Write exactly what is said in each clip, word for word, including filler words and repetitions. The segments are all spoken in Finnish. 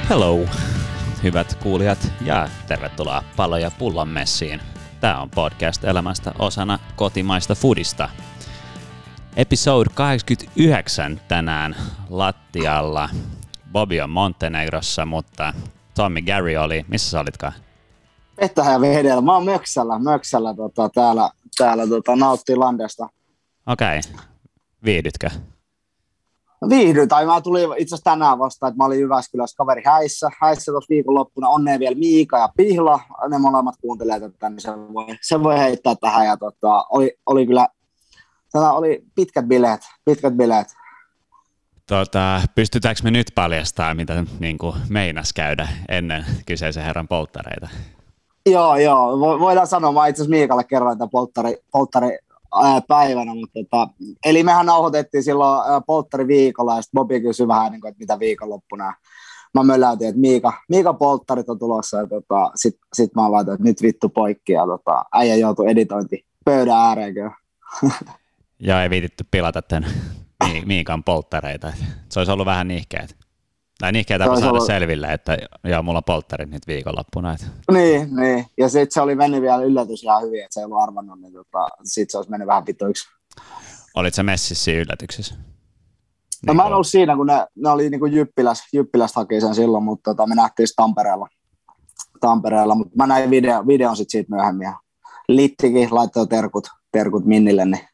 Hello, hyvät kuulijat ja tervetuloa Pallo ja pullon messiin. Tämä on podcast elämästä osana kotimaista foodista. Episode kahdeksankymmentäyhdeksän tänään lattialla. Bobby on Montenegrossa, mutta Tommy Gary oli, missä sä olitkaan? Petäjä vedellä. Mä oon Möksällä, Möksällä tota, täällä, täällä tota, nauttii landesta. Okei, okay. Viihdytkö? Viihdyin, tai mä tulin itse asiassa tänään vasta, että mä olin Jyväskylässä kaveri häissä, häissä tuossa viikonloppuna, onneen vielä Miika ja Pihla, ne molemmat kuuntelee tätä, niin se voi, se voi heittää tähän, ja tota, oli, oli kyllä, tänään oli pitkät bileet, pitkät bileet. Tota, pystytäänkö me nyt paljastamaan, mitä niin kuin meinas käydä ennen kyseisen herran polttareita? Joo, joo, voidaan sanoa, mä itse asiassa Miikalle kerroin tämän polttari, polttari päivänä, mutta tota, eli mehän nauhoitettiin silloin polttariviikolla, ja sitten Bobi kysyi vähän, niin kuin, että mitä viikonloppuna. Mä mölläytin, että Miika, Miika polttarit on tulossa, ja tota, sitten sit mä laitan, että nyt vittu poikki, ja tota, äijä joutui editointi pöydän ääreen. Joo, ei viititty pilata tämän Miikan polttareita. Se olisi ollut vähän nihkeet. Tai nihkeä tapa saada ollut selville, että joo, mulla on polttarit nyt viikonloppuna. Että. Niin, niin, ja sitten se oli mennyt vielä yllätys ihan hyvin, että se ei ollut arvannut, niin tota, sitten se olisi mennyt vähän pituiksi. Olit sä messissä siinä yllätyksessä? No niin mä en ollut siinä, kun ne, ne oli niin kuin Jyppiläs, Jyppiläs haki sen silloin, mutta tota, me nähtiin Tampereella, Tampereella, mutta mä näin video, videon sitten siitä myöhemmin. Ja Littikin laittoi terkut, terkut Minnille, niin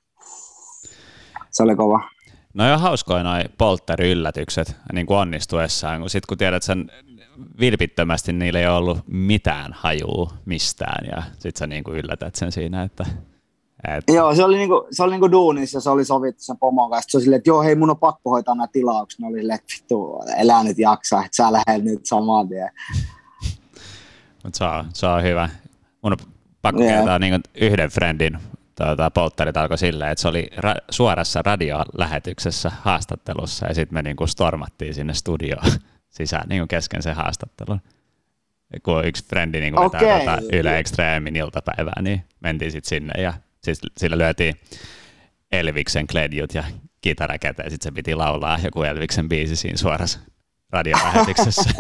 se oli kova. No on hauskoja noi polttari-yllätykset niin kuin onnistuessaan, kun sit kun tiedät sen vilpittömästi, niillä ei ole ollut mitään hajua mistään, ja sit sä niin kuin yllätät sen siinä, että. että... Joo, se oli niinku, se oli niinku duunissa, ja se oli sovittu sen pomon kanssa, se oli silleen, että joo, hei, mun on pakko hoitaa nämä tilaukset, ne oli silleen, että vittu, elää nyt jaksaa, että sä lähdet nyt saman tien. Mut se on, se on hyvä. Mun on pakko yeah. kertoa niin yhden friendin. Tuota, polttarit alkoi silleen, että se oli ra- suorassa radiolähetyksessä haastattelussa, ja sitten me niinku stormattiin sinne studioon sisään niinku kesken sen haastattelun. Kun yksi frendi niinku vetää okay. tuota Yle Extremin iltapäivää, niin mentiin sitten sinne, ja siis sillä lyötiin Elviksen kledjut ja kitara käteen, sitten se piti laulaa joku Elviksen biisi siinä suorassa radiolähetyksessä.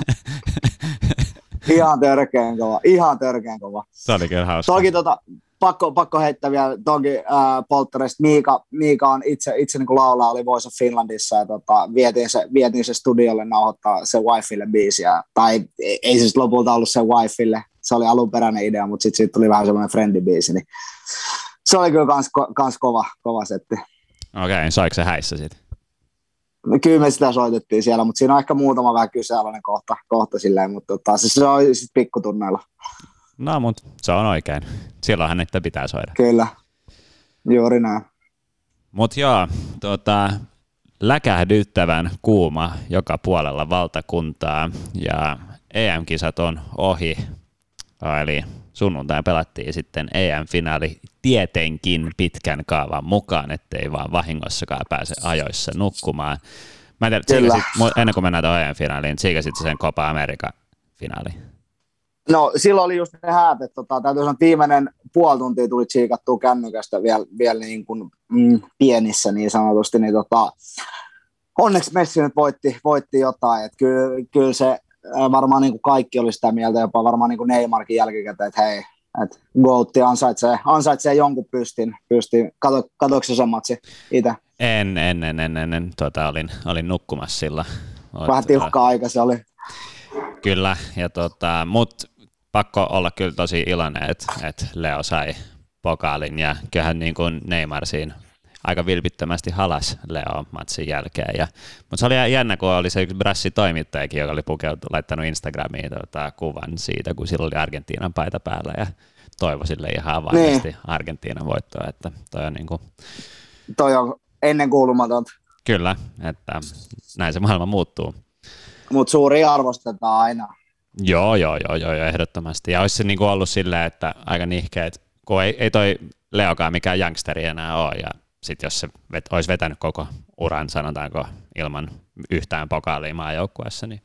Ihan törkeän kova, ihan törkeän kova. Se oli kyllä hauska. Toki tota, pakko, pakko heittää vielä toki äh, polttareista. Miika, Miika on itse, itse niin kuin laulaa, oli Voice of Finlandissa, ja tota, vietiin, se, vietiin se studiolle nauhoittaa se wifille biisiä. Tai ei se lopulta ollut se wifille, se oli alunperäinen idea, mutta sitten siitä tuli vähän semmoinen friendibiisi. Niin se oli kyllä kans, kans kova, kova setti. Okei, okay, saiko se häissä sitten? Kyllä me sitä soitettiin siellä, mutta siinä on ehkä muutama vähän kyseenalainen kohta, kohta silleen, mutta tota, se, se oli sitten pikkutunneilla. No, mutta se on oikein. Silloinhan niitä pitää soida. Kyllä, juuri näin. Mutta joo, tota, läkähdyttävän kuuma joka puolella valtakuntaa, ja E M-kisat on ohi, eli sunnuntai pelattiin sitten E M-finaali tietenkin pitkän kaavan mukaan, ettei vaan vahingossakaan pääse ajoissa nukkumaan. Mä en tiedä, tsiikasit, ennen kuin mennään tuohon E M-finaaliin, tsiikasit sen Copa America-finaali? No silloin oli just ne häät, että tota, täytyy sanoa, että viimeinen puoli tuntia tuli tsiikattua kännykästä vielä, vielä niin kuin, mm, pienissä niin sanotusti, niin tota, onneksi Messi nyt voitti, voitti jotain, että kyllä, kyllä se varmaan niin kuin kaikki oli sitä mieltä, jopa varmaan niin kuin Neymarkin jälkikäteen, että hei, että Goatti ansaitsee, ansaitsee jonkun pystin, pystin. Kato, katoiko se sen matsi itse? En, en, en, en, en, en. Tuota, olin, olin nukkumassa sillä. Vähän tiukkaa aika se oli. Kyllä, ja tota, mutta pakko olla kyllä tosi iloinen, että, että Leo sai pokaalin, ja kyllähän niin kuin Neymar siinä aika vilpittömästi halas Leo matsin jälkeen. Ja, mutta se oli jännä, kun oli se yksi brassitoimittajakin, joka oli pukeutunut, laittanut Instagramiin tota, kuvan siitä, kun sillä oli Argentiinan paita päällä, ja toivoi sille ihan avoimesti niin Argentiinan voittoa, että toi on, niin kuin, toi on ennenkuulumatonta. Kyllä, että näin se maailma muuttuu. Mutta suuri arvostetaan aina. Joo, joo, joo, joo, joo, ehdottomasti. Ja olisi se niin kuin ollut silleen, että aika nihkeet, kun ei, ei toi Leokaan mikään youngsteri enää ole, ja sitten jos se vet, olisi vetänyt koko uran, sanotaanko, ilman yhtään pokaalia maajoukkueessa, niin.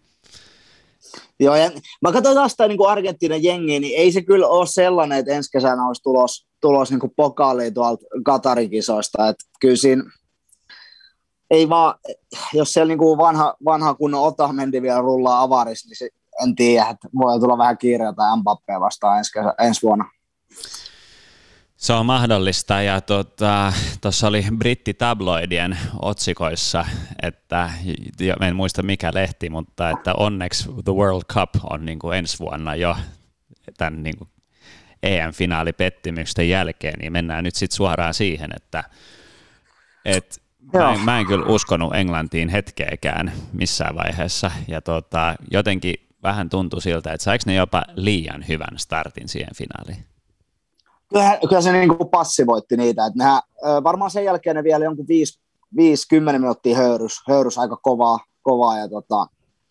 Joo, ja mä katsoin taas sitä niin Argentiinan jengiä, niin ei se kyllä ole sellainen, että ensi kesänä olisi tulos, tulos niin pokaalia tuolta Katarin kisoista, että kyllä siinä ei vaan, jos siellä niinku vanha, vanha kunnon Otamendi vielä rullaa avarissa, niin se, en tiedä, että voi tulla vähän kiireitä Mbappea vastaan ensi, kesä, ensi vuonna. Se on mahdollista, ja tuossa tota, oli brittitabloidien otsikoissa, että en muista mikä lehti, mutta että onneksi The World Cup on niin kuin ensi vuonna jo tämän niin kuin E M-finaalipettymyksen jälkeen, niin mennään nyt sitten suoraan siihen, että et mä, en, mä en kyllä uskonut Englantiin hetkeäkään missään vaiheessa, ja tota, jotenkin vähän tuntui siltä, että saiko ne jopa liian hyvän startin siihen finaaliin. Kyllä, kyllä se niin kuin passivoitti niitä, että nehän, varmaan sen jälkeen ne vielä jonkun viisi kymmenen minuuttia höyrys, höyrys aika kovaa, kovaa ja tota,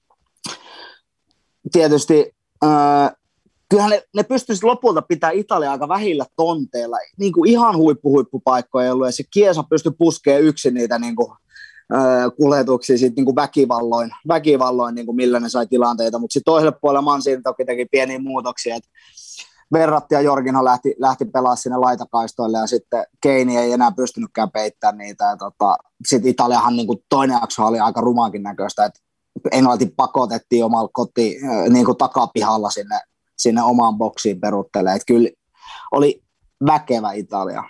tietysti äh, kyllähän ne, ne pystyisi lopulta pitämään Italia aika vähillä tonteilla, niin kuin ihan huippu-huippupaikkoja ei ollut, ja se Chiesa pystyi puskemaan yksin niitä niin kuin, äh, kuljetuksia sit, niin kuin väkivalloin, väkivalloin niin kuin millä ne sai tilanteita, mutta sitten toiselle puolelle Mancini toki teki pieniä muutoksia, että Verratti ja Jorginho lähti, lähti pelaamaan sinne laitakaistoille, ja sitten Keini ei enää pystynytkään peittämään niitä. Ja tota, sitten Italiahan niin kuin toinen jakso oli aika rumaakin näköistä, että Englanti pakotettiin omalla koti niin kuin takapihalla sinne, sinne omaan boksiin peruttelemaan. Että kyllä oli väkevä Italia.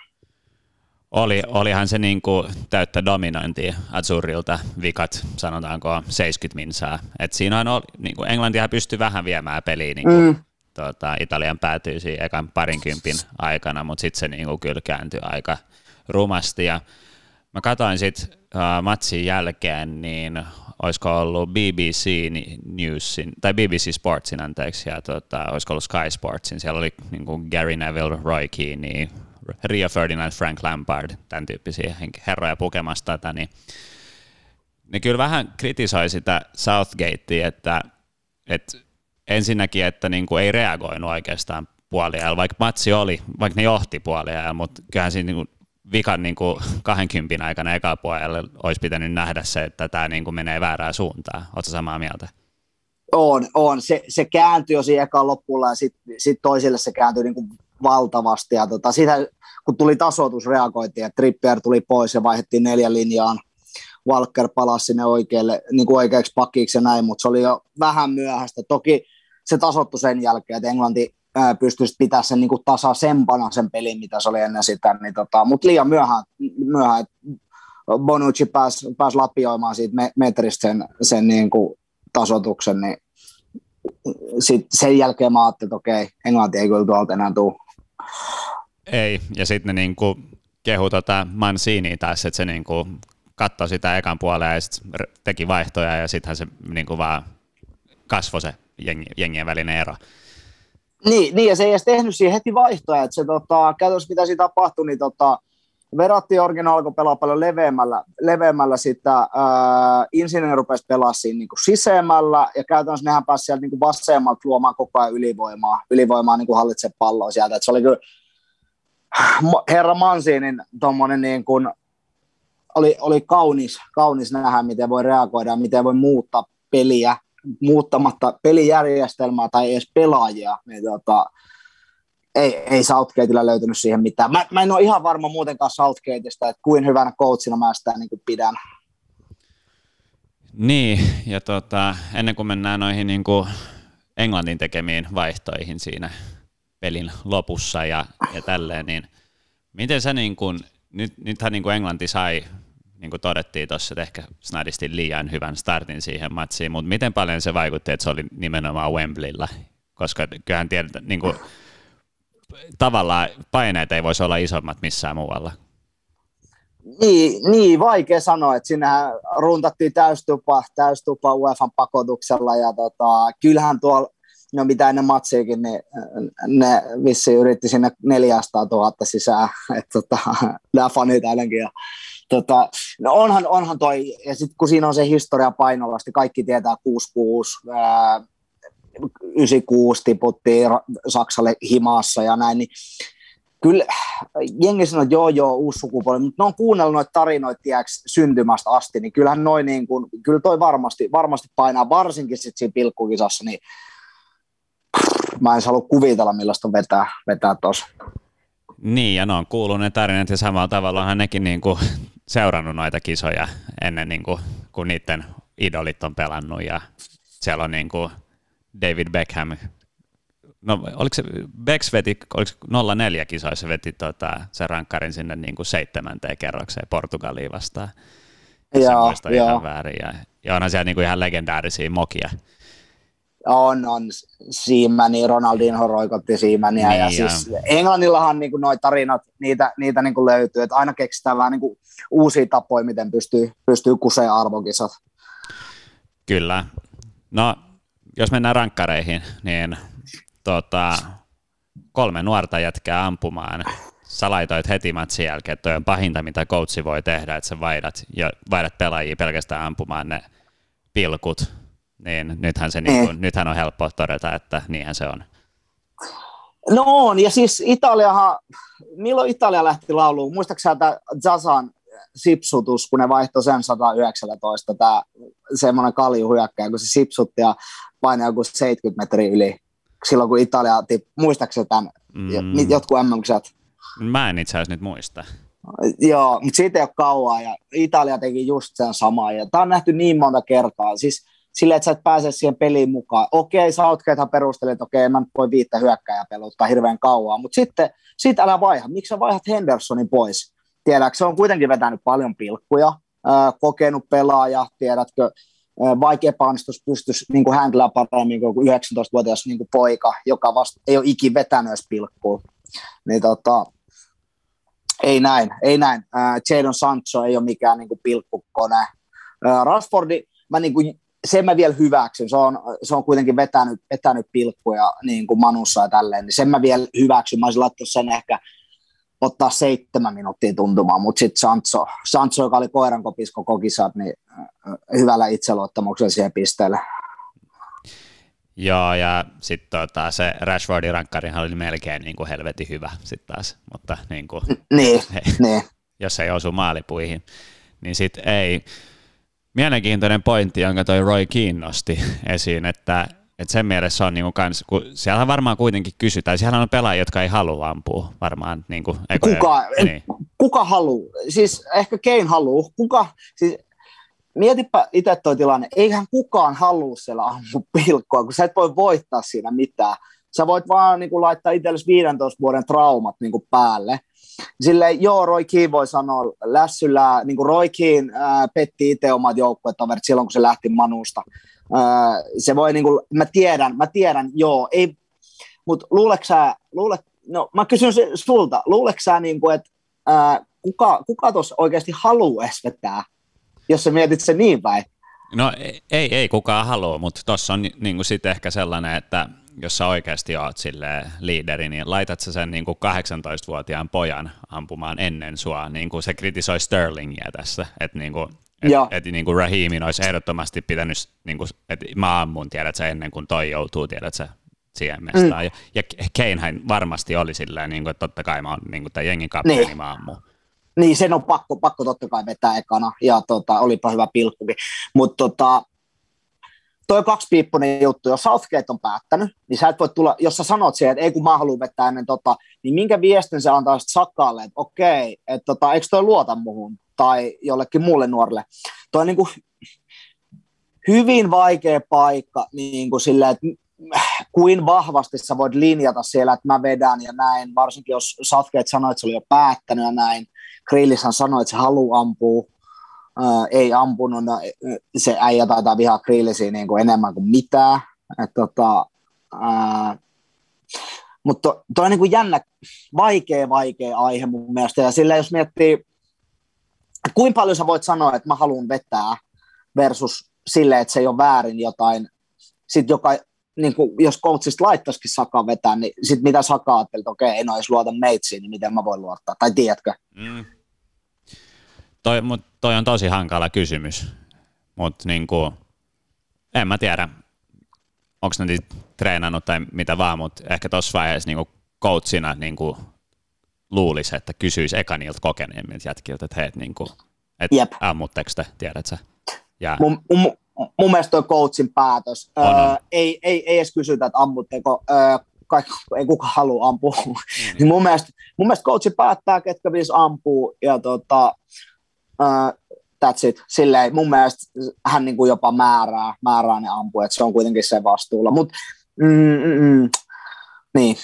Oli, olihan se niin kuin täyttä dominointia Azzurrilta vikat, sanotaanko seitsemänkymmentä minsaa. Et siinä on, niin kuin Englantihan pystyi vähän viemään peliä niin kuin mm. Tota, Italian päätyi siinä ekan parinkympin aikana, mutta sitten se niinku kyllä kääntyi aika rumasti. Ja mä katsoin sitten uh, matsin jälkeen, niin olisiko ollut B B C Newsin, tai B B C Sportsin anteeksi, ja tota, olisiko ollut Sky Sportsin. Siellä oli niinku Gary Neville, Roy Keane, Rio Ferdinand, Frank Lampard, tämän tyyppisiä herroja pukemassa tätä. Niin ne kyllä vähän kritisoi sitä Southgatea, että, että ensinnäkin, että niinku ei reagoinut oikeastaan puoliajalla, vaikka matsi oli, vaikka ne johti puoliajalla, mutta kyllähän siinä niinku vikan niinku kaksikymmentä aikana eka puolella olisi pitänyt nähdä se, että tämä niinku menee väärään suuntaan. Oletko samaa mieltä? On, on. Se, se kääntyi jo siinä ekan loppulla, ja sitten sit toisille se kääntyi niinku valtavasti. Ja tota, sitä, kun tuli tasoitus, reagoitiin, että Trippier tuli pois ja vaihdettiin neljän linjaan. Walker palasi sinne oikealle, niin kuin oikeaksi pakiksi ja näin, mutta se oli jo vähän myöhäistä. Toki se tasoittui sen jälkeen, että Englanti ää, pystyisi pitämään sen niin kuin tasaisempana sen pelin, mitä se oli ennen sitä, niin tota, mutta liian myöhään, myöhään että Bonucci pääsi pääs lapioimaan siitä me, metristä sen, sen niin kuin tasoituksen, niin sit sen jälkeen mä ajattelin, että okei, Englanti ei kyllä tuolta enää tule. Ei, ja sitten ne niin kuin kehu tota Mancini taas, että se niin kuin katsoi sitä ekan puolella ja sitten teki vaihtoja ja sittenhän se niin kuin vaan kasvoi se jengi, jengien välinen ero. Niin, niin, ja se ei edes tehnyt siihen heti vaihtoja, että se tota, käytännössä mitä siinä tapahtui, niin tota, Verratti Jorginho alkoi pelaa paljon leveämmällä, leveämmällä sitä, ää, Insigne rupesi pelaa siinä niin kuin sisemmällä, ja käytännössä nehän pääsi sieltä niin kuin vasemmalta luomaan koko ajan ylivoimaa, ylivoimaa niin kuin hallitsee palloa sieltä, että se oli kyllä herra Mancinin tommonen niin kuin Oli, oli kaunis, kaunis nähdä, miten voi reagoida ja miten voi muuttaa peliä, muuttamatta pelijärjestelmää tai edes pelaajia. Niin tota, ei, ei Southgateilla löytynyt siihen mitään. Mä, mä en ole ihan varma muutenkaan Southgateista, että kuin hyvänä coachina mä sitä niin kuin pidän. Niin, ja tota, ennen kuin mennään noihin niin kuin Englannin tekemiin vaihtoihin siinä pelin lopussa ja, ja tälleen, niin miten sä niin kuin, nyt, nythän niin kuin Englanti sai, niin kuin todettiin tuossa, että ehkä snadisti liian hyvän startin siihen matsiin, mutta miten paljon se vaikutti, että se oli nimenomaan Wembleyllä, koska kyllähän tiedät, niin kuin, tavallaan paineet ei voisi olla isommat missään muualla. Niin, niin, vaikea sanoa, että sinnehän runtattiin täystupa, täystupa U E F A:n pakotuksella ja tota, kyllähän tuolla, no mitä ennen matsiakin, niin ne vissiin yritti sinne neljäsataatuhatta sisään, että tota, nämä fanit ainakin. Ja, tota, no onhan, onhan toi, ja sitten kun siinä on se historia painolasti, kaikki tietää kuusikymmentäkuusi, ää, yhdeksänkymmentäkuusi tiputtiin Saksalle himassa ja näin, niin kyllä jengi sanoo, että joo joo, uusi sukupolvi, mutta ne on kuunnellut noita tarinoita tiiäks, syntymästä asti, niin kyllähän noi niin kuin, kyllä toi varmasti, varmasti painaa, varsinkin sit siinä pilkkukisassa, niin mä en halua kuvitella, millaista on vetää, vetää tuossa. Niin, ja ne on kuullut ne tarinat, ja samalla tavallahan nekin niin kuin seurannut noita kisoja ennen, niin kuin, kun niiden idolit on pelannut, ja siellä on niin kuin David Beckham, no oliko se, Becks veti, oliko nolla neljä kisoissa veti tota, sen rankkarin sinne niin kuin seitsemänteen kerrokseen Portugaliin vastaan. Joo, muista joo. Ihan väärin. Ja, ja onhan siellä niinku ihan legendaarisia mokia. On, on. Seamani, Ronaldinho roikotti Seamania. Niin, ja, ja siis Englannillahan niinku noi tarinat, niitä, niitä niinku löytyy. Että aina keksitään vähän niinku uusia tapoja, miten pystyy, pystyy kuseen arvokisat. Kyllä. No, jos mennään rankkareihin, niin tota, kolme nuorta jätkää ampumaan. Sä laitoit heti matsin jälkeen, että toi on pahinta, mitä coachi voi tehdä, että sä vaihdat, ja vaihdat pelaajia pelkästään ampumaan ne pilkut, niin nythän, se niin kuin, nythän on helppo todeta, että niinhän se on. No on, ja siis Italiahan, milloin Italia lähti lauluun? Muistaakseni tämä Zazan sipsutus, kun ne vaihtoi sen sata yhdeksäntoista, tämä semmoinen kaljuhyökkäjä, kun se sipsutti ja painoi joku seitsemänkymmentä metriä yli, silloin kun Italia, muistaakseni tämän, mm. jotkut M M-kisat? Mä en itse asiassa nyt muista. Joo, mutta siitä ei ole kauan, ja Italia teki just sen samaa, ja tämä on nähty niin monta kertaa, siis silleen, että sä et pääse siihen peliin mukaan. Okei, Southgatehan perusteli, että okei, mä nyt voi viittä hyökkääjää peluttaa hirveän kauan, mutta sitten siitä älä vaiha. Miksi sä vaihat Hendersonin pois? Tiedätkö, se on kuitenkin vetänyt paljon pilkkuja, ää, kokenut pelaaja, tiedätkö, ää, vaikka epäonnistus pystyisi niin kuin handlaa paremmin kuin yhdeksäntoistavuotias niin kuin poika, joka vasta ei ole ikin vetänyt edes pilkkua. Niin tota, ei näin, ei näin. Ää, Jadon Sancho ei ole mikään niin kuin pilkkukone. Ää, Rashfordi, mä niin kuin sen mä vielä hyväksyn, se on, se on kuitenkin vetänyt, vetänyt pilkkuja niin kuin Manussa ja tälleen, niin sen mä vielä hyväksyn, mä olisin laittanut sen ehkä ottaa seitsemän minuuttia tuntumaan, mutta sitten Sancho, Sancho, joka oli koirankopis koko kisat, niin hyvällä itseluottamuksella siihen pisteelle. Joo, ja sitten tota, se Rashfordin rankkarihan oli melkein niin kuin helvetin hyvä sitten taas, mutta niin kuin, niin, niin. jos ei osu maalipuihin, niin sitten ei. Mielenkiintoinen pointti, jonka toi Roy Keane nosti esiin, että, että sen mielessä on niinku kans, kun siellä varmaan kuitenkin kysytään, siellä on pelaajia, jotka ei halua ampua varmaan. Niinku, kuka, niin. kuka haluaa? Siis ehkä Kane haluaa. Kuka, siis mietipä itse toi tilanne, eihän kukaan halua siellä ampua pilkkoa, kun sä et voi voittaa siinä mitään. Sä voit vaan niinku laittaa itsellesi viidentoista vuoden traumat niinku päälle. Silleen, joo, Roy Keane voi sanoa lässyllä, niin kuin Roy Keane ää, petti itse omat joukkuetoverit silloin, kun se lähti Manusta. Ää, se voi, niin kuin, mä tiedän, mä tiedän, joo, ei, mutta luuleeko sä, luule, no mä kysyn sulta, luuleeko sä, niin kuin, että ää, kuka, kuka tuossa oikeasti haluaa edes vetää, jos sä mietit se niin päin? No ei, ei kukaan halua, mutta tuossa on niin kuin sitten ehkä sellainen, että jos sä oikeasti oot silleen liideri, niin laitat sä sen niin kuin kahdeksantoistavuotiaan pojan ampumaan ennen sua, niin kuin se kritisoi Sterlingiä tässä, että niin kuin, et, et, niin kuin Raheemin olisi ehdottomasti pitänyt, niin kuin, että mä ammun, tiedät sä, ennen kuin toi joutuu, tiedät sä, siihen mestaan. Mm. Ja, ja Kanehän varmasti oli silleen, niin kuin, että totta kai mä oon niin kuin tämän jengin kapteeni, niin. Mä ammun. Niin, sen on pakko, pakko totta kai vetää ekana, ja tota, olipa hyvä pilkkukin, mutta tota, toi kaksipiippunen juttu, jos Southgate on päättänyt, niin sä et voi tulla, jos sä sanot siihen, että ei kun mä haluan vetää ennen tota, niin minkä viestin se antaa sitten Sakaalle, että okei, että tota, eikö toi luota muhun, tai jollekin muulle nuorelle. Toi on niin kuin hyvin vaikea paikka, niin kuin silleen, että kuin vahvasti sä voit linjata siellä, että mä vedän ja näin, varsinkin jos Southgate sanoi, että se oli jo päättänyt ja näin, Grealishhan sanoi, että se haluaa ampua, ää, ei ampunut, no, se äijä taitaa vihaa Grealishia niin kuin enemmän kuin mitään, että tota, ää, mutta to, toi on niin kuin jännä, vaikea, vaikea aihe mun mielestä, ja sillä jos miettii, kuinka paljon sä voit sanoa, että mä haluan vetää versus sille, että se ei ole väärin jotain, sit joka niin kuin, jos coachista laittaisikin Sakaa vetää, niin sitten mitä Saka ajattelee, että okei, en olisi luota meitsiin, niin miten mä voin luottaa, tai tiedätkö? Mm. Toi, mut toi on tosi hankala kysymys, mutta niin kuin, en mä tiedä, onko ne treenannut tai mitä vaan, mutta ehkä tuossa vaiheessa niin coachina niin kuin luulisi, että kysyisi eka niiltä kokeneemmilta jätkiltä, että hei, niin kuin, että ammutteko te, tiedät sä? Ja mun, mun, mun mielestä toi coachin päätös, öö, ei, ei, ei edes kysytä, että ammutteko, öö, kaikki, ei kukaan halua ampua. Mm. Niin mun, mielestä, mun mielestä coachi päättää, ketkä viisi ampuu, ja tota, uh, that's it. Silleen mun mielestä hän niin kuin jopa määrää, määrää ne ampujat, se on kuitenkin sen vastuulla, mutta mm, mm, mm, niin.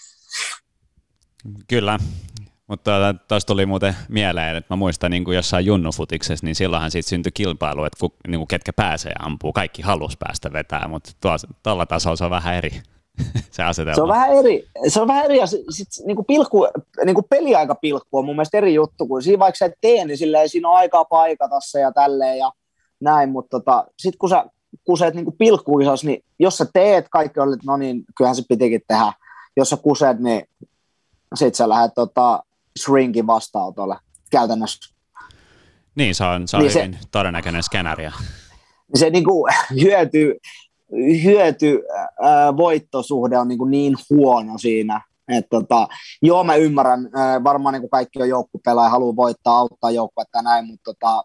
Kyllä, mutta tuossa tuli muuten mieleen, että mä muistan niin kuin jossain junnufutiksessa, niin silloinhan siitä syntyi kilpailu, että ku, niin kuin ketkä pääsee ampuu, kaikki halus päästä vetää, mutta tuolla tasolla se on vähän eri. Se asetelma. Se on vähän eri, se on vähän eri ja sit, niinku pilkku, niinku peliaikapilkku on mun mielestä eri juttu, kun siinä vaikka sä et tee, niin silleen, siinä on aikaa paikata se ja tälleen ja näin, mutta tota, sitten kun sä kuseet niinku pilkkuisas, niin jos sä teet kaikki oli, no niin, kyllähän se pitikin tehdä, jos sä kuseet, niin sit sä lähdet tota, shrinkin vastaanotolle käytännössä. Niin, se on, se on niin hyvin se, todennäköinen skenaario. Se niinku hyötyy hyöty äh, voittosuhde on niin, kuin niin huono siinä, että tota, joo mä ymmärrän, äh, varmaan niin kuin kaikki on joukkupelaaja, haluaa voittaa, auttaa joukkuetta ja näin, mutta tota,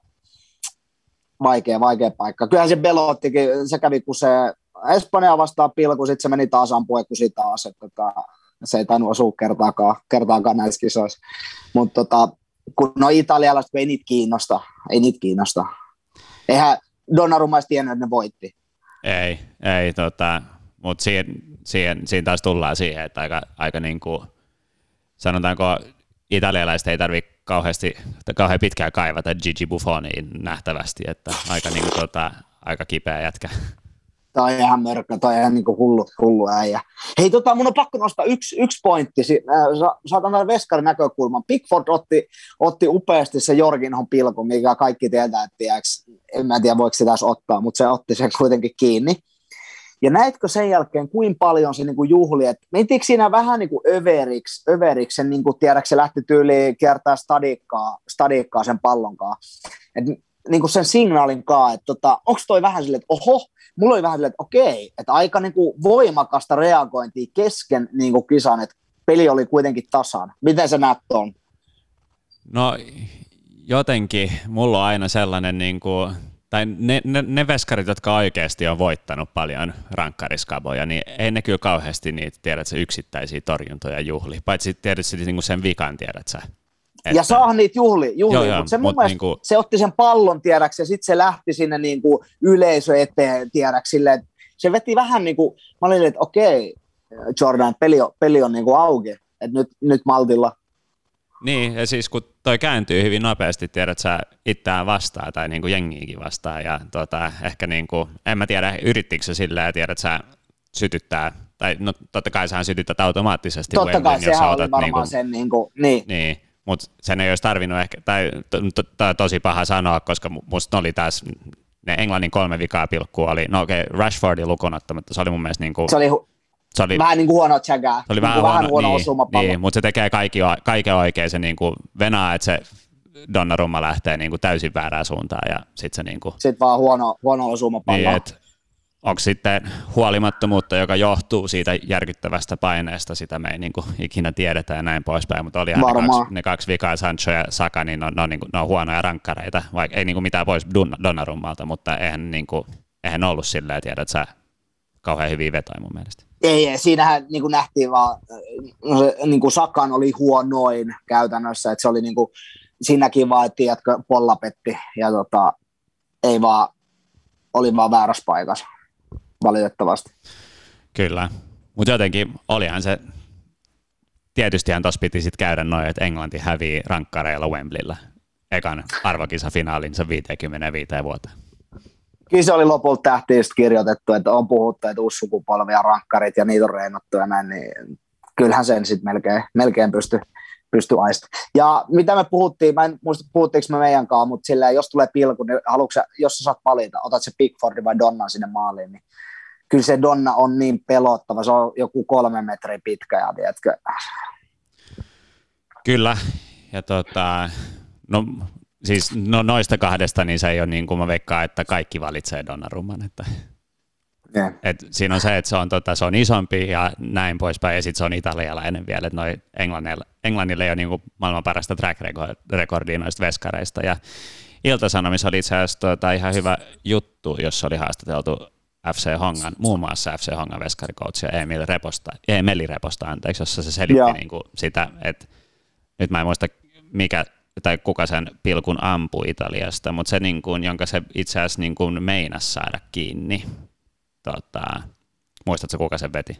vaikea, vaikea paikka. Kyllähän se Belottikin, se kävi kun se Espanja vastaan pilku, sitten se meni taas ampuekusi taas, että tota, se ei tainnut osua kertaakaan, kertaakaan näissä kisoissa, mutta tota, kun no italialaiset, kun ei niitä kiinnosta, ei niitä kiinnosta. Eihän Donnarumma edes tiennyt, että ne voitti. Ei, ei tota, mutta siihen, siihen, siinä taas tullaan siihen, että aika, aika niin kuin, sanotaanko italialaiset ei tarvitse kauheasti, kauhean pitkään kaivata Gigi Buffoniin nähtävästi, että aika, niin kuin, tota, aika kipeä jätkä. Toi on ihan mörkkä, toi on ihan niin kuin hullu, hullu äijä. Hei, tota, mun on pakko nostaa yksi, yksi pointti. Sa, saatan tällä veskarin näkökulman. Pickford otti, otti upeasti se Jorginhon pilku, mikä kaikki tietää, että tiiäks, en mä tiedä voiko sitä edes ottaa, mutta se otti sen kuitenkin kiinni. Ja näitkö sen jälkeen, kuinka paljon se niin kuin juhli, että mentikö siinä vähän niin kuin överiksi, överiksi sen, niin kuin tiedätkö, se lähti tyyliin kiertää stadikkaa, stadikkaa sen pallonkaan. Että niin kuin sen signaalin kaa, että tota, onko toi vähän silleen, että oho, mulla oli vähän silleen, että okei, että aika niin kuin voimakasta reagointia kesken niin kuin kisan, että peli oli kuitenkin tasan. Miten sä näet ton? No jotenkin mulla on aina sellainen, niin kuin, tai ne, ne, ne veskarit, jotka oikeasti on voittanut paljon rankkariskaboja, niin ei ne kyllä kauheasti niitä, tiedät sä, yksittäisiä torjuntoja juhli, paitsi tiedät sä niin kuin sen vikan, tiedät sä. Että... Ja saahan niitä juhli, juhli joo, mutta se mun mut mielestä niinku... se otti sen pallon tiedäksi ja sitten se lähti sinne niinku yleisö eteen tiedäksi silleen, että se veti vähän niin kuin, mä olin, että okei Jordan, peli on, peli on niinku auki, että nyt, nyt maltilla. Niin, ja siis kun toi kääntyy hyvin nopeasti, tiedät sä itseään vastaan tai niinku jengiikin vastaan ja tota, ehkä niinku, en mä tiedä yrittikö se silleen, tiedät sä sytyttää, tai no totta kai sähän sytytät automaattisesti. Totta kai, sehän oli varmaan niinku, sen niinku, niin. niin. Mutta sen ei olisi tarvinnut ehkä, tai to, to, to, tosi paha sanoa, koska musta oli taas, ne Englannin kolme vikaa pilkkua oli, no okei, okay, Rashfordin lukuun ottamatta, se oli mun mielestä niinku... Se oli, hu- se oli vähän niin kuin huono tsägää. Se oli vähän, niin huono, huono niin, osumapallo. Niin, mutta se tekee kaikki, kaiken oikein, se niinku venaa, että se Donnarumma lähtee niinku täysin väärään suuntaan, ja sitten se niinku... Sitten vaan huono, huono osumapallo. Niin, et, onko sitten huolimattomuutta, joka johtuu siitä järkyttävästä paineesta, sitä me ei niin kuin ikinä tiedetä ja näin poispäin, mutta olihan ne kaksi, ne kaksi vikaa, Sancho ja Saka, niin ne on, ne on, niin kuin, ne on huonoja rankkareita, vaikka ei niin kuin mitään pois Donnarummalta, mutta eihän, niin kuin, eihän ollut silleen, tiedä, että sä kauhean hyviä vetoja mun mielestä. Ei, ei siinähän niin kuin nähtiin vaan, no se, niin kuin Sakan oli huonoin käytännössä, että se oli niin kuin, siinäkin vaan, että tiedätkö, pollapetti ja tota, ei vaan, oli vaan väärässä paikassa. Valitettavasti. Kyllä, mutta jotenkin olihan se, tietystihän tuossa piti sitten käydä noin, että Englanti hävii rankkareilla Wembleyllä ekan arvokisafinaalinsa viisikymmentäviisi vuoteen. Kyllä se oli lopulta tähtiistä kirjoitettu, että on puhuttu, että uusi sukupolvi ja rankkarit ja niitä on reenattu ja näin, niin kyllähän sen sitten melkein, melkein pysty, pysty aistamaan. Ja mitä me puhuttiin, mä en muista puhuttiinko me meidän kanssa, mutta silleen, jos tulee pilku, niin haluatko, jos sä saat valita, otat se Pickfordin vai Donnan sinne maaliin, niin kyllä se Donna on niin pelottava, se on joku kolme metriä pitkä ja tiedätkö. Kyllä, ja tota, no siis no noista kahdesta, niin se ei ole niin kuin mä veikkaan, että kaikki valitsee Donnarumman, että yeah. Et siinä on se, että se on, tota, se on isompi ja näin poispäin, ja sitten se on italialainen vielä, että noi Englannille, Englannille ei ole niin kuin maailman parasta track-rekordia noista veskareista, ja Ilta-Sanomissa oli itse asiassa tota, ihan hyvä juttu, jossa oli haastateltu F C Hongan, muun muassa F C Hongan veskarikoutsia Emil Reposta, Emeli Reposta, anteeksi, jossa se selitti niin kuin sitä, että nyt mä en muista mikä tai kuka sen pilkun ampui Italiasta, mutta se, niin kuin, jonka se itse asiassa niin kuin meinasi saada kiinni. Tota, muistatko, kuka se veti?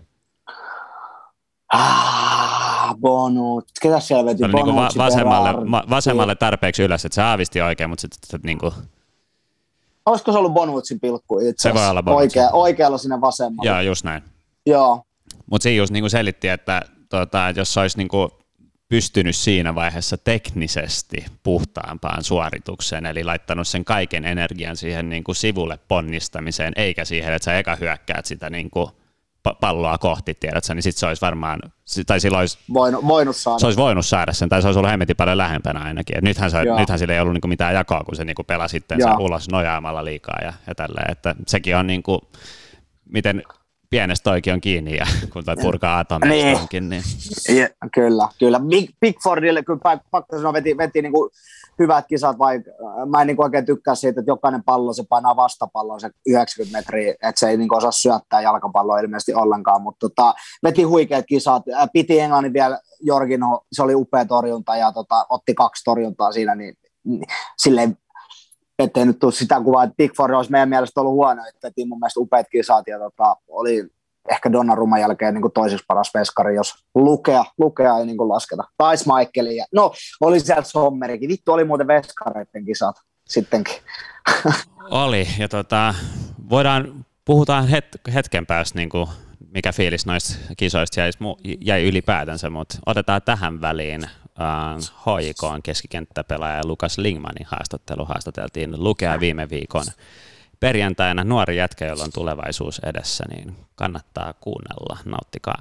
Ah, Bonucci. Ketä siellä veti? Se oli niin kuin va- vasemmalle, ma- vasemmalle tarpeeksi ylös, että se aavisti oikein, mutta sitten sit, niin kuin... Olisiko se ollut Bonuccin pilkku itse Se voi olla Bonucci. Oikea, oikealla sinne vasemmalle. Joo, just näin. Joo. Mutta siinä just niin kuin selitti, että tota, jos se olisi niin kuin pystynyt siinä vaiheessa teknisesti puhtaampaan suoritukseen, eli laittanut sen kaiken energian siihen niin kuin sivulle ponnistamiseen, eikä siihen, että sä eka hyökkäät sitä niin kuin palloa kohti, tiedätkö, niin sitten se olisi varmaan, tai silloin olisi, voinut, voinut saada. Se olisi voinut saada sen, tai se olisi ollut hemmetin paljon lähempänä ainakin. Et nythän, se, nythän sillä ei ollut niinku mitään jakoa, kun se niinku pelasi sitten ulos nojaamalla liikaa ja, ja tälleen, että sekin on niinku, miten pienestä toikin on kiinni, ja kun toi purkaa atomeista niin. onkin. Niin. Ja, kyllä, kyllä. Big, Pickfordille kyllä pakko sanoa, veti, veti niinku hyvät kisat, vai mä en niinku oikein tykkää siitä, että jokainen pallo se painaa vastapalloon se yhdeksänkymmentä metriä, että se ei niinku osaa syöttää jalkapalloa ilmeisesti ollenkaan, mutta tota, veti huikeat kisat, piti Englannin vielä Jorginho, se oli upea torjunta ja tota, otti kaksi torjuntaa siinä, niin, niin silleen ettei nyt tule sitä kuvaa, että Pickford olisi meidän mielestä ollut huono, että veti mun mielestä upeat kisat ja tota, oli ehkä Donnarumman jälkeen niin kuin toiseksi paras veskari, jos lukea, lukea ei niin kuin lasketa. Tai Schmeichelin. Ja, no, oli siellä Sommerikin. Vittu, oli muuten veskareiden kisat sittenkin. Oli, ja tota, voidaan, puhutaan het, hetken päästä, niin kuin, mikä fiilis noista kisoista jäi, jäi ylipäätänsä, mutta otetaan tähän väliin uh, H J K:n keskikenttäpelaaja Lukas Lingmanin haastattelu. Haastateltiin Lukea viime viikon perjantaina, nuori jätkä, jolla on tulevaisuus edessä, niin kannattaa kuunnella. Nauttikaa.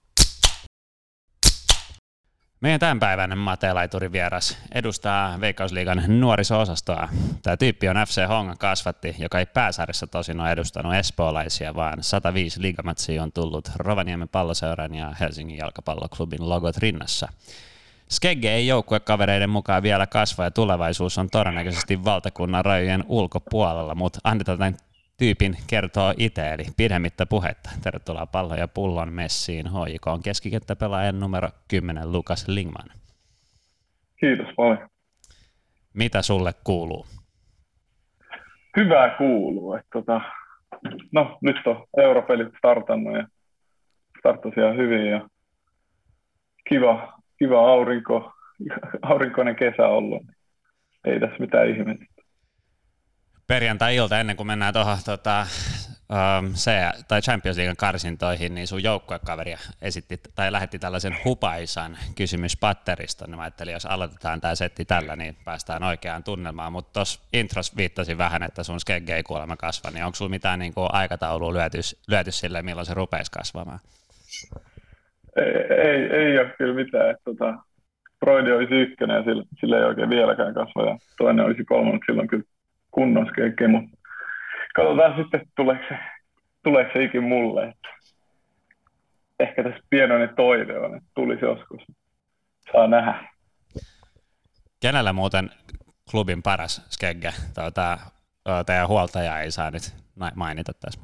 Meidän tämänpäiväinen Mate-laiturin vieras edustaa Veikkausliigan nuoriso-osastoa. Tämä tyyppi on F C Hongan kasvatti, joka ei pääsarjassa tosin ole edustanut espoolaisia, vaan sata viisi liigamatsia on tullut Rovaniemen Palloseuran ja Helsingin jalkapalloklubin logot rinnassa. Skegge ei joukkuekavereiden mukaan vielä kasva ja tulevaisuus on todennäköisesti valtakunnan rajojen ulkopuolella, mutta annetaan tämän tyypin kertoo itse, eli pidemmittä puhetta. Tervetuloa Pallon ja Pullon messiin H J K:n keskikenttäpelaajan numero kymmenen Lukas Lingman. Kiitos paljon. Mitä sulle kuuluu? Hyvää kuuluu. Että tota, no, nyt on europelit startannut ja starttasi ihan hyvin ja kiva. Kiva aurinko, aurinkoinen kesä ollut. Ei tässä mitään ihmettä. Perjantai-ilta ennen kuin mennään tuohon tota, um, C- tai Champions Leaguean karsintoihin, niin sun joukkuekaveri esitti tai lähetti tällaisen hupaisan kysymyspatteriston. Mä ajattelin, jos aloitetaan tämä setti tällä, niin päästään oikeaan tunnelmaan. Mutta tuossa intros viittasin vähän, että sun skegge ei kuulemma kasva, niin onko sulla mitään niin kuin aikataulua lyöty, lyöty sille, milloin se rupeisi kasvamaan? Ei, ei, ei ole kyllä mitään. Että, tota, Broidi olisi ykkönen ja sillä, sillä ei oikein vieläkään kasva. Ja toinen olisi kolmas, silloin kyllä kunnon skegge, mutta katsotaan sitten, tuleeko se, tuleeko se ikin mulle. Että ehkä tässä pienoinen toive on, että tulisi joskus. Saa nähdä. Kenellä muuten klubin paras skegge? Tuota, teidän huoltaja ei saa nyt mainita tässä.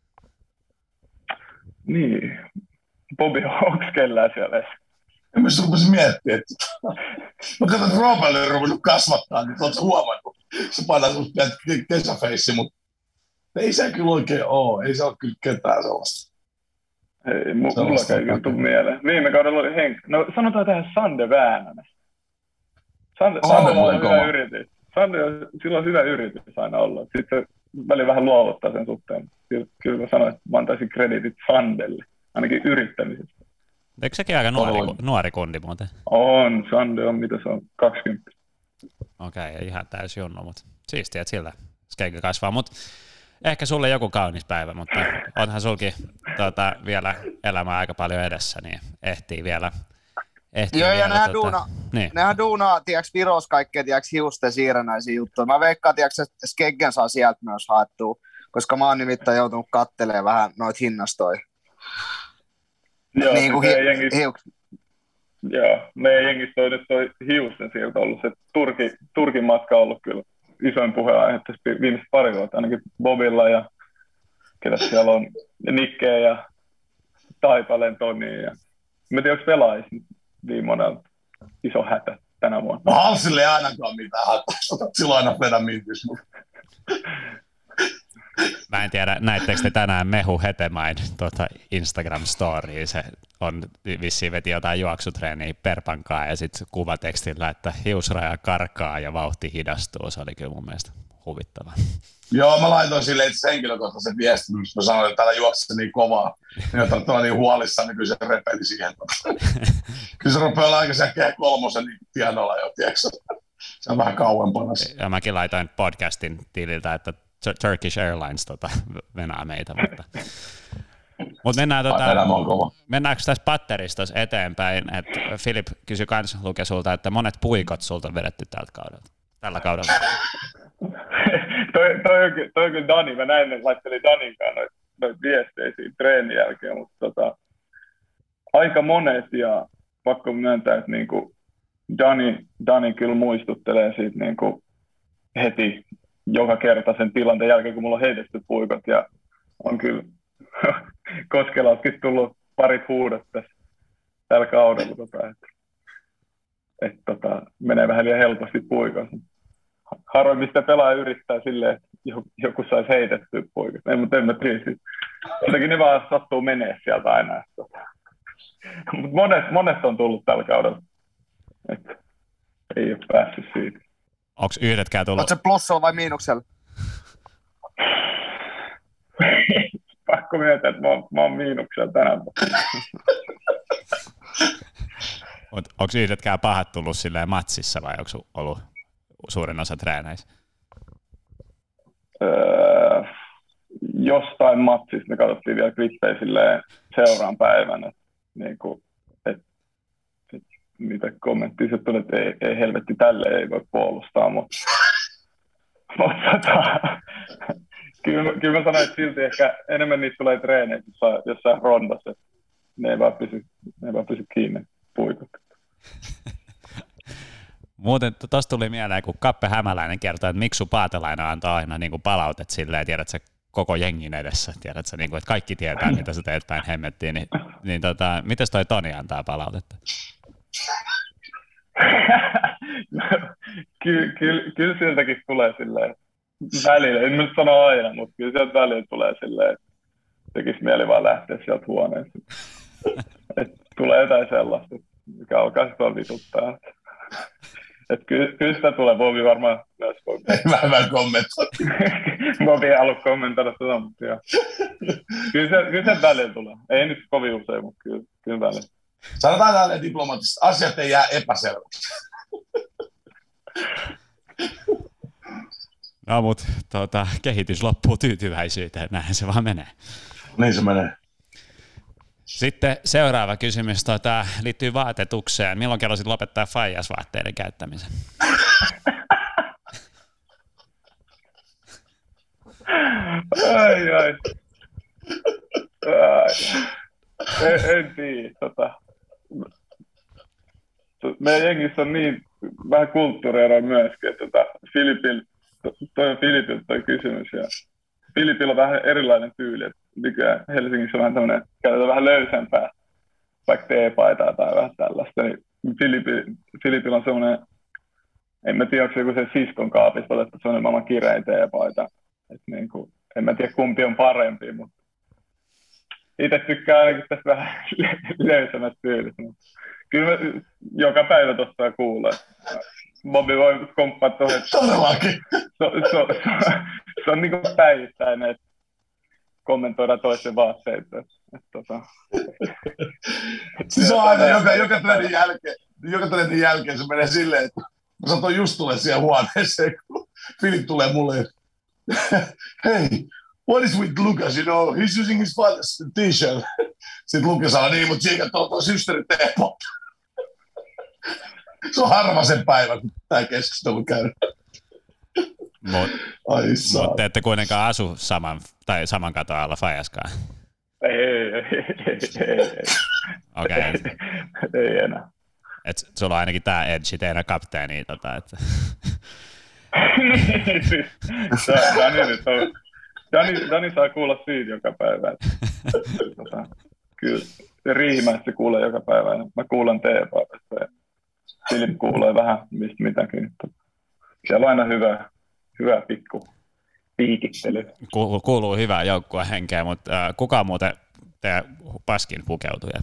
Niin. Bobi, onko kellään siellä edes? En mä sitten rupesin miettiä, että mä katson, että Roopelle on ruvennut kasvattaa, niin ootko huomannut? Se painaa semmoista kesäfeissi, mutta ei se kyllä oikein ole. Ei se ole kyllä ketään sellaista. Ei, mullakaan ei kyllä tule mieleen. Viime kaudella oli Henk. No sanotaan tähän Sande Väänänen. Sande, oh, Sande on hyvä yritys. Sande on, sillä on hyvä yritys aina olla. Sitten se väliin vähän luovuttaa sen suhteen. Kyllä, kyllä mä sanoin, että mä antaisin krediitit Sandelle. Ainakin yrittämisestä. Eikö sekin aika nuori, nuori kundi muuten? On, Sande on, mitä se on, kaksikymmentä. Okei, okay, ihan täysi junnu, mutta siistiä, että sillä skegge kasvaa. Mut ehkä sulle joku kaunis päivä, mutta onhan sulki tuota, vielä elämää aika paljon edessä, niin ehtii vielä. Ehtii Joo, vielä, ja nehän, tuota, duuna, niin. nehän duunaa, tiiäks, Viros kaikkea, tiiäks, hiusten siirrännäisiä juttuja. Mä veikkaan, tiiäks, että skeggen saa sieltä myös haettua, koska mä oon nimittäin joutunut kattelemaan vähän noita hinnastoja. Joo, niin kuin meidän hi- jengistä, hiuk- joo, meidän jengistä on nyt toi hiusten sieltä ollut. Se Turki, Turkin matka on ollut kyllä isoin puheenaihe tässä viimeiset pari vuotta, ainakin Bobilla ja ketä siellä on, Nikke ja Taipalen Toni. Ja... Mä en tiedä, onko pelaajissa niin monella iso hätä. tänä vuonna. No Halsille ei ainakaan mitään haittaa, otat silloin aina Freda Mintis. Mä en tiedä, näittekö te tänään Mehu Hetemain tuota Instagram-storya, se on vissiin veti jotain juoksutreeniä perpankaa ja sitten kuvatekstillä, että hiusraja karkaa ja vauhti hidastuu, se oli kyllä mun mielestä huvittavaa. Joo, mä laitoin sille itse henkilökohtaisen viestin, missä mä sanoin, että täällä juoksee niin kovaa, niin että on niin huolissaan, niin kyllä se repeli siihen. Kyllä se rupeaa olla aika siellä G kolmosen niin tienolla jo, tiedätkö? Se on vähän kauempana. Ja mäkin laitoin podcastin tililtä, että Turkish Airlines tota, venää meitä, mutta Mut mennään, tota, mennäänkö tässä patterista eteenpäin, että Filip kysyi kans Luke sulta, että monet puikot sulta on vedetty tältä kaudelta, tällä kaudella. toi, toi, on, toi on kyllä Dani, mä näin, että laittelin Danin kanssa noita noit viestejä siinä treenin jälkeen, mutta tota, aika monet ja pakko myöntää, että niinku Dani, Dani kyllä muistuttelee siitä niinku heti joka kerta sen tilanteen jälkeen, kun mulla on heitetty puikot ja on kyllä Koskelaltakin tullut parit huudot tässä tällä kaudella, tota, että et, tota, menee vähän liian helposti puikossa. Harvoin mistä pelaaja yrittää silleen, että joku saisi heitettyä puikot. Ei, mutta en mä tiedä. Jotenkin ne vaan sattuu menee sieltä aina. Tota. Mutta monet, monet on tullut tällä kaudella. Et ei ole päässyt siitä. Onko yhdetkään tullut? Oletko se plussalla vai miinuksella? Pakko myöntää, että mä oon, mä oon miinuksella tänään. Onko yhdetkään pahat tullut silleen matsissa vai onko ollut suurin osa treeneissä? Öö, jostain matsista me katsottiin vielä klippejä silleen seuraan päivän, että niinku, et, et, mitä kommenttia se tuli, että ei, ei helvetti tälle ei voi puolustaa, mutta mut, tota, kyllä, kyllä mä sanoin, että silti ehkä enemmän niitä tulee treeneissä jossain, jossain rondassa, että ne ei vaan pysy, ne ei vaan pysy kiinni puikot. Muuten tuosta tuli mieleen, kun Kappe Hämäläinen kertoi, että Miksu Paatelainen antaa aina niin kuin palautet silleen, tiedät sä koko jengin edessä, tiedät sä, niin kuin, että kaikki tietää, mitä sä teet päin hemmettiin, niin, niin tota, mites toi Toni antaa palautetta? Ky- ky- kyllä sieltäkin tulee silleen välillä, en nyt sano aina, mutta kyllä sieltä välillä tulee silleen, että tekisi mieli vaan lähteä sieltä huoneesta. Että tulee jotain sellaista, mikä alkaa sitten vaan vituttaa. Että kyllä, kyllä sitä tulee, Bobi varmaan myös voi. Mä en kommentoida. Bobi ei halua kommentoida sitä, mutta joo. Kyllä se, kyllä se välillä tulee. Ei nyt kovin usein, mutta kyllä, kyllä välillä. Sanotaan tälleen diplomaattisesti, asiat ei jää epäselväksi. No mut tota, kehitys loppuu tyytyväisyyteen, näin se vaan menee. Niin se menee. Sitten seuraava kysymys tota, liittyy vaatetukseen. Milloin kellosit lopettaa faijasvaatteiden käyttämisen? ai ai. ai. En, en tiedä. Tota. Meidän jengissä on niin vähän kulttuurieroa myöskin, että tota, Filipil, toi on Filipiltä toi kysymys. Ja Filipillä on vähän erilainen tyyli. Nykyään Helsingissä on vähän tämmöinen, käytetään vähän löysempää, vaikka T-paitaa tai vähän tällaista. Niin Filipi, Filipillä on semmoinen, en mä tiedä, onko se joku se siskon kaapista otettu semmoinen maailman kirein T-paita. Et niin kuin, en mä tiedä kumpi on parempi, mutta itse tykkään ainakin tästä vähän löysämät tyylit. Kyllä mä joka päivä tuosta kuulee. Bobi voi komppaa tuohon. Todellakin. Se, se, se, se on niin kuin päivittäinen, että kommentoida toisen vaatteita. Tota. Siis on aina joka, joka treenin jälkeen, joka treenin jälkeen se menee silleen, että mä saatoin just tulla siihen huoneeseen, kun Filip tulee mulle, hey, what is with Lucas, you know, he's using his father's t-shirt. Sitten Lucas sanoo, niin, mutta siinä katsoo tuo systeri teepot. Se on harva sen päivä, kun tämä keskustelu käy. Mutta mut te ette kuitenkaan asu saman, tai saman katon alla faijaskaan? Ei, ei, ei, ei, ei. Okei. Okay. Ei, ei enää. Et sulla on ainakin tää edge teidän kapteeni. Tota, että. Niin, siis. Dani, nyt on, Dani, Dani saa kuulla siitä joka päivä. Tota, kyllä Riihimäessä se kuulee joka päivä. Mä kuulen T-paikasta. Filip kuulee vähän mistä mitäkin. Siellä on aina hyvä, hyvä pikku piikittely. Kuuluu, kuuluu hyvää joukkueen henkeä, mutta äh, kuka on muuten teidän paskin pukeutuja?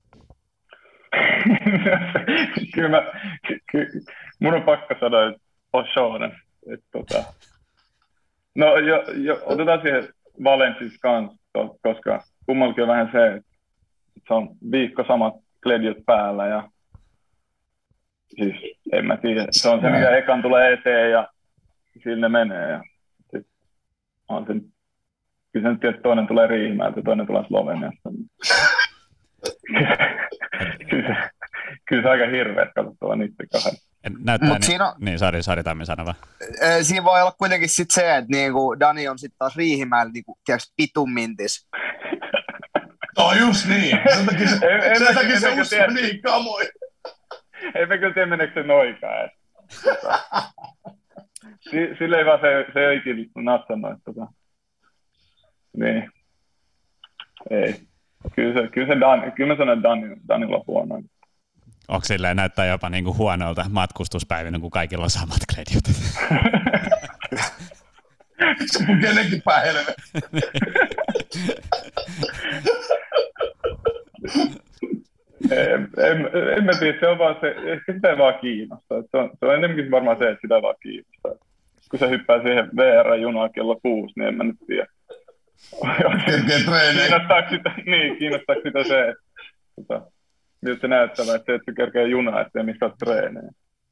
Kyllä mä, ky, mun on pakko sanoa, että Oshonen. Tota. No jo, jo, otetaan siihen Valensis kanssa, koska kummallakin on vähän se, että se on viikko samat kledjut päällä ja siis en mä tiedä, se on se mikä ekan tulee eteen ja sille menee ja sit on sen, kyllä se nyt tiedät, että toinen tulee Riihimäeltä ja toinen tulee Sloveniasta. kyllä, se, kyllä se aika hirveet katsottava niitä kahden. Näyttää niin, siinä on, niin Sari, Sari Tammi sanova. Siinä voi olla kuitenkin sit se, että niinku Dani on sitten taas Riihimäellä niinku, tiiäks, pitun mintis. No just niin. Sen takia se, en, sen takia se uskoo niin kamoi. Ei me kyllä tiedä, meneekö se noikaan. Tota, sille ei vaan se, se ei ikinä natsannut. Tota. Niin. Ei. Kyllä se, kyllä se Dan, kyllä mä sanon, että Dan, Danilla on huono. Onko silleen näyttää jopa niinku huonolta matkustuspäivinä, kun kaikilla on samat kledjut? Se mun kenenkin pää helve. en, en, en mä tiedä, se on vaan se, ehkä sitä ei vaan kiinnosta. Se on, se on enemmänkin varmaan se, että sitä ei vaan kiinnosta. Kun se hyppää siihen V R-junaan kello kuusi, niin en mä nyt tiedä. Kiinnostaako sitä, niin, kiinnostaako sitä se, että tota, miltä se näyttävää, että se, että se kerkee junaa, ettei missään treenejä.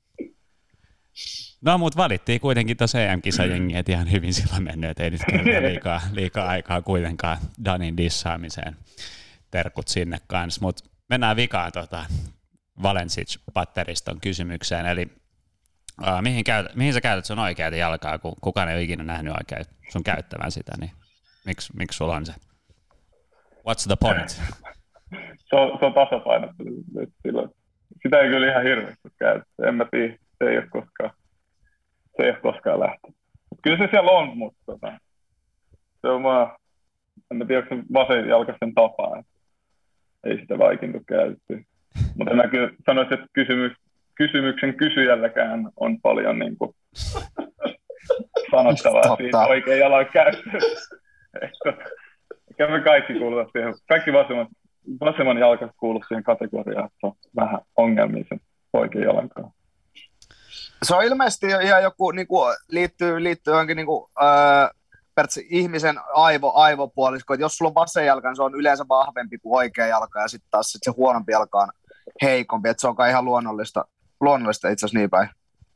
No, mutta valittiin kuitenkin tuossa E M-kisajengiä, että ihan hyvin sillä mennyt, että ei nyt liikaa, liikaa aikaa kuitenkaan Danin dissaamiseen. Terkut sinne kanssa, mutta mennään vikaan tota Valensic-patteriston kysymykseen, eli uh, mihin, käyt, mihin sä käytät sun oikeata jalkaa, kun kukaan ei ole ikinä nähnyt oikein sun käyttävän sitä, niin miksi, miksi sulla on se? What's the point? Se on, se on tasapainottu. Sitä ei kyllä ihan hirveästi käytä. En mä tiedä, se ei ole koskaan, se ei ole koskaan lähtenyt. Kyllä se siellä on, mutta tota, se on vaan, en mä tiedä, onko se vasen jalkaisen tapaa. Ei sitä vaikin tule käytettyä. Mutta mä kyllä sanoisin, että kysymys, kysymyksen kysyjälläkään on paljon niin kuin sanottavaa siitä oikein jalan käytössä. Eikä me kaikki kuuluvat siihen. Kaikki vasemman, vasemman jalka kuuluu siihen kategoriaan, että on vähän ongelmia sen oikein jalan kanssa. Se on ilmeisesti ihan joku, niin kuin, liittyy, liittyy johonkin niin kuin, öö, ihmisen aivo, aivopuolisko, että jos sulla on vasen jalka, niin se on yleensä vahvempi kuin oikea jalka, ja sitten taas sit se huonompi jalka on heikompi, että se on kai ihan luonnollista, luonnollista itse asiassa niin päin.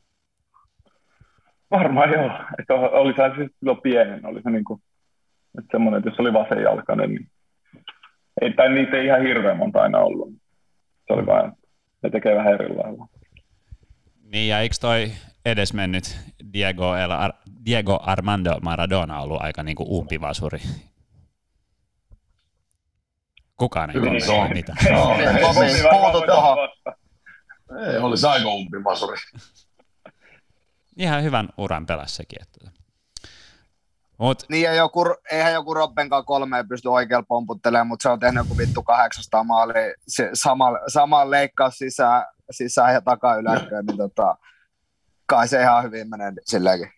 Varmaan joo, että oli se siis silloin pienen, oli se niin kuin, että semmoinen, että jos oli vasenjalkainen, niin ei, tai niitä ei ihan hirveän monta aina ollut. Se oli vain, ne tekee vähän eri lailla. Niin, ja eikö toi edesmennyt Diego, El Ar- Diego Armando Maradona ollut aika niin kuin umpivasuri? Kukaan ei ole mitään. Ei, olisi aika umpivasuri. Ihan hyvän uran pelasi sekin. Että... Mut... Niin, ja joku, eihän joku Robbenkaan kolmeen pysty oikealla pomputtelemaan, mutta se on tehnyt joku vittu kahdeksansataa maalia samalla sama leikkaus sisään, sisään ja takaa yläkköön, niin tota, kai se ihan hyvin menee silläkin.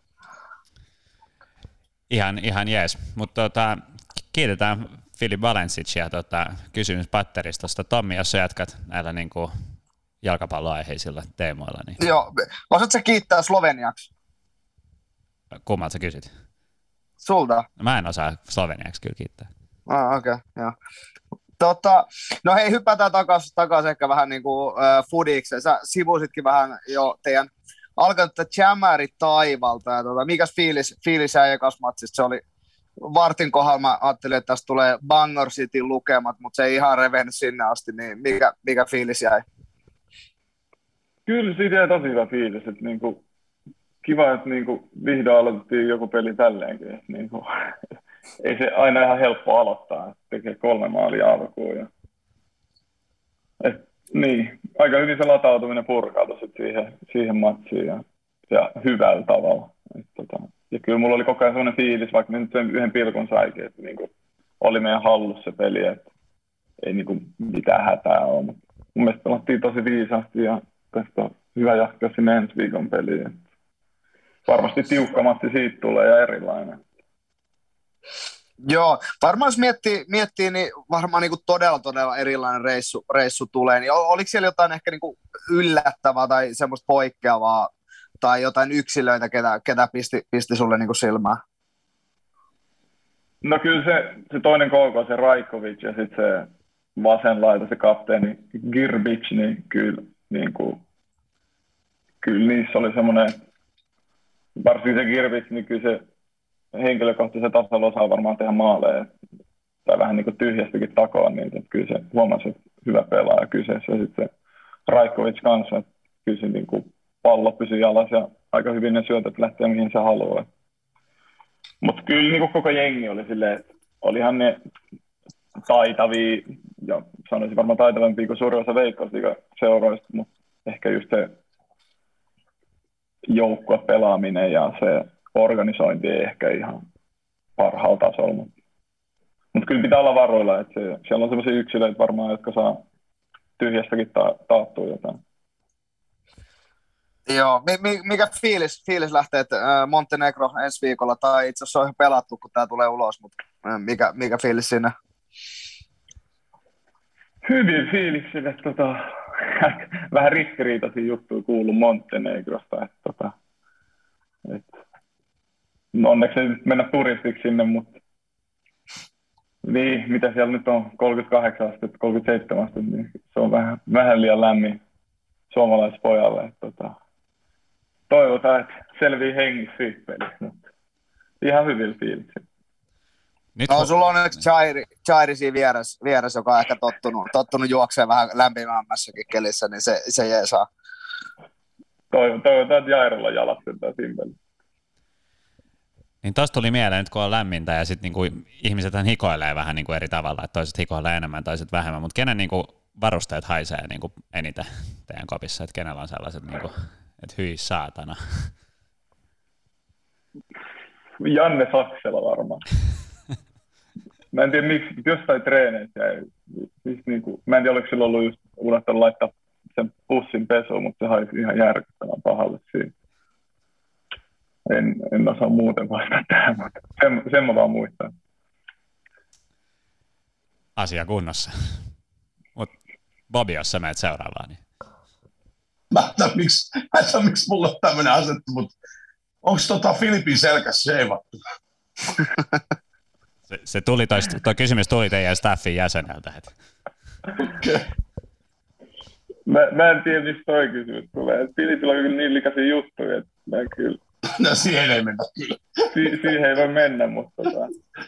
Ihan, ihan jees, mutta tota, kiitetään Filip Valensicia tota, kysymys patteristosta. Tommi, jos sä jatkat näillä niin kuin jalkapalloaiheisilla teemoilla. Niin... Joo, osaatko sä kiittää sloveniaksi? Kummalta sä kysyt? Sulta. No, mä en osaa sloveniaksi kyllä kiittää. Ah, okei, okay, joo. Tota, no hei, hypätään takaisin takas ehkä vähän niin kuin äh, foodikseen. Sä sivusitkin vähän jo teidän alkanutta jämäri taivalta. Ja tota, mikäs fiilis, fiilis jäi ekas matsista? Se oli vartin kohdalla, mä ajattelin, että tästä tulee Bangor City lukemat, mutta se ei ihan revennyt sinne asti, niin mikä, mikä fiilis jäi? Kyllä siitä jäi tosi hyvä fiilis, että niinku, kiva, että niinku, vihdoin aloitettiin joku peli tälleenkin. Että niinku, ei se aina ihan helppo aloittaa, että tekee kolme maalia alkuun. Ja... Et, niin, aika hyvin se latautuminen purkautui siihen, siihen matsiin ja, ja hyvällä tavalla. Et, tota, ja kyllä mulla oli koko ajan sellainen fiilis, vaikka me nyt sen yhden pilkun saikin, että niinku, oli meidän hallussa se peli, että ei niinku, mitään hätää ole. Mun mielestä pelattiin tosi viisaasti ja tästä on hyvä jatkaa sinne ensi viikon peliin. Varmasti tiukka matsi siitä tulee ja erilainen. Joo, varmaan jos miettii, miettii niin varmaan niin kuin todella, todella erilainen reissu, reissu tulee. Niin oliko siellä jotain ehkä niin kuin yllättävää tai semmoista poikkeavaa tai jotain yksilöitä, ketä, ketä pisti, pisti sulle niin kuin silmään? No kyllä se, se toinen K K, se Rajkovic ja sitten se vasen laita, se kapteeni Girbic, niin kyllä, niin kuin, kyllä niissä oli semmoinen, varsinkin se Girbic, niin kyllä se henkilökohtaisen tasolla osaa varmaan tehdä maaleja tai vähän niin kuin tyhjästäkin takoa, niin että kyllä se huomasi, että hyvä pelaaja kyseessä. Ja sitten se Rajkovic kanssa, että kyllä se niin kuin pallo pysyy jalas ja aika hyvin ne syötöt lähtee mihin se haluaa. Mutta kyllä niin kuin koko jengi oli silleen, että olihan ne taitavia, ja sanoisin varmaan taitavampia kuin suurin osa Veikkausliigan-seuroista, mutta ehkä just se joukkuepelaaminen ja se organisointi ei ehkä ihan parhaalla tasolla. Mutta mut kyllä pitää olla varoilla, että se, siellä on sellaisia yksilöitä varmaan, jotka saa tyhjästäkin ta- taattua jotain. Joo, mikä fiilis, fiilis lähtee, että Montenegro ensi viikolla, tai itse asiassa on ihan pelattu, kun tämä tulee ulos, mutta mikä, mikä fiilis sinne? Hyvin fiiliksille, että tota, vähän ristiriitaisia juttuja kuuluu Montenegrosta, että tota, et, no onneksi ei nyt mennä turistiksi sinne, mutta niin, mitä siellä nyt on, kolmekymmentäkahdeksan astetta, kolmekymmentäseitsemän astetta, niin se on vähän, vähän liian lämmin suomalaispojalle, että tota, toivotaan, että selvii hengissä siitä pelissä, mutta ihan hyvin fiiliksillä. Nyt no, sulla on yksi Jairi, Jairi siinä vieressä, vieressä, joka on ehkä tottunut, tottunut juokseen vähän lämpimämmässäkin kelissä, niin se, se jeesaa. Toivotaan, että Jairilla jalat sentään siinä pelissä. Niin tosta tuli mieleen nyt, kun on lämmintä ja sitten niinku ihmisethän hikoilee vähän niinku eri tavalla, että toiset hikoilee enemmän, toiset vähemmän, mutta kenen niinku varusteet haisee niinku eniten teidän kopissa, että kenellä on sellaiset, niinku, että hyi saatana? Janne Saksela varmaan. Mä en tiedä, miksi jostain treeneissä jäi. Siis niinku, mä en tiedä, oliko sillä ollut just unohtanut laittaa sen pussin pesuun, mutta se haisi ihan järkyttävän pahalle siinä. En, en osaa muuten vastata tähän, mutta sen, sen mä vaan muistan. Asia kunnossa. Mut Bobi, jos sä menet seuraavaan, niin... Mä en tiedä, miksi, mä en tiedä, miksi mulla on tämmöinen asettu, mutta onko tota Filipin selkässä seivattu? Se, se tuli, toi, toi kysymys tuli teidän staffin jäseneltä. Okay. Mä, mä en tiedä, mistä toi kysymys tulee. Filipillä on kyllä niin likaisia juttuja, että mä kyllä... No siihen ei mennä kyllä. Si- siihen ei voi mennä, mutta tota...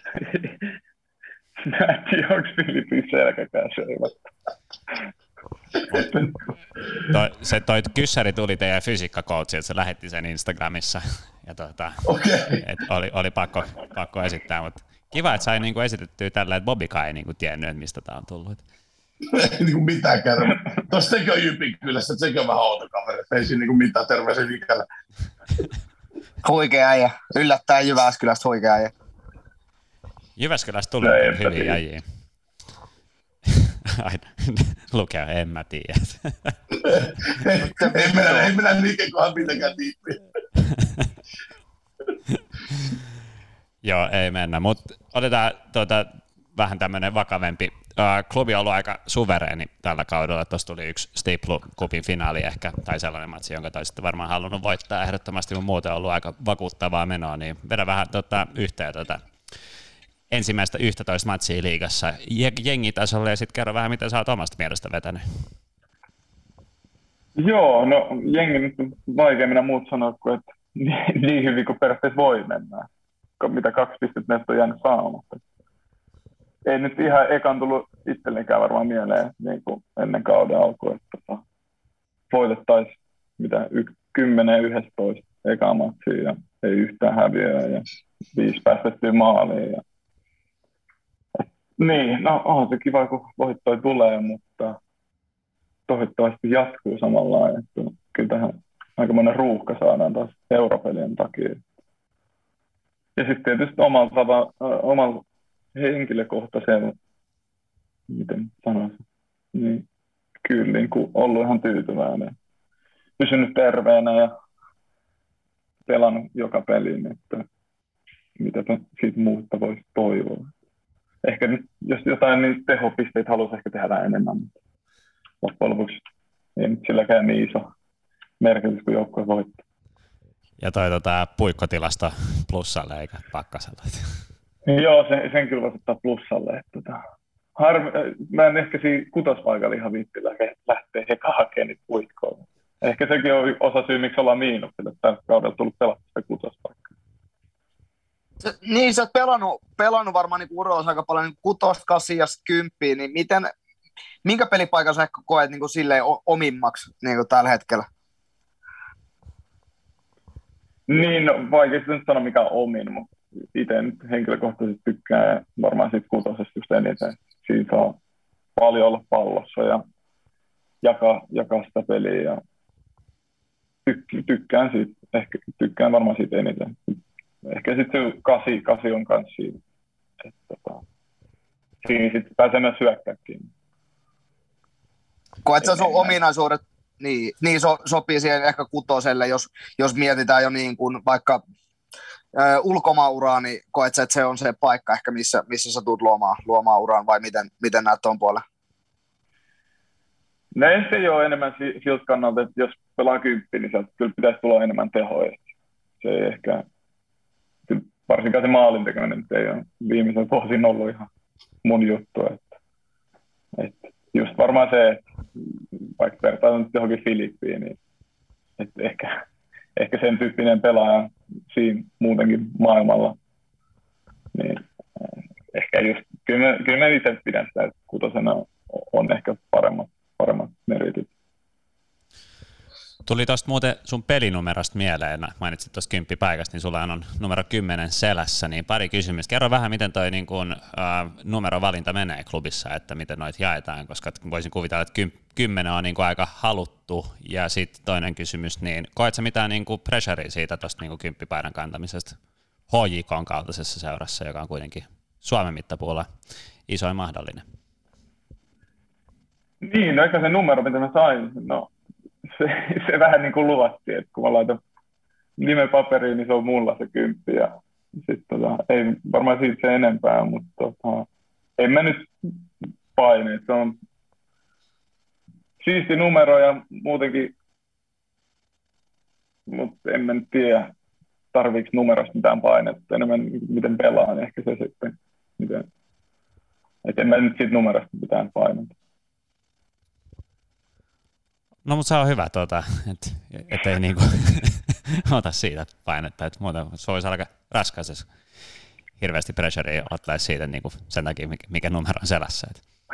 mä en tiedä, onko Filipin selkäkään seivattu. Toi, se toi kyssäri tuli teidän fysiikkakoutsi, että se lähetti sen Instagramissa. Ja tuota, okay. et oli, oli pakko, pakko esittää, mutta kiva, että sai niinku esitettyä tällä, että Bobikaan ei niinku tiennyt, että mistä tämä on tullut. Ei niinku mitään kerro. Tuossa sekin on Jypin kylässä, että sekin on vähän outo kaveri. Ei siinä niinku mitään, terveisiä ikällä. Huikea äijä. Yllättäen Jyväskylästä huikea äijä. Jyväskylästä tulee no, hyviä äijiä. Aina lukea, en mä tiedä. ei, ei, mennä, ei mennä niikenkohan mitenkään tiippiin. Joo, ei mennä, mutta otetaan tuota, vähän tämmöinen vakavempi. Uh, klubi on ollut aika suvereeni tällä kaudella. Tuossa tuli yksi Stiplu-kupin finaali ehkä, tai sellainen matsi, jonka toisitte varmaan halunnut voittaa ehdottomasti, mutta muuten on ollut aika vakuuttavaa menoa, niin vedä vähän tota, yhteen tota, ensimmäistä yksitoista matsia liigassa jengitasolla, ja sitten kerro vähän, mitä sä oot omasta mielestä vetänyt. Joo, no jengi nyt on vaikea minä muut sanoa, kuin että niin hyvin kuin periaatteessa voi mennä. Mitä kaksi pistettä näistä on jäänyt saamatta. Ei nyt ihan ekan tullut itsellekään varmaan mieleen niin kuin ennen kauden alkua, että tota, voitettaisiin mitä kymmenen yksitoista ekaa matsia ja ei yhtään häviöä ja viisi päästettyä maaliin. Ja... Niin, no onhan se kiva, kun voittoja tulee, mutta toivottavasti jatkuu samalla lailla. Kyllä tähän aikamoinen ruuhka saadaan taas europelien takia. Ja sitten tietysti omalla tavalla, omalla henkilökohtaisella, miten sanoisin, niin kyllä niin kuin ollut ihan tyytyväinen. pysynyt terveenä ja pelannut joka peliin, että mitä siitä muuta voisi toivoa. Ehkä nyt, jos jotain niin tehopisteitä haluaisi ehkä tehdä enemmän, mutta loppujen lopuksi ei nyt silläkään niin iso merkitys, kun joukkue voittaa. Ja toi tota, puikkotilasta plussalle eikä pakkaselle. Joo, sen, sen kyllä voisi ottaa plussalle. Että, tota, harmi, mä en ehkä siinä kutospaikalla ihan viitti lähteä eka hakemaan niitä puikkoja. Ehkä sekin on osa syy, miksi ollaan miinuksella, että tällä kaudella tullut pelattua sitä kutospaikkaa. Niin, sä oot pelannut, pelannut varmaan niin uralla aika paljon niin kutosta, kasia ja kymppiä, niin miten, minkä pelipaikan sä ehkä koet niin kuin silleen omimmaksi niin kuin tällä hetkellä? Niin, no, vaikea nyt sanoa mikä on omin, mutta itse nyt henkilökohtaisesti tykkään varmaan siitä kutosesta just eniten. Siinä saa paljon olla pallossa ja jakaa, jakaa sitä peliä ja tyk- tykkään siitä, ehkä tykkään varmaan siitä eniten. Ehkä sitten se kasi, kasi on kanssa siinä, että tota, siinä sitten pääsee myös syökkääkin. Koet sä sun ominaisuudet, niin, niin so, sopii siihen ehkä kutoselle, jos, jos mietitään jo niin kuin vaikka ö, ulkomaanuraa, niin koet sä, että se on se paikka ehkä, missä, missä sä tulet luomaan, luomaan uraan, vai miten, miten näet tuon puolella? No se ei ole enemmän siltä kannalta, että jos pelaa kymppi, niin sieltä kyllä pitäisi tulla enemmän tehoja. Se ei ehkä, varsinkaan se maalin tekeminen ei ole viimeisen vuosin ollut ihan mun juttu. Että, että just varmaan se, että vaikka vertaan nyt johonkin Filippiin, niin että ehkä, ehkä sen tyyppinen pelaaja siinä muutenkin maailmalla, niin ehkä just, kyllä mä, kyllä mä itse pidän sitä, että kutosena on ehkä paremmat, paremmat meritit. Tuli tuosta muuten sun pelinumerosta mieleen, mainitsit tuosta kymppipaikasta, niin sulla on numero kymmenen selässä, niin pari kysymystä. Kerro vähän, miten toi niin kun, äh, numerovalinta menee klubissa, että miten noita jaetaan, koska voisin kuvitella, että kym, kymmenen on niin kuin aika haluttu, ja sitten toinen kysymys, niin koet sä mitään niin kuin pressurea siitä tuosta niin kuin kymppipaidan kantamisesta H J K:n kaltaisessa seurassa, joka on kuitenkin Suomen mittapuulla isoin mahdollinen? Niin, no eikä se numero, mitä mä sain, no Se, se vähän niin kuin luvattiin, että kun mä laitan nimen paperiin, niin se on mulla se kymppi. Ja sit, tota, ei varmaan siitä se enempää, mutta tota, en mä nyt paine. Se on siisti numero ja muutenkin, mutta en mä nyt tiedä, tarviiko numerosta mitään painetta. Enemmän miten pelaan, ehkä se sitten. Miten. Et en mä nyt siitä numerosta mitään painetta. No mutta se on hyvä, tuota, että et ei niinku ota siitä painetta, että muuten se voisi alkaa raskas, jos hirveästi pressurea ottaisi siitä niinku sen takia, mikä numero on selässä.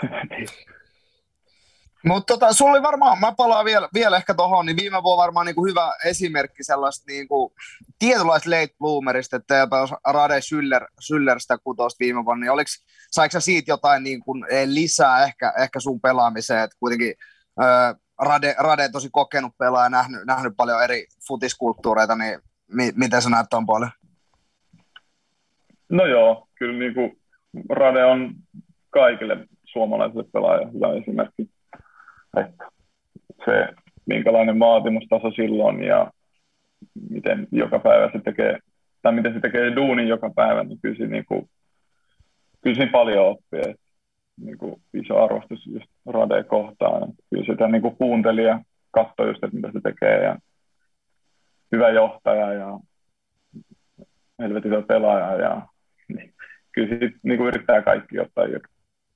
Mutta tota, sulla oli varmaan, mä palaan vielä, vielä ehkä tuohon, niin viime vuonna varmaan niinku hyvä esimerkki sellaista niinku tietynlaista late bloomerista, että teillä Rade Schüller, Schüller sitä kutosta viime vuonna, niin oliko, saiko sä siitä jotain niinku lisää ehkä, ehkä sun pelaamiseen, että kuitenkin öö, Rade, Rade tosi kokenut pelaaja, nähnyt, nähnyt paljon eri futiskulttuureita, niin mi, miten sä näet tuon puolen? No joo, kyllä niin kuin Rade on kaikille suomalaisille pelaajille hyvä esimerkki. Että se, minkälainen vaatimustaso silloin ja miten joka päivä se tekee, tai miten se tekee duunin joka päivä, niin kyllä, niin kuin, kyllä siinä paljon oppii. Niin kuin iso arvostus just Radea kohtaan. Että kyllä sitä niin kuin kuunteli ja katsoi just, että mitä se tekee. Ja hyvä johtaja ja helvetin hyvä pelaaja. Ja, niin, kyllä se niin kuin yrittää kaikki ottaa irti.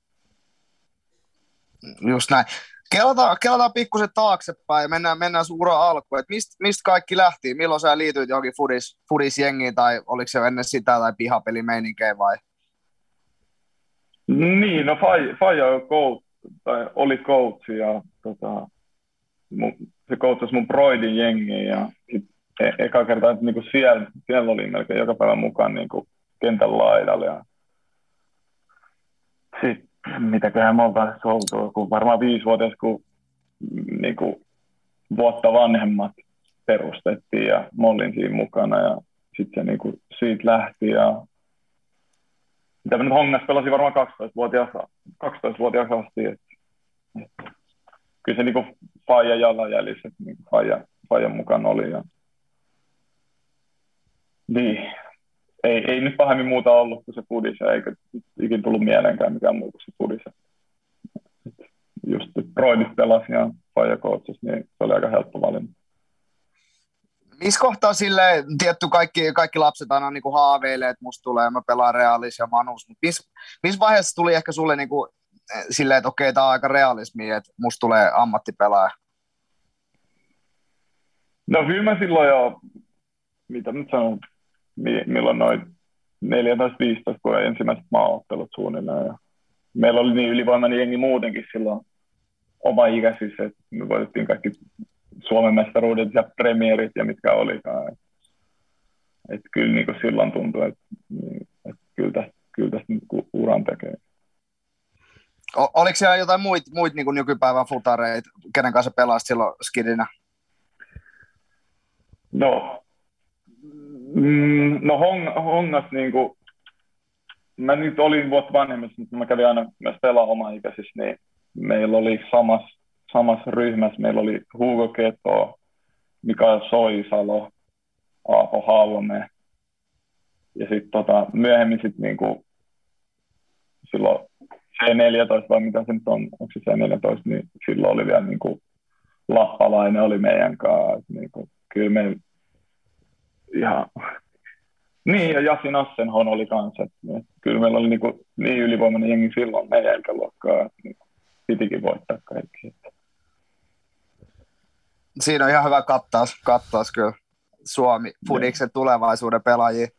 Just näin. Kelataan, kelataan pikkusen taaksepäin ja mennään, mennään sun uran alkuun. Mistä mist kaikki lähti? Milloin sä liityit johonkin fudis, fudisjengiin tai oliko se ennen sitä tai pihapelimeininkejä vai? Niin, no Faija coach, tai oli coach ja tota, mun, se coachasi mun Broidin jengiä ja e- eka kertaa, että niinku siellä, siellä oli melkein joka päivä mukaan niinku kentän laidalla ja sitten mitäköhän me oltaan oltu, kun varmaan viisivuotias, kun niinku vuotta vanhemmat perustettiin ja mä olin siinä mukana ja sitten se niinku siitä lähti ja mitä mä nyt Hongas pelasin varmaan kaksitoistavuotiaaksi asti. Et, et, kyllä se niinku Faija jalanjäljissä, että niinku Faija Fajan mukaan oli. Ja... Niin. Ei, ei nyt pahemmin muuta ollut kuin se pudisa, eikä ikin tullut mieleenkään mikään muu kuin se pudisa. Just Broidit pelasi ja Faija coachasi, niin se oli aika helppo valinta. Missä kohtaa sille tietty kaikki, kaikki lapset aina niin kuin haaveilee, että musta tulee, mä pelaan Realis ja Manus, mutta missä mis vaiheessa tuli ehkä sulle niin kuin, silleen, että okei, tää on aika realismi, että musta tulee ammattipelaaja? No kyllä mä silloin jo, mitä nyt sanon, milloin noin neljätoista viisitoista, kun ensimmäiset maaottelut suunnilleen. Ja meillä oli niin ylivoimainen jengi muutenkin silloin oma ikäisissä, että me voitettiin kaikki Suomen mestaruudet ja premierit ja mitkä olikaan. Et, et kyllä niin kuin silloin tuntui, että et kyllä tästä, kyllä tästä niin uran tekee. O- oliko siellä jotain muita muit, niin nykypäivän futareita, kenen kanssa pelasit silloin skidinä? No, mm, no hong, hongas niin kuin, mä nyt olin vuotta vanhemmissa, mutta mä kävin aina myös pelaa oma-ikäisissä, niin meillä oli samassa samassa ryhmässä, meillä oli Hugo Keto, Mikael Soisalo, Aapo Halme, ja sitten tota, myöhemmin sitten niinku, silloin C neljätoista, vai mitä se nyt on, onko se C neljätoista, niin silloin oli vielä niinku, Lappalainen oli meidän kanssa, niinku, kyllä me ihan, niin ja Jasi Nassenhon oli kanssa, et, kyllä meillä oli niinku, niin ylivoimainen jengi silloin meidän ikäluokkaa, että niinku, pitikin voittaa kaikki. Siinä on ihan hyvä kattaus, kattaus kyllä Suomi Fudiksen tulevaisuuden pelaajia.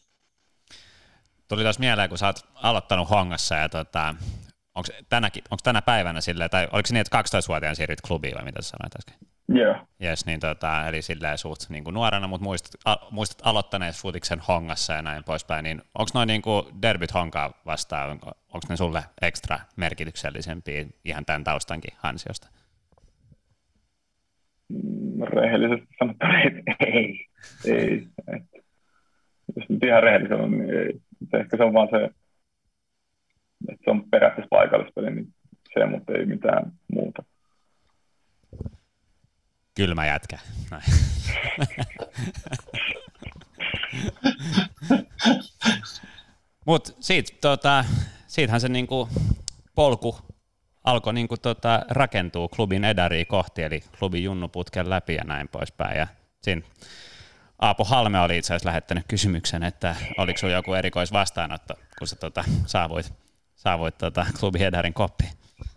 Tuli taas mieleen, kun sä oot aloittanut Hongassa ja tota, onko tänä päivänä silleen, tai oliko se niin, että kaksitoistavuotiaana siirryt klubiin vai mitä sä sanoit äsken? Joo. Yeah. Jes, niin tota, eli silleen suht niin kuin nuorena, mutta muistat, a, muistat aloittaneet Fudiksen Hongassa ja näin poispäin, niin onko noin niin kuin derbyt Honkaa vastaan, onko, onko ne sulle ekstra merkityksellisempiä ihan tämän taustankin ansiosta? Rehellisesti sanottuna, että ei. ei. Et, jos nyt ihan rehellisesti on, niin ei. Ehkä se on vaan se, että se on periaatteessa paikallispeli, niin se, mutta ei mitään muuta. Kylmä jätkä. Mutta siitä, tota, siitähän se niinku polku alkoi niinku tota rakentua klubin edariin kohti, eli klubin junnuputken läpi ja näin poispäin. Ja siinä Aapo Halme oli itse asiassa lähettänyt kysymyksen, että oliko sinulla joku erikoisvastaanotto, kun sä tota, saavuit, saavuit tota klubin edarin koppiin?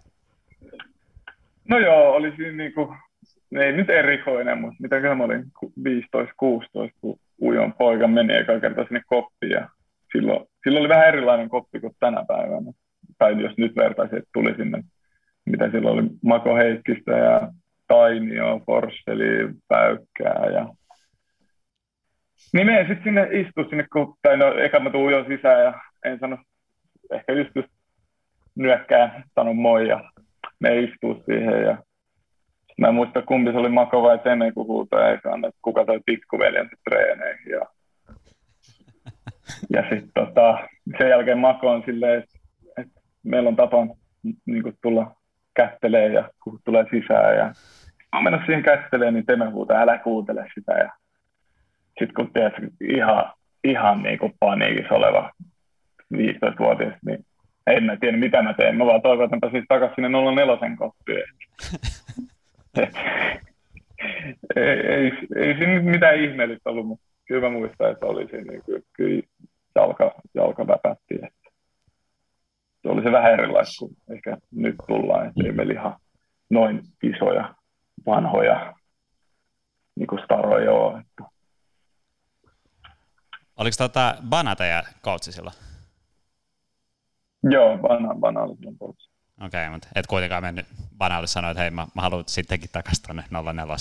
No joo, oli siinä niinku, ei nyt erikoinen, mutta mitäköhän mä olin viisitoista kuusitoista, kun ujon poika meni eka kertaa sinne koppiin. Ja silloin, silloin oli vähän erilainen koppi kuin tänä päivänä. Tai jos nyt vertaisin, että tuli sinne, mitä silloin oli Mako Heikkistä ja Tainio, Forsseli, Päykkää. Ja... Niin me sitten sinne istu sinne, kun, tai no eka mä tuun ujon sisään ja en sano, ehkä just, just nyökkää, sano moi ja me istuu siihen ja mä en muista, kumpi se oli Mako vai Teme, kun huutaa ekaan, että kuka toi pikkuveljensä treeneihin. Ja, ja sitten tota, sen jälkeen Mako on silleen, että, että meillä on tapa niin kuin tulla kättelee ja kun tulee sisään. Ja mä oon mennyt siihen kätteleen, niin Teme huutaa, älä kuuntele sitä. Ja sitten kun tiedät, ihan, ihan niin kuin paniikissa oleva viisitoistavuotias, niin en mä tiedä, mitä mä teen. Mä vaan toivon, että mä pääsin takaisin sinne nolla neljä koppiin. ei, ei, ei siinä mitään ihmeellistä ollut, mutta kyllä mä muistan, että oli siinä, niin kyllä, kyllä jalka, jalka väpätti. Että se oli se vähän erilaista kuin ehkä nyt tullaan, että ei meillä ihan noin isoja, vanhoja niin kuin staroja ole. Että. Oliko tota Bana teidän coachi silloin? Joo, Bana, Bana oli silloin coachi. Okei, mutta et kuitenkaan mennyt Banalle sanoa, että hei, mä, mä haluan sittenkin takaisin tuonne nolla neljä.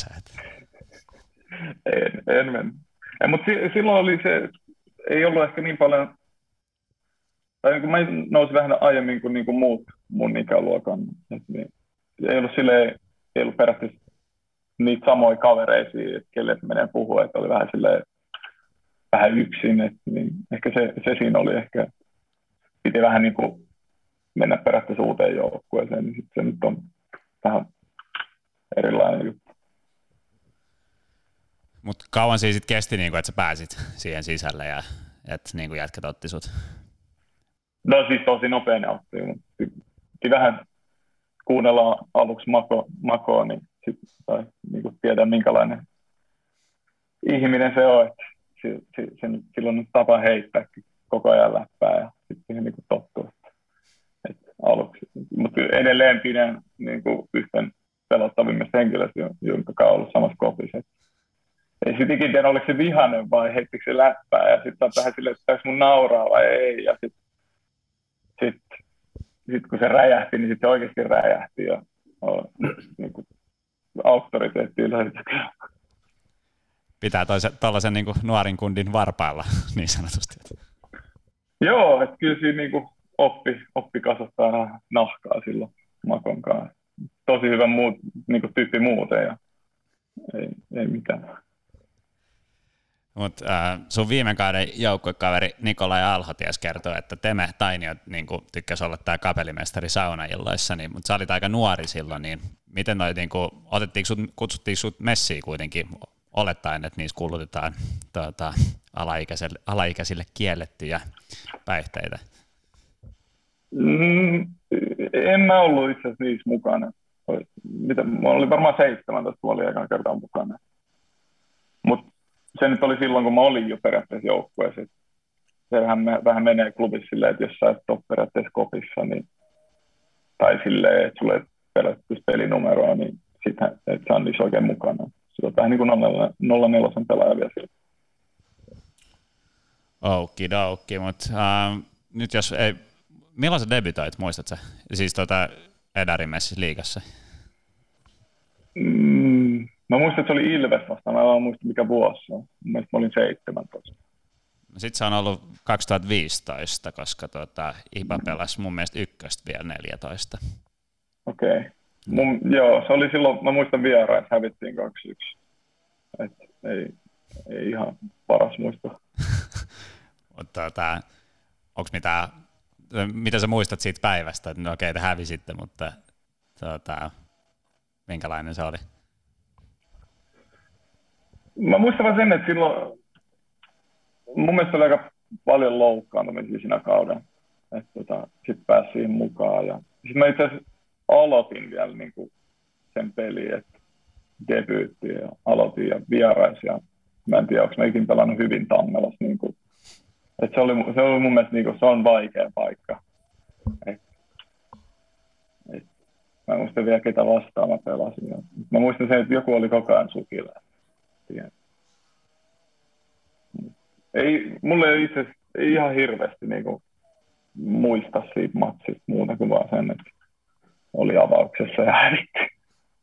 En, en mennyt. Mutta si- silloin oli se, ei ollut ehkä niin paljon, tai niin kuin mä nousin vähän aiemmin kuin, niin kuin muut mun ikäluokan. Et niin, ei ollut silleen, ei ollut periaatteessa niitä samoja kavereisia, että kelle menee puhua, että oli vähän silleen, vähän yksin. Et niin, ehkä se, se siinä oli ehkä, piti vähän niin kuin mennä periaatteessa uuteen joukkueeseen, niin sitten se nyt on vähän erilainen juttu. kauan siinä sitten kesti, niin kuin, että sä pääsit siihen sisälle ja että niin kuin jätkät otti sut? No siis tosi nopein otti, mutta piti vähän kuunnella aluksi mako, makoa, niin sitten sai niin kuin tiedä minkälainen ihminen se on, että se, se, se, silloin on tapa heittää koko ajan läppää ja sitten siihen niin kuin tottuu. Että aluksi. Mutta edelleen pidän niin kuin yhten pelottavimmista henkilöistä, jonka kanssa on ollut samassa kopissa. Ei sitten ikinä tiedä, oliko se vihainen vai heittikö se läppää ja sitten on vähän silleen, että pitäisi mun nauraa vai ei. Ja sitten sit, sit, kun se räjähti, niin sitten se oikeasti räjähti ja oh, niin kuin auktoriteetti yleensä. Pitää tuollaisen niin nuorin kundin varpailla niin sanotusti. Joo, että kyllä siinä niin kuin oppi, oppi kasvattaa nahkaa silloin makon kanssa. Tosi hyvä muut, niin kuin tyyppi muuten ja ei, ei mitään. Mut, äh, sun viime kauden joukkuekaveri Nikolai Alho ties kertoo, että Teme Tainio niin tykkäsi olla tää kapelimestari saunailloissa, niin, mutta sä olit aika nuori silloin, niin miten noi, niin kuin, otettiinko sut, kutsuttiinko sut messiin kuitenkin olettaen, että niissä kulutetaan tuota, alaikäisille, alaikäisille kiellettyjä päihteitä? Mm, en mä ollut itse asiassa niissä mukana. Mitä, mä olin varmaan seitsemäntoista, kun olin ekana kertaa mukana. Mutta se nyt oli silloin, kun mä olin jo periaatteessa joukkueessa. Sehän vähän menee klubissa silleen, että jos sä et ole periaatteessa kopissa, niin, tai silleen, että sulle ei periaatteessa pelinumeroa, niin sitten et sä on niissä oikein mukana. Se on vähän niin kuin nolla neljä pelaaja vielä sillä. Okidoki, mutta uh, nyt jos ei, milloin sä debytoit, muistat sä? Siis tuota Edarin messissä liigassa? Mm, mä muistan, että se oli Ilves vastaan, mä en muista mikä vuosi se on. Mielestäni mä olin seitsemäntoista. No sit se on ollut kaksituhattaviisitoista, koska tuota, I P A pelasi mun mielestä ykköstä vielä neljätoista. Okei. Okay. Mun, joo, se oli silloin, mä muistan vieraan, että hävittiin kaksi yksi. Et ei, ei ihan paras muisto. Mutta tuota, onks mitään, mitä sä muistat siitä päivästä? No okei, te hävisitte, mutta tuota, minkälainen se oli? Mä muistan vaan sen, että silloin mun mielestä oli aika paljon loukkaantumisia siinä kauden. Että tota, sitten pääsi siihen mukaan. Ja sitten mä itse asiassa aloitin vielä niin kuin sen pelin, että debyyttiin ja aloitin ja vierais. Ja mä en tiedä, onko mä ikin pelannut hyvin Tammelassa. Niin kuin, että se, oli, se oli mun mielestä niin kuin, se on vaikea paikka. Et, et, mä en muista vielä ketä vastaan mä pelasin. Ja mä muistan sen, että joku oli koko ajan sukilla. Ei, mulle ei itse asiassa ei ihan hirveästi niin kuin, muista siitä matsista muuta kuin vaan sen, että oli avauksessa ja hävitti.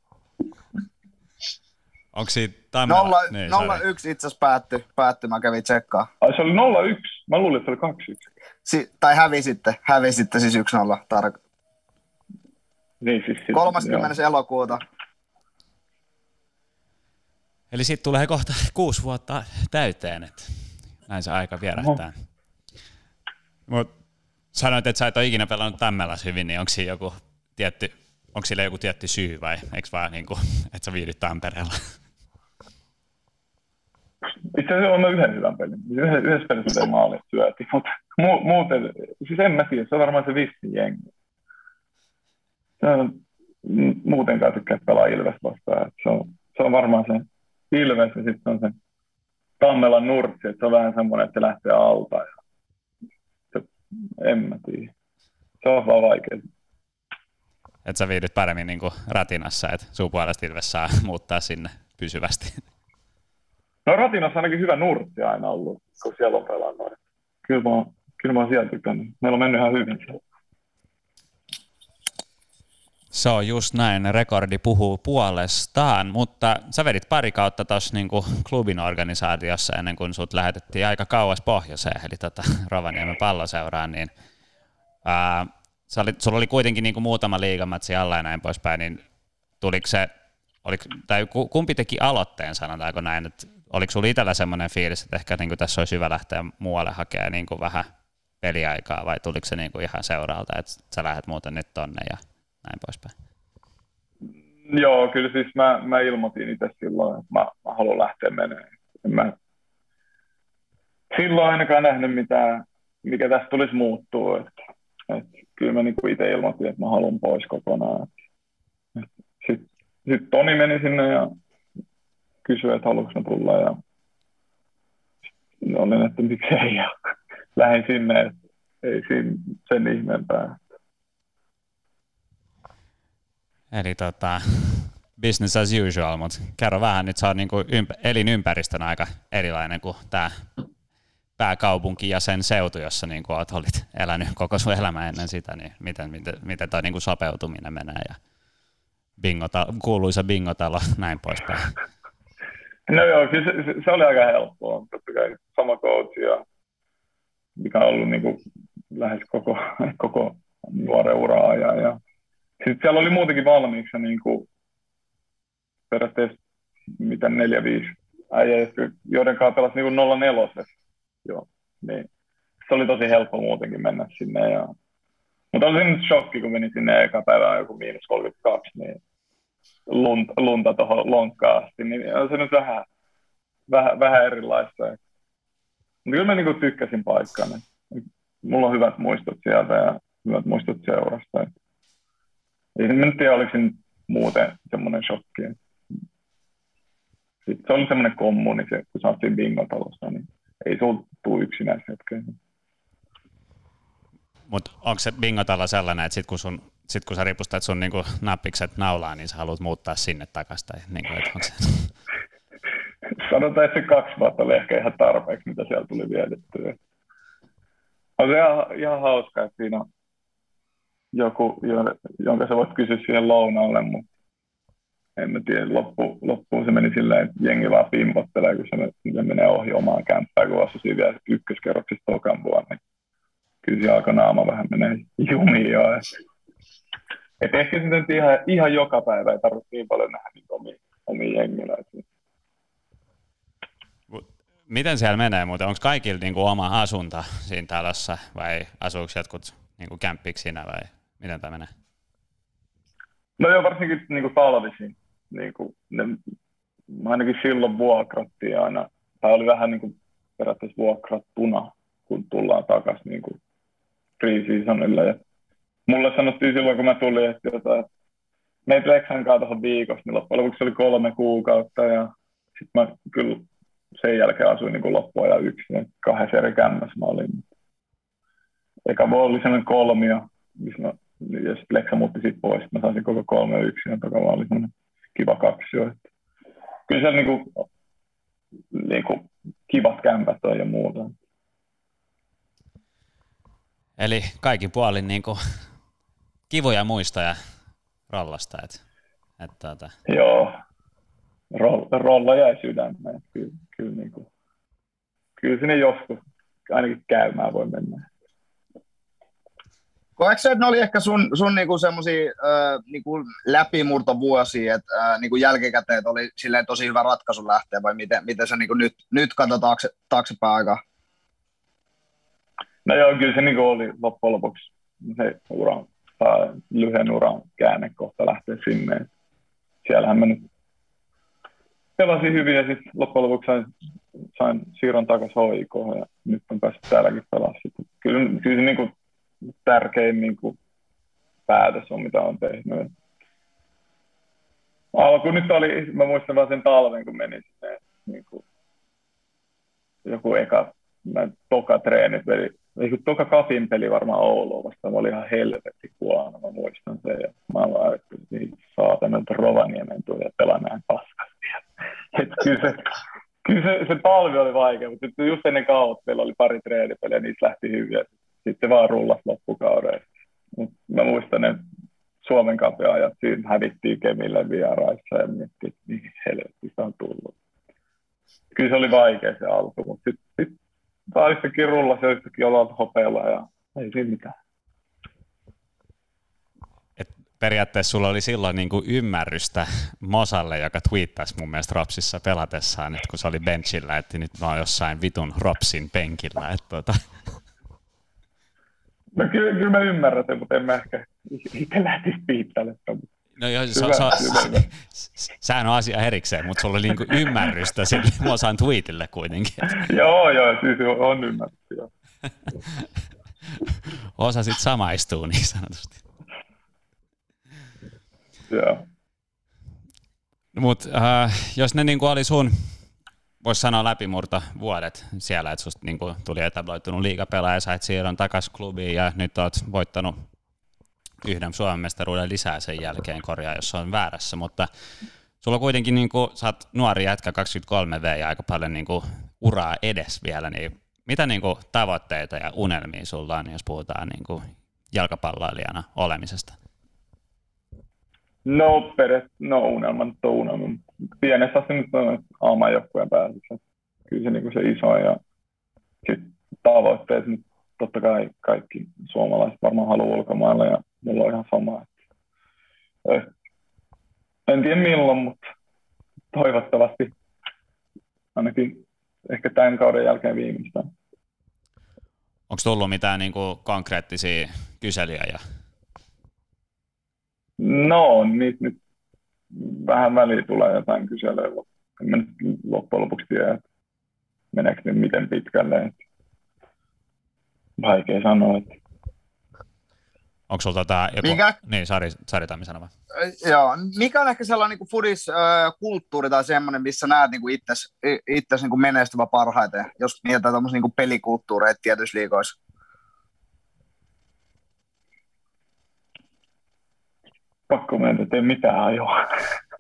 Onko siitä Tammela? Nolla, niin, nolla yksi itse asiassa päättyi, päättyi, mä kävin tsekkaan. Ai se oli nolla yksi, mä luulin, että se oli kaksi yksi. Si- tai hävisitte, hävisitte siis yksi nolla tarkoittaa. Niin, siis sit, kolmaskymmenes elokuuta. Eli siitä tulee kohta kuusi vuotta täyteen, että näin se aika vierähtää. Mut sanoit, että sä et ole ikinä pelannut Tammelas hyvin, niin onko siinä joku tietty, onko sillä joku tietty syy vai eikö vaan niin kuin, että sä viihdyt Tampereella? Itse asiassa on yhden hyvän pelin. Yhdessä pelissä ei maalia syötiin, mutta mu- muuten, siis en mä tiedä, se on varmaan se vissi jengi. Se on muutenkaan tykkää pelaa Ilves vastaan. Se on, se on varmaan se Ilves ja sitten on se Tammelan nurtsi, että se on vähän semmoinen, että se lähtee alta. Ja se, en mä tiedä. Se on vaan vaikea. Että sä viihdyt paremmin niin kuin Ratinassa, että sun puolesta Ilves saa muuttaa sinne pysyvästi. No Ratinassa on ainakin hyvä nurtti aina ollut, kun siellä on pelannut. Kyllä mä, kyllä mä oon siellä tykännyt. Meillä on mennyt ihan hyvin siellä. Se on just näin, rekordi puhuu puolestaan, mutta sä vedit pari kautta tuossa niinku klubin organisaatiossa ennen kuin sut lähetettiin aika kauas pohjoiseen, eli tota Rovaniemen Palloseuraan, niin ää, olit, sulla oli kuitenkin niinku muutama liigamatsi alla ja näin poispäin, niin tuliko se, oliko, tai kumpi teki aloitteen, sanotaanko näin, että oliko sulla itsellä semmoinen fiilis, että ehkä niinku tässä olisi hyvä lähteä muualle hakemaan niinku vähän peliaikaa, vai tuliko se niinku ihan seuraalta, että sä lähdet muuten nyt tonne ja näin poispäin? Joo, kyllä siis mä, mä ilmoitin itse silloin, että mä, mä haluan lähteä menemään. en mä silloin ainakaan nähnyt mitään, mikä tästä tulisi muuttua. Että, että kyllä mä niinku itse ilmoitin, että mä haluan pois kokonaan. Sitten sit Toni meni sinne ja kysyi, että haluatko mä tulla. Ja olin, että miksei. Ja lähdin sinne, että ei siinä sen ihmeempää. Eli tota, business as usual, mutta kerro vähän, nyt sä oot niinku ymp- elinympäristön aika erilainen kuin tämä pääkaupunki ja sen seutu, jossa niinku oot olit elänyt koko sun elämä ennen sitä, niin miten, miten, miten toi niinku sopeutuminen menee ja bingota, kuuluisa bingotalo, näin poispäin. No joo, kyllä se, se, se oli aika helppoa. Totta kai sama coach, ja, mikä on ollut niinku lähes koko, koko nuoren uraa. Ja, ja. Sitten siellä oli muutenkin valmiiksi niinku, periaatteessa mitä neljä viisi äijä, joiden kanssa pelasi niinku nolla neljä. Joo, niin. Se oli tosi helppo muutenkin mennä sinne. Ja. Mutta oli nyt shokki, kun menin sinne eka päivänä joku miinus kolmekymmentäkaksi, niin lunta, lunta tuohon lonkkaan asti, niin on se nyt vähän, vähän, vähän erilaista. Mutta kyllä mä niinku tykkäsin paikkaan. Mulla on hyvät muistot sieltä ja hyvät muistot seurasta. Ei en tiedä, oliko se nyt muuten semmoinen shokki. Sitten se oli semmoinen kommuni, se, kun sä oot siinä bingotalossa, niin ei sul tuu yksinäis hetkeen. Mutta onko se bingotalo sellainen, että sit kun, sun, sit kun sä ripustat sun niinku nappikset naulaan, niin sä haluat muuttaa sinne takaisin? Tai niinku, se... Sanotaan, että se kaksi vuotta oli ehkä ihan tarpeeksi, mitä siellä tuli vietettyä. On se ihan, ihan hauska, että siinä on joku, jonka sä voit kysyä siihen lounaalle, mutta en mä tiedä, loppu, loppuun se meni silleen, että jengi vaan pimpottelee, kun se, se menee ohi omaan kämppään, kun asui siinä vielä ykköskerroksessa tokan vuonna. Niin kyllä se alkoi naama vähän menee jumiin jo. Et ehkä sitten ihan, ihan joka päivä ei tarvitse niin paljon nähdä niitä omia, omia jengiläisiä. Miten siellä menee muuten? Onko kaikilla niinku oma asunto siinä talossa vai asuuko jotkut niinku kämppiksinä vai miten tämä menee? No joo, varsinkin niinku talvisin. Niinku, ne, ainakin silloin vuokrattiin aina, tai oli vähän niinku periaatteessa vuokrattuna, kun tullaan takaisin niinku pre-seasonilla. Ja mulle sanottiin silloin, kun mä tulin, että, jota, että meitä Leksan kanssa tuohon viikossa, niin loppujen lopuksi oli kolme kuukautta, ja sitten mä kyllä sen jälkeen asuin niin loppuajan yksin, kahdessa eri kämmässä mä olin. Eka voi oli sellainen kolmio, missä mä, ja sitten Leksa muutti siitä pois, mä saisin koko kolme yksin, ja toka vaan oli sellainen kiva kaksio. Että kyllä siellä niin kuin, niin kuin kivat kämpät on ja muuta. Eli kaikin puolin niin kuin kivoja muistoja rollasta. Et, et, tuota. Joo, rolla, rolla jäi sydämään. Kyllä, kyllä, niin kuin, kyllä sinne joskus ainakin käymään voi mennä. Koetko sä, että ne oli ehkä sun, sun niinku semmosia äh, niinku läpimurtovuosia, että äh, niinku jälkikäteen oli silleen tosi hyvä ratkaisu lähteä, vai miten, miten sä niinku nyt, nyt katsot taakse, taaksepäin aikaa? No joo, kyllä se niinku oli loppujen lopuksi se uran, tai lyhyen uran käännekohta lähteä sinne. Siellähän mä nyt pelasin hyvin ja sitten loppujen lopuksi sain, sain siirron takaisin H I K:hon ja nyt on päässyt täälläkin pelaamaan. Kyllä, kyllä se niinku tärkein niinku päätös on, mitä on tehnyt. Alku nyt oli, mä muistan vaan sen talven, kun menin sinne, niinku, joku eka, mä toka treenit peli, joku toka kafin peli varmaan Ouluun vastaan, mä olin ihan helvetti kuolana, mä muistan sen, ja mä aloin ajattelin, että niin saatana, että Rovaniemen tuli ja pelaa näin paskasti. Et kyllä se, kyllä se, se talvi oli vaikea, mutta just ennen kautta meillä oli pari treenipeliä, ja niistä lähti hyviä. Sitten vaan rullasi loppukauden. Mut mä muistan, että Suomen Cupin ajat siinä hävittiin Kemille vieraissa ja miettii, että niin helvetistä on tullut. Kyllä se oli vaikea se alku, mutta sitten sit vaan yhtäkkiä rullasi ja yhtäkkiä ollaan hopeilla ja ei siinä mitään. Et periaatteessa sulla oli silloin niinku ymmärrystä Mosalle, joka twiittasi mun mielestä Ropsissa pelatessaan, että kun se oli benchillä, että nyt mä oon jossain vitun Ropsin penkillä. Että tota. No kyllä, kyllä mä ymmärrän sen, mutta en mä ehkä itse lähtisi piittäälle. No joo, se, se, se, sehän on asia erikseen, mutta sulla oli niinku ymmärrystä sille Mosan tweetille kuitenkin. Joo, joo, siis on ymmärrystä, joo. Osasit samaistua niin sanotusti. Joo. Mutta äh, jos ne niinku oli sun, voisi sanoa läpimurto vuodet siellä, että susta niinku tuli etabloitunut liigapelaaja, sait siirron takaisin klubiin ja nyt oot voittanut yhden Suomen mestaruuden lisää sen jälkeen, korjaa jos on väärässä, mutta sulla kuitenkin, niinku, sä oot nuori jätkä, kaksikymmentäkolme vuotias ja aika paljon niinku, uraa edes vielä, niin mitä niinku, tavoitteita ja unelmia sulla on, jos puhutaan niinku, jalkapalloilijana olemisesta? No, peres, no unelma, nyt on unelma. Pienessä se nyt on A-maajoukkueen pääsyssä. Kyllä se, niin se iso ja tavoitteet nyt totta kai kaikki suomalaiset varmaan haluaa ulkomailla ja mulla on ihan sama. Että en tiedä milloin, mutta toivottavasti ainakin ehkä tämän kauden jälkeen viimeistään. Onko tullut mitään niin kuin konkreettisia kyselyjä? Ja... No, niitä nyt vähän väliin tulee jotain kyselyä. En mä nyt loppujen lopuksi tiedä, että meneekö ne miten pitkälle. Että vaikea sanoa. Että... Onko sulla tota joku... Mikä? Niin, Sari, Sari Tammi sanova. Joo, mikä on ehkä sellainen niin fudis-kulttuuri tai semmoinen, missä näet niin itses, itses niin menestyvä parhaiten, jos mietitään tuommoisia niin pelikulttuureita tietyissä liigoissa? Pakko mennä, ettei mitään ajoa.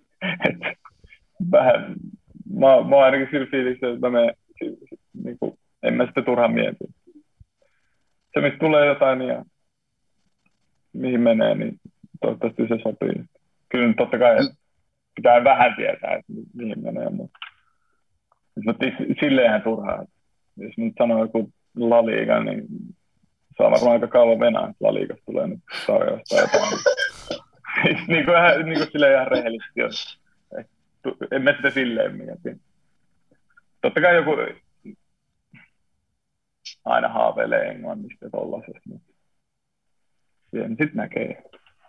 Vähän, mä, mä oon ainakin sillä fiiliksellä, että mä niin kuin, en mä sitä turhaan mieti. Se, mistä tulee jotain ja mihin menee, niin toivottavasti se sopii. Kyllä totta kai pitää vähän tietää, että mihin menee, mutta, mutta silleenhän turhaa. Jos nyt sanoo joku La Liga, niin se on varmaan aika kauan venää, että La Ligasta tulee nyt sarjoista jotain. niin kuin, ihan, niin kuin silleen ihan rehellisesti, jos en mä sitä silleen mieti. Totta kai joku aina haaveilee englannista ja tollasesta, mutta sitten näkee.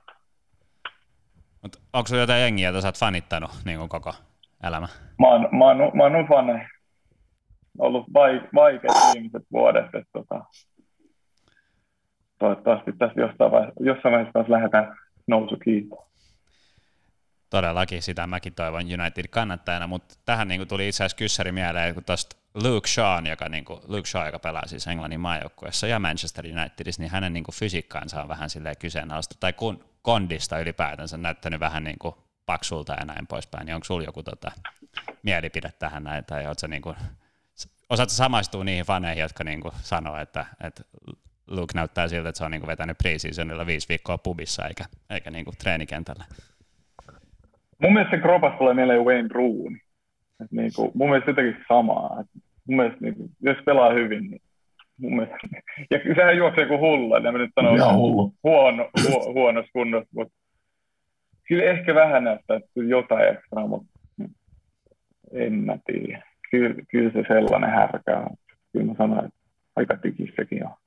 Mut onko sinulla jotain jengiä, jota sä oot fanittanut niin kuin koko elämä? Mä oon, mä oon, mä oon fane. Ollut vaikeat viimeiset vuodet. Että, tota, toivottavasti tästä jossain vaiheessa, jossain vaiheessa taas lähdetään nousu kiinni. Todellakin, sitä mäkin toivon United-kannattajana, mutta tähän niin kuin tuli itse asiassa kyssäri mieleen, kun tuosta Luke Shaw, joka, niin kuin, Luke Shaw, joka pelaa siis Englannin maajoukkueessa ja Manchester Unitedissa, niin hänen niin kuin fysiikkaansa on vähän silleen kyseenalaista, tai kun, kondista ylipäätänsä näyttänyt vähän niin kuin paksulta ja näin poispäin, niin onko sulla joku tota, mielipide tähän näin, tai niin kuin, osaatko samaistua niihin faneihin, jotka niin kuin sanoo, että, että Luke näyttää siltä, että se on niin kuin vetänyt pre-seasonilla viisi viikkoa pubissa eikä, eikä niin kuin treenikentällä? Mun mielestä se kropasta tulee mieleen Wayne Rooney. Et niinku, mun mielestä jotenkin samaa. Et mun mielestä, niinku, jos pelaa hyvin, niin mun mielestä... Ja sehän juoksee kuin hullu, en mä nyt sano huono, hu, huonossa kunnossa, mutta kyllä ehkä vähän näyttää, että jotain ekstra, mutta en mä tiedä. Kyllä, kyllä se sellainen härkä on. Kyllä mä sanon, että aika tikissäkin on.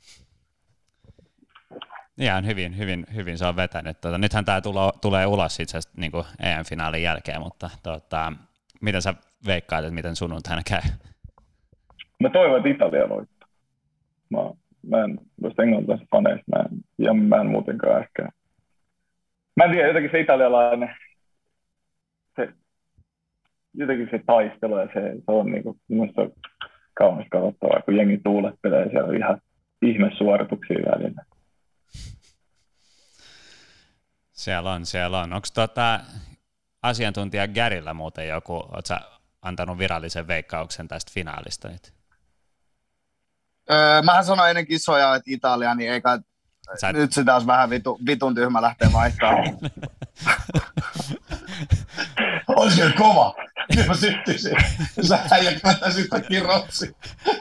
Ihan hyvin, hyvin, hyvin se on vetänyt. Tota, nythän tämä tulo, tulee ulos itse asiassa niin kuin E M-finaalin jälkeen, mutta tota, miten sä veikkaat, että miten sunnuntaina käy? Mä toivon, että Italia voittaa. Mä, mä en, tuosta englantilaisesta faneista, mä en, ja mä en muutenkaan ehkä. Mä en tiedä, jotenkin se italialainen, se, jotenkin se taistelu ja se, se on niinku, mun mielestä kaunis katsottavaa, kun jengi tuulettelee siellä ihan ihmesuorituksia välillä. Siellä on, siellä on. Onko tota asiantuntija Gärillä muuten joku, oletko sä antanut virallisen veikkauksen tästä finaalista nyt? Öö, mähän sanoin ennen kisoja, että Italia, niin eikä Sä... nyt se taas vähän vitu, vitun tyhmä lähtee vaihtamaan. Olisi kyllä kova. Kyllä mä syttyisin. Sä äijä kannaisi yhtäkin rotsi.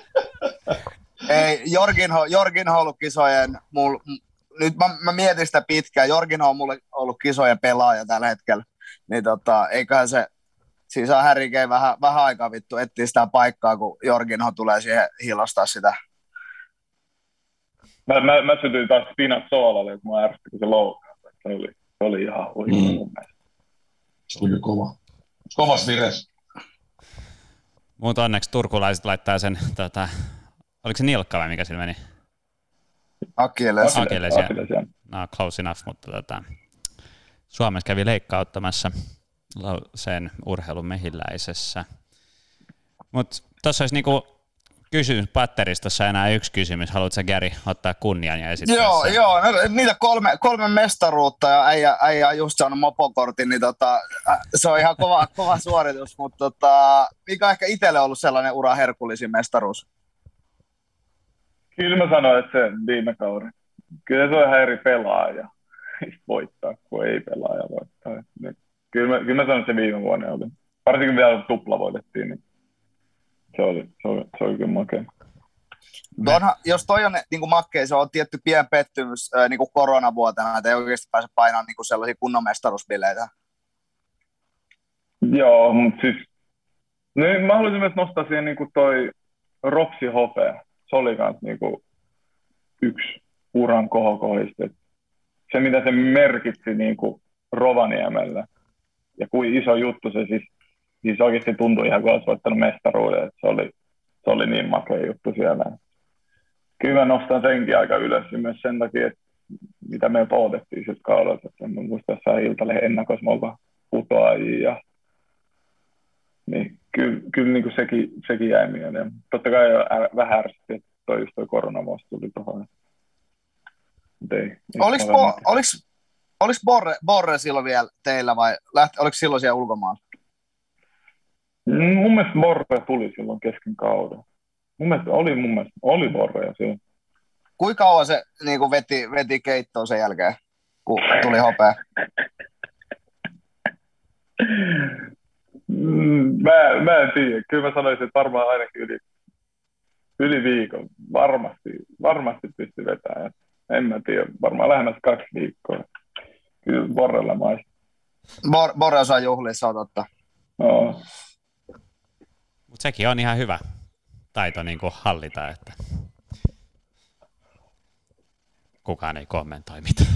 Ei, Jorginho, Jorginho on ollut kisojen, mul, nyt mä, mä mietin sitä pitkään, Jorginho on mulle ollut kisojen pelaaja tällä hetkellä, niin tota, eiköhän se, siis on Harry Kane vähän, vähän aikaa vittu etsiä sitä paikkaa, kun Jorginho tulee siihen hilostaa sitä. Mä, mä, mä sytyin taas Spinazzolalle, kun mä ärsytin, kun se loukkaa. Se oli, se oli ihan huikea mm. mun mielestä. Se oli kova. Kovas vires. Mutta onneksi turkulaiset laittaa sen, tota, oliko se nilkka vai mikä sillä meni? Akilles. Akilles, no close enough, mutta tota, Suomessa kävi leikkauttamassa sen urheilun mehiläisessä. Mutta tuossa olisi niinku kysymys patteristossa enää yksi kysymys. Haluatko sä, Gary, ottaa kunnian ja esittää Joo, sen? joo, no, niitä kolme, kolme mestaruutta ja äijä, äijä on just saanut mopokortin, niin tota, se on ihan kova, kova suoritus, mutta tota, mikä on ehkä itselle ollut sellainen ura herkullisin mestaruus? Kyllä mä sanoin, että se viime kauden. Kyllä se on ihan eri pelaaja voittaa, kun ei pelaaja voittaa. Kyllä mä, kyllä mä sanoin, että se viime vuonna oli. Varsinkin vielä tupla voitettiin, niin se oli, se oli, se oli kyllä makea. Onhan, jos toi on niin kuin makkea, se on tietty pien pettymys äh, niin kuin koronavuotena, että ei oikeasti pääse painamaan niin kuin sellaisia kunnon mestaruusbileitä. Joo, mutta siis niin mä haluaisin myös nostaa siihen niin kuin toi Ropsi Hopea. Se oli kans niin kuin yksi uran kohokohdista. Se, mitä se merkitsi niin kuin Rovaniemellä ja kuin iso juttu se siis, siis oikeasti tuntui ihan kuin olisi voittanut mestaruuden. Se oli, se oli niin makea juttu siellä. Kyllä mä nostan senkin aika ylös myös sen takia, että mitä meiltä odotettiin siltä kaudelta. Mä muistan jossain Iltalehden ennakoissa me ollaan putoajia. Ja niin, kyllä, kyllä niin kuin sekin, sekin jäi mieleen. Totta kai vähän ärsytti, että toi, just toi koronavuosi tuli tuohon. Oliko, bo, oliko, oliko Borre, Borre silloin vielä teillä vai lähti, oliko silloin siellä ulkomailla? Mun mielestä Borre tuli silloin kesken kauden. Mun mielestä oli, mun mielestä oli Borre silloin. Kuinka kauan se niin kuin veti, veti keittoon sen jälkeen, kun tuli hopea? Mä, mä en tiedä. Kyllä mä sanoisin, että varmaan ainakin yli, yli viikon. Varmasti, varmasti pystyi vetämään. En mä tiedä. Varmaan lähemmäs kaksi viikkoa. Kyllä Borrella maistuu. Bor, Borre osaa juhlia, se on totta. No. Mutta sekin on ihan hyvä taito niin kuin hallita, että kukaan ei kommentoi mitään.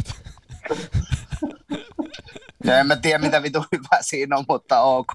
Ja en mä tiedä, mitä vitu hyvä siinä on, mutta ok.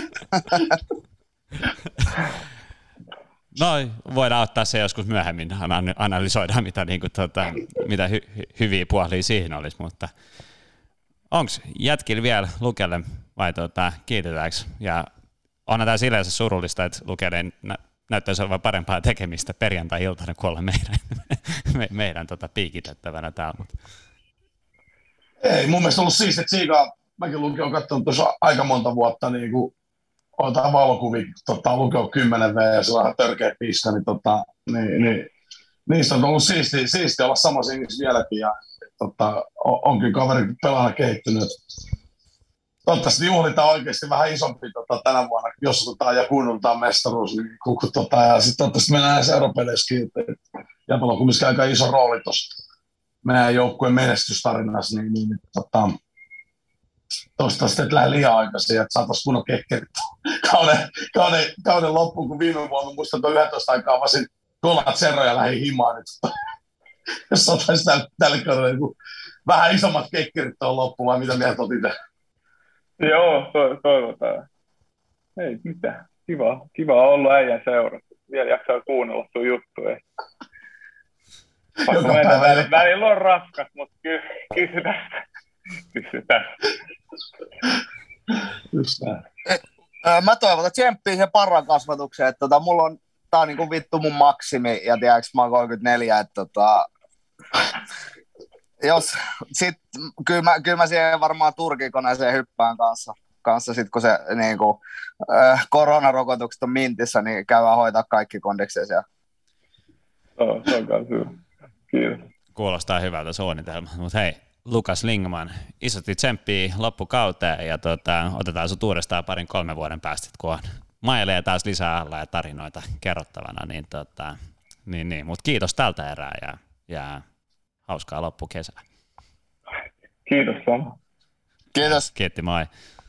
No, voidaan ottaa se joskus myöhemmin, analysoidaan, mitä, niin kuin, tota, mitä hy, hy, hyviä puolia siihen olisi, mutta onko jätkillä vielä Lukelle vai tota, kiitetäänkö? Ja onhan tämä silleen surullista, että Lukelle nä, näyttäisi olevan parempaa tekemistä perjantai-iltana kuin olla meidän, me, meidän tota, piikitettävänä täällä. Mutta ei, mun mielestä ollut siistiä, että Siikaa, mäkin Luke on katsonut tuossa aika monta vuotta, niin kuin otetaan valokuvia, tota, Luke on kymmenen vuotta ja se on ihan törkeä piska, niin, tota, niin, niin niistä on ollut siistiä, siistiä olla samassa hengissä vieläkin ja tota, on, on kyllä kaveri pelaajana kehittynyt. Toivottavasti juhlitaan oikeasti vähän isompi tota, tänä vuonna, jos otetaan ja kuunneltaan mestaruus, niin kuku, tota, ja sitten toivottavasti mennään näissä europeleissä, Japalla on kumminkin aika iso rooli tuossa meidän joukkueen menestystarinassa, niin, niin tota, toivottavasti et lähde liian aikaisin, että saataisiin kunnon kehkerit kauden, kauden, kauden loppuun, kun viime vuonna, muistan tuon yksitoista aikaa avasin kolat Serro ja lähdin himaan, niin tota, jos saataisiin tälle, tälle kaudelle niin vähän isommat kehkerit tuohon loppuun, vai mitä mieltä otit? Joo, to, toivotaan. Ei mitään. Kiva, kiva olla äijän seurassa. Vielä jaksaa kuunnella sun juttuja. Pakko mennä välillä. Välillä on raskas, mutta ky, kysy tästä. Kysy tästä. Just näin. Mä toivotan tsemppiä sen parran kasvatukseen, että tota, mulla on, tää on niinku vittu mun maksimi, ja tiedäks mä oon kolmekymmentäneljä, että tota, jos, sit, kyllä mä, kyllä mä siihen varmaan turkikoneeseen hyppään kanssa, kanssa sit kun se niinku, äh, koronarokotukset on mintissä, niin käydään hoitaa kaikki kondiksia siellä. Oh, se on kanssa hyvä. Kiitos. Kuulostaa hyvältä suunnitelma, mutta hei, Lukas Lingman, isosti tsemppiä loppukauteen ja tota, otetaan sut uudestaan parin kolmen vuoden päästä, kun on maileja taas lisää alla ja tarinoita kerrottavana, niin, tota, niin, niin. Mutta kiitos tältä erää ja, ja hauskaa loppukesää. Kiitos sama. Kiitos. Kiitti, moi.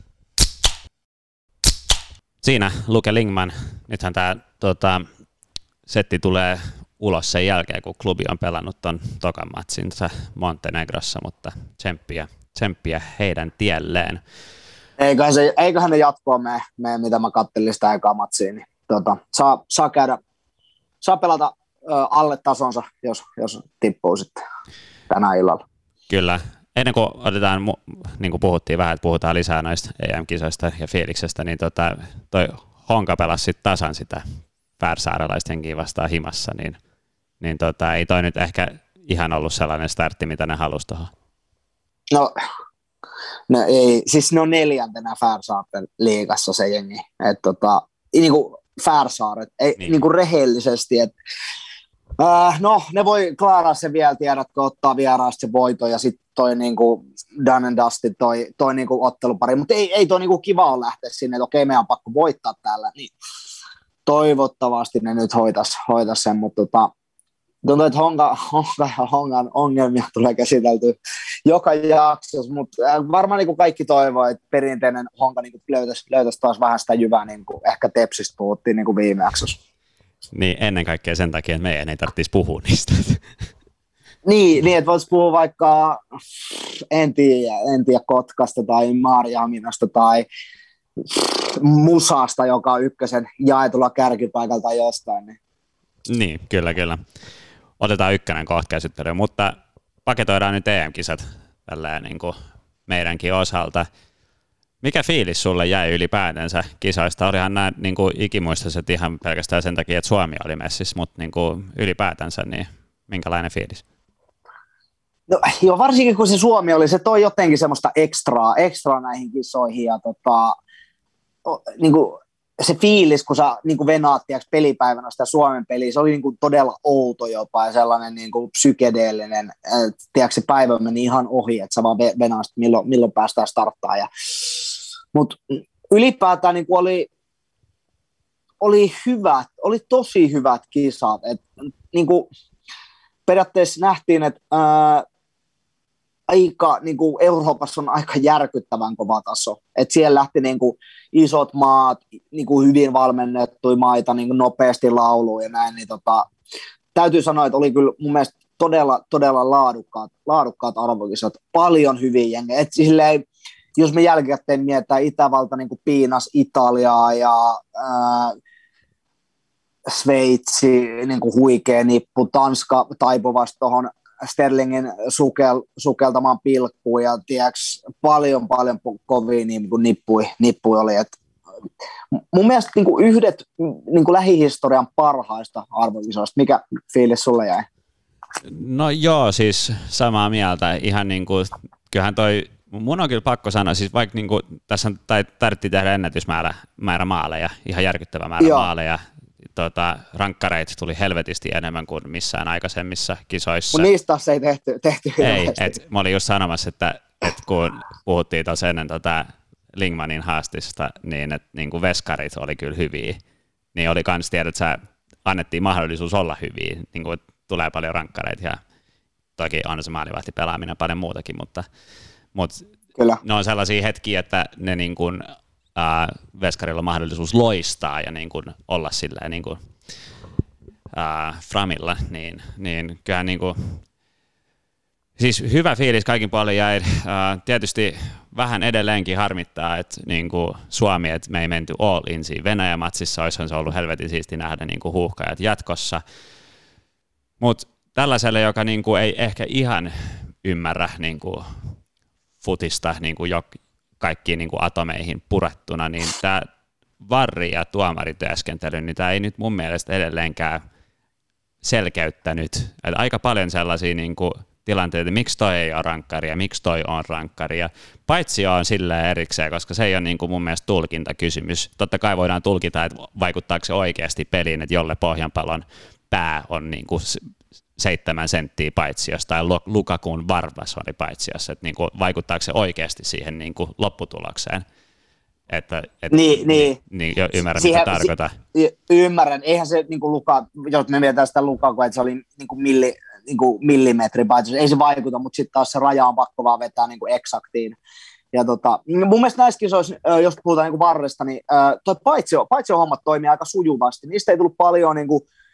Siinä Luke Lingman, nythän tämä tota, setti tulee ulos sen jälkeen, kun klubi on pelannut ton tokan matsinsa Montenegrossa, mutta tsemppiä tsemppiä heidän tielleen. Eiköhän, se, eiköhän ne jatkoa mene, mene, mitä mä kattelin sitä ekaa matsia, niin tota, saa, saa käydä, saa pelata ö, alle tasonsa, jos, jos tippuu sitten tänä illalla. Kyllä. Ennen kuin otetaan, niin kuin puhuttiin vähän, että puhutaan lisää noista E M-kisoista ja fiiliksestä, niin tota, toi Honka pelasi sitten tasan sitä färsaarelaista henkiä vastaan himassa, niin, niin tota, ei toi nyt ehkä ihan ollut sellainen startti, mitä ne halusi tuohon. No, no ei, siis ne on neljäntenä Färsaarten liigassa se jengi, että tota, niinku Färsaaret, ei niin. Niinku rehellisesti, että äh, no ne voi klaaraa sen vielä, tiedätkö, ottaa vieraasti se voito ja sitten toi niinku done and dusted, toi, toi niinku ottelupari, mutta ei, ei toi niinku kiva ole lähteä sinne, että okei, meidän on pakko voittaa täällä, niin toivottavasti ne nyt hoitas, hoitas sen, mutta tota, tuntuu, että Honka, Honka ja Hongan ongelmia tulee käsitelty joka jaksossa, mutta varmaan niin kuin kaikki toivoo, että perinteinen Honka niin kuin löytäisi, löytäisi taas vähän sitä jyvää, niin kuin ehkä Tepsistä puhuttiin niin kuin viime jaksossa. Niin, ennen kaikkea sen takia, että meidän ei tarvitsisi puhua niistä. Niin, niin että voisi puhua vaikka, en tiedä, en tiedä Kotkasta tai Maariahaminasta tai Musasta, joka on ykkösen jaetulla kärkipaikalta tai jostain. Niin. Niin, kyllä, kyllä. Otetaan ykkönen kohta käsittelyyn, mutta paketoidaan nyt E M-kisat tälleen niin kuin meidänkin osalta. Mikä fiilis sulle jäi ylipäätänsä kisoista? Olihan nämä niin kuin ikimuistoiset ihan pelkästään sen takia, että Suomi oli messissä, mutta niin kuin ylipäätänsä, niin minkälainen fiilis? No joo, varsinkin kun se Suomi oli, se toi jotenkin semmoista ekstraa, ekstraa näihin kisoihin ja tota, niin kuin se fiilis, kun sä niin kuin venaat tiiäks, pelipäivänä sitä Suomen peliä, se oli niin kuin todella outo jopa ja sellainen niin kuin psykedeellinen. Tiiäks, se päivä meni ihan ohi, että sä vaan venaat, milloin, milloin päästään starttaan. Ja, mutta ylipäätään niin kuin oli, oli hyvät, oli tosi hyvät kisat. Et, niin kuin, periaatteessa nähtiin, että ää, aika, niin kuin Euroopassa on aika järkyttävän kova taso. Et siellä lähti niin kuin isot maat, niin kuin hyvin valmennettuja maita niin kuin nopeasti lauluun ja näin. Niin tota, täytyy sanoa, että oli kyllä mun mielestä todella, todella laadukkaat, laadukkaat arvokisat. Paljon hyviä jengejä. Et silleen, jos me jälkikäteen mietitään Itävalta niin kuin piinas Italiaa ja ää, Sveitsi, niin kuin huikea nippu, Tanska taipuvasti tuohon Sterlingin sukel, sukeltamaan pilkkuun ja tiiäks, paljon paljon kovia niin kuin nippui, nippui oli. Et mun mielestä niin kuin yhdet niin kuin lähihistorian parhaista arvokisoista. Mikä fiilis sulle jäi? No joo, siis samaa mieltä. Ihan niin kuin, kyllähän toi, mun on kyllä pakko sanoa, siis vaikka niin kuin, tässä tarvittiin tehdä ennätysmäärä määrä maaleja, ihan järkyttävä määrä joo. maaleja. Tota, rankkareita tuli helvetisti enemmän kuin missään aikaisemmissa kisoissa. Mun niistä taas ei tehty, tehty Ei, et, mä olin just sanomassa, että et kun puhuttiin tuossa ennen tota Lingmanin haastista, niin että niin kuin veskarit oli kyllä hyviä. Niin oli kans tiedä, että sä annettiin mahdollisuus olla hyviä. Niin kuin, tulee paljon rankkareita ja toki on se maalivahti pelaaminen paljon muutakin, mutta, mutta ne on sellaisia hetkiä, että ne niin kuin Uh, veskarilla on mahdollisuus loistaa ja niin kuin olla sillä niin kuin, uh, framilla, niin, niin kyllähän niin kuin, siis hyvä fiilis kaikin puolin jäi. Uh, tietysti vähän edelleenkin harmittaa, että niin kuin Suomi, että me ei menty all in siinä Venäjä-matsissa, olisihan se ollut helvetin siisti nähdä niin kuin huuhkajat jatkossa, mutta tällaiselle, joka niin kuin ei ehkä ihan ymmärrä niin kuin futista niin kuin jo, kaikkiin niin kuin atomeihin purettuna, niin tämä varri- ja tuomarityöskentely, niin tämä ei nyt mun mielestä edelleenkään selkeyttänyt. Että aika paljon sellaisia niin kuin tilanteita, miksi toi ei ole rankkari ja miksi toi on rankkari. Ja paitsi on silleen erikseen, koska se ei ole niin kuin mun mielestä tulkintakysymys. Totta kai voidaan tulkita, että vaikuttaako se oikeasti peliin, että jolle Pohjanpallon pää on niin kuin seitsemän senttiä paitsiossa tai Lukakun varvas oli paitsiossa, että niin kuin, vaikuttaako se oikeasti siihen niin kuin lopputulokseen? Että, et, niin, niin. niin, ymmärrän, siihen, mitä tarkoitan. Si- ymmärrän, eihän se niin kuin Luka, jos me mietitään sitä Lukaku, että se oli niin kuin milli, niin kuin millimetri paitsiossa, ei se vaikuta, mutta sitten taas se raja on pakko vaan vetää niin kuin eksaktiin. Ja tota, mun mielestä näissä kisoissa, jos puhutaan niin kuin varresta, niin toi paitsio, paitsio hommat toimii aika sujuvasti. Niistä ei tullut paljon niin kuin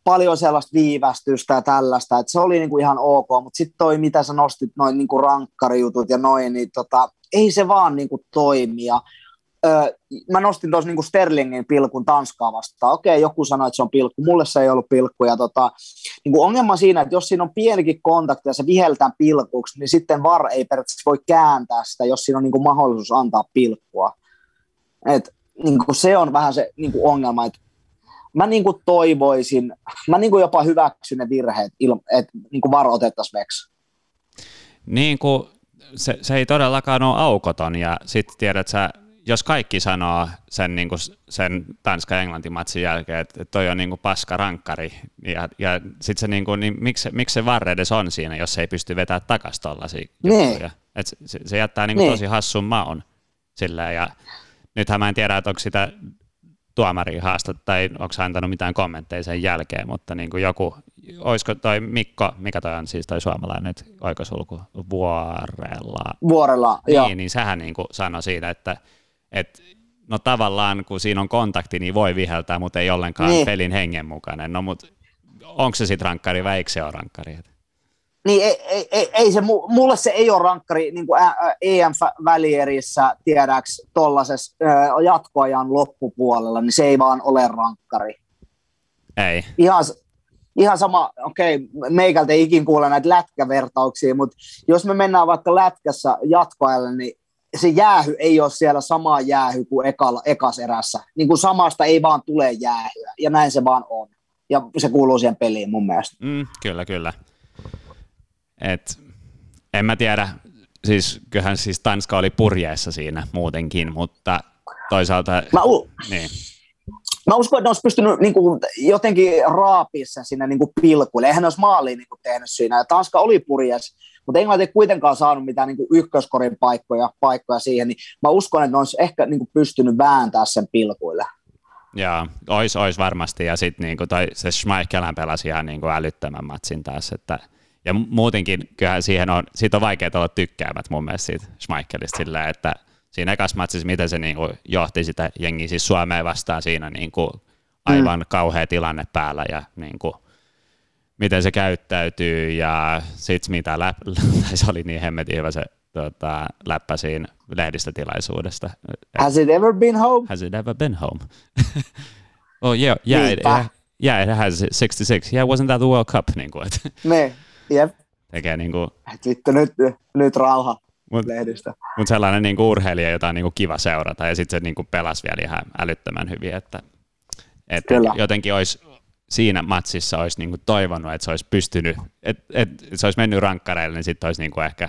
paljon sellaista viivästystä ja tällaista, että se oli niinku ihan ok, mutta sitten toi, mitä sä nostit, noin niinku rankkarijutut ja noin, niin tota, ei se vaan niinku toimi. Ja, öö, mä nostin tuossa niinku Sterlingin pilkun Tanskaa vastaan. Okei, joku sanoi, että se on pilkku, mulle se ei ollut pilkku. Ja tota, niinku ongelma siinä, että jos siinä on pienikin kontakti ja se viheltää pilkuksi, niin sitten V A R ei periaatteessa voi kääntää sitä, jos siinä on niinku mahdollisuus antaa pilkkua. Et, niinku se on vähän se niinku ongelma, että mä niinku toivoisin, mä niinku jopa hyväksyn ne virheet, että niinku V A R otettaisiin veksi. Niin kuin se, se ei todellakaan ole aukoton, ja sitten tiedät sä, jos kaikki sanoo sen, niin kuin sen Tanska-Englanti-matsin jälkeen, että toi on niin kuin paska rankkari, ja, ja sitten se, niin kuin, niin miksi, miksi se V A R edes on siinä, jos se ei pysty vetämään takaisin tollaisia juttuja. Et se, se jättää niin kuin tosi hassun maun silleen, ja nythän mä en tiedä, että onko sitä tuomaria haastat, tai onko hän antanut mitään kommentteja sen jälkeen, mutta niin kuin joku, olisiko toi Mikko, mikä toi on siis toi suomalainen nyt oikosulku, Vuorella. Vuorella, niin, joo. Niin sehän niin kuin sanoi siitä, että, että no tavallaan kun siinä on kontakti, niin voi viheltää, mutta ei ollenkaan niin. pelin hengen mukainen. No mutta onko se sitten rankkari vai eikö se ole rankkari? Niin ei, ei, ei, ei se, mulle se ei ole rankkari niin kuin E M-välierissä, tiedäks, tuollaisessa jatkoajan loppupuolella, niin se ei vaan ole rankkari. Ei. Ihan, ihan sama, okei, okay, meikältä ei ikin kuule näitä lätkävertauksia, mutta jos me mennään vaikka lätkässä jatkoajalle, niin se jäähy ei ole siellä sama jäähy kuin ekalla, ekas erässä. Niin kuin samasta ei vaan tule jäähyä, ja näin se vaan on. Ja se kuuluu siihen peliin mun mielestä. Mm, kyllä, kyllä. Et, en mä tiedä, siis kyllähän siis Tanska oli purjeessa siinä muutenkin, mutta toisaalta... Mä, u- niin. mä uskon, että ne olisi pystynyt niin kuin, jotenkin raapissa sinne niin kuin pilkuille. Eihän ne olisi maaliin niin kuin, tehnyt siinä. Ja Tanska oli purjeessa, mutta Englanti ei kuitenkaan saanut mitään niin kuin ykköskorin paikkoja, paikkoja siihen. Niin mä uskon, että ne olisi ehkä niin kuin, pystynyt vääntämään sen pilkuille. Joo, ois, ois varmasti. Ja sitten niin se Schmeichelhän pelasi ihan niin kuin älyttömän matsin taas, että... Ja muutenkin kyllähän siihen on, siitä on vaikea olla tykkäämät mun mielestä siitä Schmeichelista silleen, että siinä ekassa matsissa, miten se niinku johti sitä jengiä siis Suomeen vastaan siinä niinku aivan mm. kauhea tilanne päällä ja niinku, miten se käyttäytyy ja sitten mitä läppä, se oli niin hemmetin hyvä se tota, läppä siinä lehdistötilaisuudesta. Has it ever been home? Has it ever been home? oh yeah, yeah, it, yeah, it has sixty-six. Yeah, wasn't that the World Cup? Niin kuin, että. Ne. Jep. Tekee niinku... Vittu, nyt, nyt rauha mut, lehdistä. Mutta sellainen niinku urheilija, jota on niinku kiva seurata, ja sitten se niinku pelasi vielä ihan älyttömän hyvin, että, että jotenkin olisi siinä matsissa olisi niinku toivonut, että se olisi pystynyt, että, että se olisi mennyt rankkareille, niin sitten olisi niinku ehkä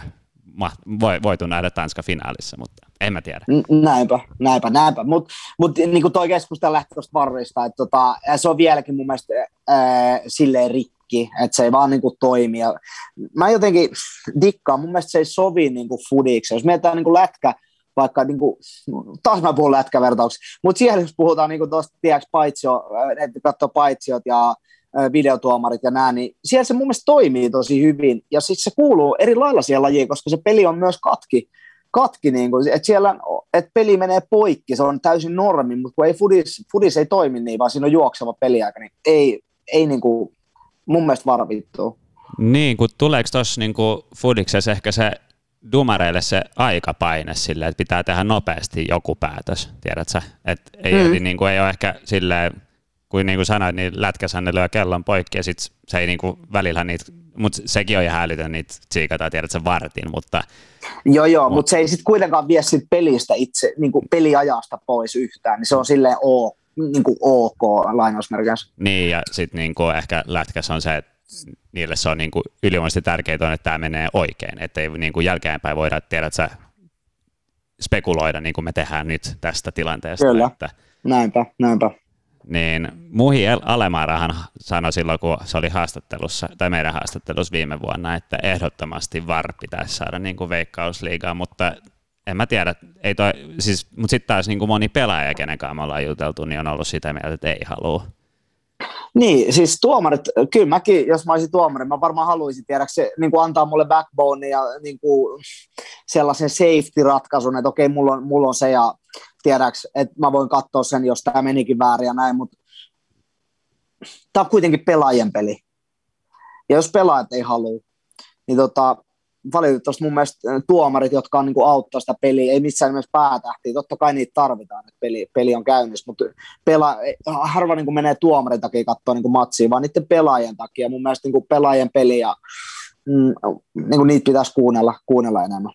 voitu nähdä Tanska finaalissa, mutta en mä tiedä. Näinpä, näinpä, näinpä. Mutta mut, niinku toi keskustelu lähti tuosta varrista, että tota, se on vieläkin mun mielestä ää, silleen rikki, että se ei vaan niinku toimi. Ja mä jotenkin dikkaan, mun mielestä se ei sovi niinku fudiksi. Jos mietitään niinku lätkä, vaikka niinku, taas mä puhun lätkävertauksessa, mutta siellä jos puhutaan niinku tuosta, tiedäks, paitsio, että katsoo paitsiot ja videotuomarit ja nää, niin siellä se mun mielestä toimii tosi hyvin, ja sitten se kuuluu eri lailla siihen lajiin, koska se peli on myös katki, katki niin kuin, että siellä, että peli menee poikki, se on täysin normi, mutta kun ei fudis, fudis ei toimi niin, vaan siinä on juokseva peliaika, niin ei, ei niin kuin, mun mielestä varvittuu. Niin, kun tuleeko tuossa niin fudiksessa ehkä se dumareille se aikapaine silleen, että pitää tehdä nopeasti joku päätös, tiedätkö? Että ei, mm. niin kuin, ei ole ehkä silleen, kuin niin kuin sanoit, niin lätkässä ne lyö kellon poikki ja sitten se ei niin kuin välillä niitä, mutta sekin on ihan älytön niitä tsiikataan, tiedät sen vartin, mutta... Joo, joo, mutta mut se ei sitten kuitenkaan vie sit pelistä itse, niin kuin peliajasta pois yhtään, niin se on silleen o, niin kuin ok lainausmerkeissä. Niin, ja sitten niin kuin ehkä lätkässä on se, että niille se on niin kuin ylivoimaisesti tärkeintä on, että tämä menee oikein, että ei niin kuin jälkeenpäin voida, tiedät sä, spekuloida niin kuin me tehdään nyt tästä tilanteesta. Kyllä, että... näinpä, näinpä. Niin Muhi Alemaarahan sanoi silloin, kun se oli haastattelussa, tai meidän haastattelussa viime vuonna, että ehdottomasti V A R pitäisi saada niin kuin Veikkausliigaan, mutta en mä tiedä, ei toi, siis, mutta sitten taas niin kuin moni pelaaja, kenen kanssa me ollaan juteltu, niin on ollut sitä mieltä, että ei halua. Niin, siis tuomarit, kyllä mäkin, jos mä olisin tuomari, mä varmaan haluaisin tiedä, se niin kuin antaa mulle backbone ja niin kuin sellaisen safety-ratkaisun, että okei, mulla on, mulla on se ja tiedäks, että mä voin katsoa sen, jos tämä menikin väärin ja näin, mutta tämä on kuitenkin pelaajien peli. Ja jos pelaajat ei halua, niin tota, valitettavasti mun mielestä tuomarit, jotka on niin kuin auttaa sitä peliä, ei missään nimessä päätähtiä, totta kai niitä tarvitaan, että peli, peli on käynnissä, mutta pela, harva niin kuin menee tuomarin takia katsoa niin kuin matsia, vaan niiden pelaajien takia. Mun mielestä niin kuin pelaajien peli ja mm, niin kuin niitä pitäisi kuunnella, kuunnella enemmän.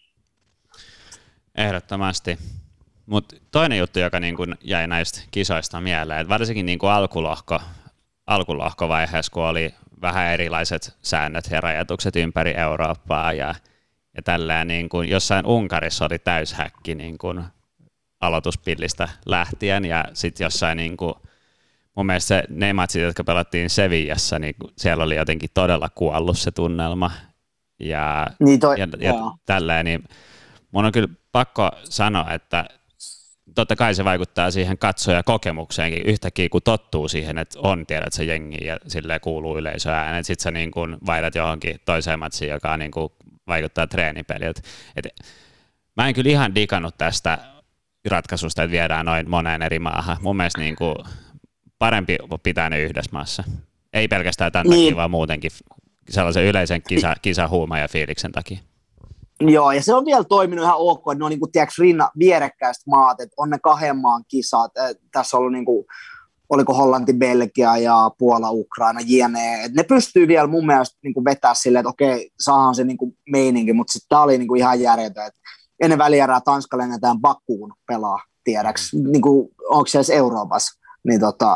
Ehdottomasti. Mutta toinen juttu, joka niin kun jäi näistä kisoista mieleen, että varsinkin niin kun alkulohko, alkulohkovaiheessa, kun oli vähän erilaiset säännöt ja rajoitukset ympäri Eurooppaa ja, ja tälleen, niin kun jossain Unkarissa oli täyshäkki niin kun aloituspillistä lähtien ja sitten jossain niin kun, mun mielestä se, ne matsit, jotka pelattiin Sevillassa, niin siellä oli jotenkin todella kuollut se tunnelma ja, niin toi, ja, ja tälleen, niin mun on kyllä pakko sanoa, että totta kai se vaikuttaa siihen katsojakokemukseenkin yhtäkkiä, kun tottuu siihen, että on, tiedät se jengi ja silleen kuuluu yleisöäänet, sitten sä niin kuin vaihdat johonkin toiseen matsiin, joka niin kuin vaikuttaa treenipeliltä. Et mä en kyllä ihan digannut tästä ratkaisusta, että viedään noin moneen eri maahan. Mun mielestä niin kuin parempi pitää ne yhdessä maassa. Ei pelkästään tämän niin. takia, vaan muutenkin sellaisen yleisen kisa, kisahuuma ja fiiliksen takia. Joo, ja se on vielä toiminut ihan ok, että ne on niin kuin, tiedätkö, rinna vierekkäiset maat, että on ne kahden maan kisat. Tässä on ollut, niin kuin, oliko Hollanti, Belgia ja Puola, Ukraina, jne. Et ne pystyy vielä mun mielestä niin kuin vetää silleen, että okei, saahan se niin kuin meininki, mutta sitten tämä oli niin kuin ihan järjetön, että ennen välierää Tanska lennetään Bakuun pelaa, tiedäks, niin kuin, onko se edes Euroopassa, niin tota...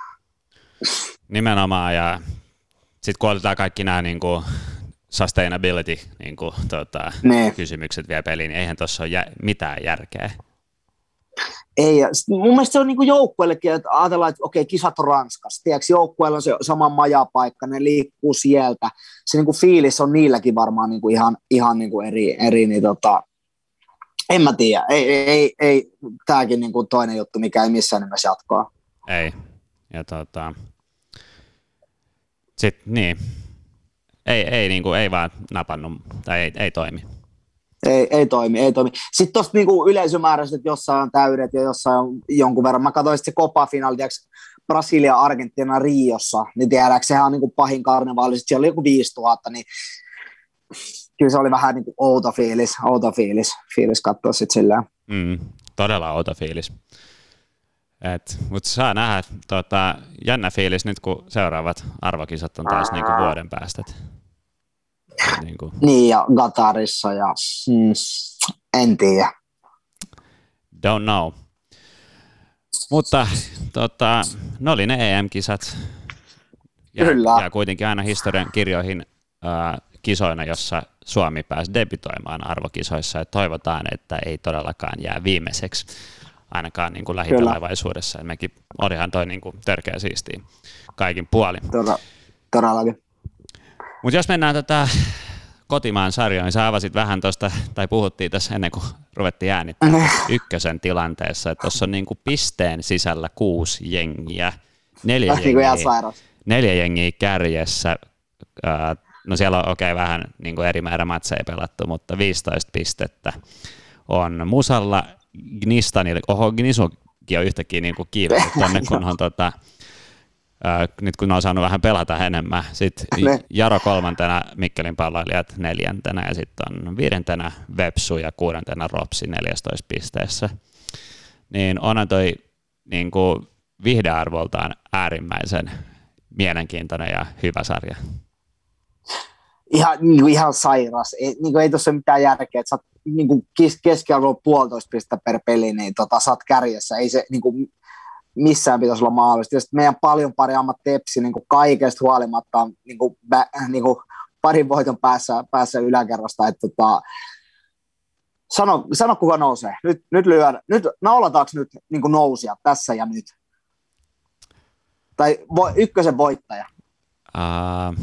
Nimenomaan, ja sitten kun otetaan kaikki nämä niin kuin sustainability niin kuin, tota, kysymykset vielä peliin, niin eihän tuossa ole jä, mitään järkeä. Ei, mun mielestä se on niin joukkueellekin, että ajatellaan, että okei, kisat on Ranskassa, tiedätkö, joukkueella on se sama majapaikka, ne liikkuu sieltä, se niin kuin fiilis on niilläkin varmaan niin kuin ihan, ihan niin kuin eri, eri, niin tota, en mä tiedä, ei, ei, ei, ei tämäkin niin kuin toinen juttu, mikä ei missään nimessä jatkoa. Ei, ja tota, sitten niin, Ei, ei, niin kuin, ei vaan napannut, tai ei, ei toimi. Ei, ei toimi, ei toimi. Sitten tuosta niin yleisömääräiset, että jossain on täydet ja jossain on jonkun verran. Mä katsoin se Copa-finaali, Brasilia, Argentiina, Riossa, niin tiedätkö, sehän on niin kuin pahin karnevaali, sitten siellä oli joku viisituhatta, niin kyllä se oli vähän niin kuin outo fiilis, outo fiilis, fiilis katsoa sitten silleen. Mm, todella outo fiilis. Mutta saa nähdä, tota, jännä fiilis nyt, kun seuraavat arvokisat on taas niinku vuoden päästä. Niinku. Niin, ja Qatarissa, ja mm, en tiedä. Don't know. Mutta tota, ne oli ne E M-kisat. Ja, Kyllä. Ja kuitenkin aina historian kirjoihin äh, kisoina, jossa Suomi pääsi debytoimaan arvokisoissa. Et toivotaan, että ei todellakaan jää viimeiseksi. Ainakaan niin kuin lähitulevaisuudessa. Ja mekin olihan toi niin kuin törkeä siistiä kaikin puolin. Todellakin. Mutta jos mennään tätä kotimaan sarjoon, niin sä avasit vähän tuosta, tai puhuttiin tässä ennen kuin ruvettiin äänittämään ykkösen tilanteessa, että tuossa on niin kuin pisteen sisällä kuusi jengiä, neljä jengiä, neljä jengiä kärjessä. No siellä on okei okay, vähän niin kuin eri määrä matseja pelattu, mutta viisitoista pistettä on Musalla, Gnistanille, oho, Gnisukin on yhtäkkiä niin kiivetty tuonne, kun on tota, ää, nyt kun on saanut vähän pelata enemmän. Sitten Jaro kolmantena, Mikkelin palloilijat neljäntenä ja sitten on viidentenä Vepsu ja kuudentena Ropsi neljästoista pisteessä. Niin onhan toi niin kuin vihdearvoltaan äärimmäisen mielenkiintoinen ja hyvä sarja. Ihan, niin kuin ihan sairas. Ei, niin kuin ei tuossa ole mitään järkeä, että sä oot niin kuin keskiarvolla puolitoista pistettä per peli, niin tota, sä oot kärjessä. Ei se niin kuin missään pitäisi olla mahdollista. Ja sitten meidän paljon paremmat Tepsi niin kuin kaikesta huolimatta on niin kuin, bä, niin kuin parin voiton päässä, päässä yläkerrasta. Että, tota, sano, sano, kuka nousee. Nyt, nyt, lyödä, nyt naulataanko nyt niin kuin nousia tässä ja nyt? Tai vo, ykkösen voittaja? Uh...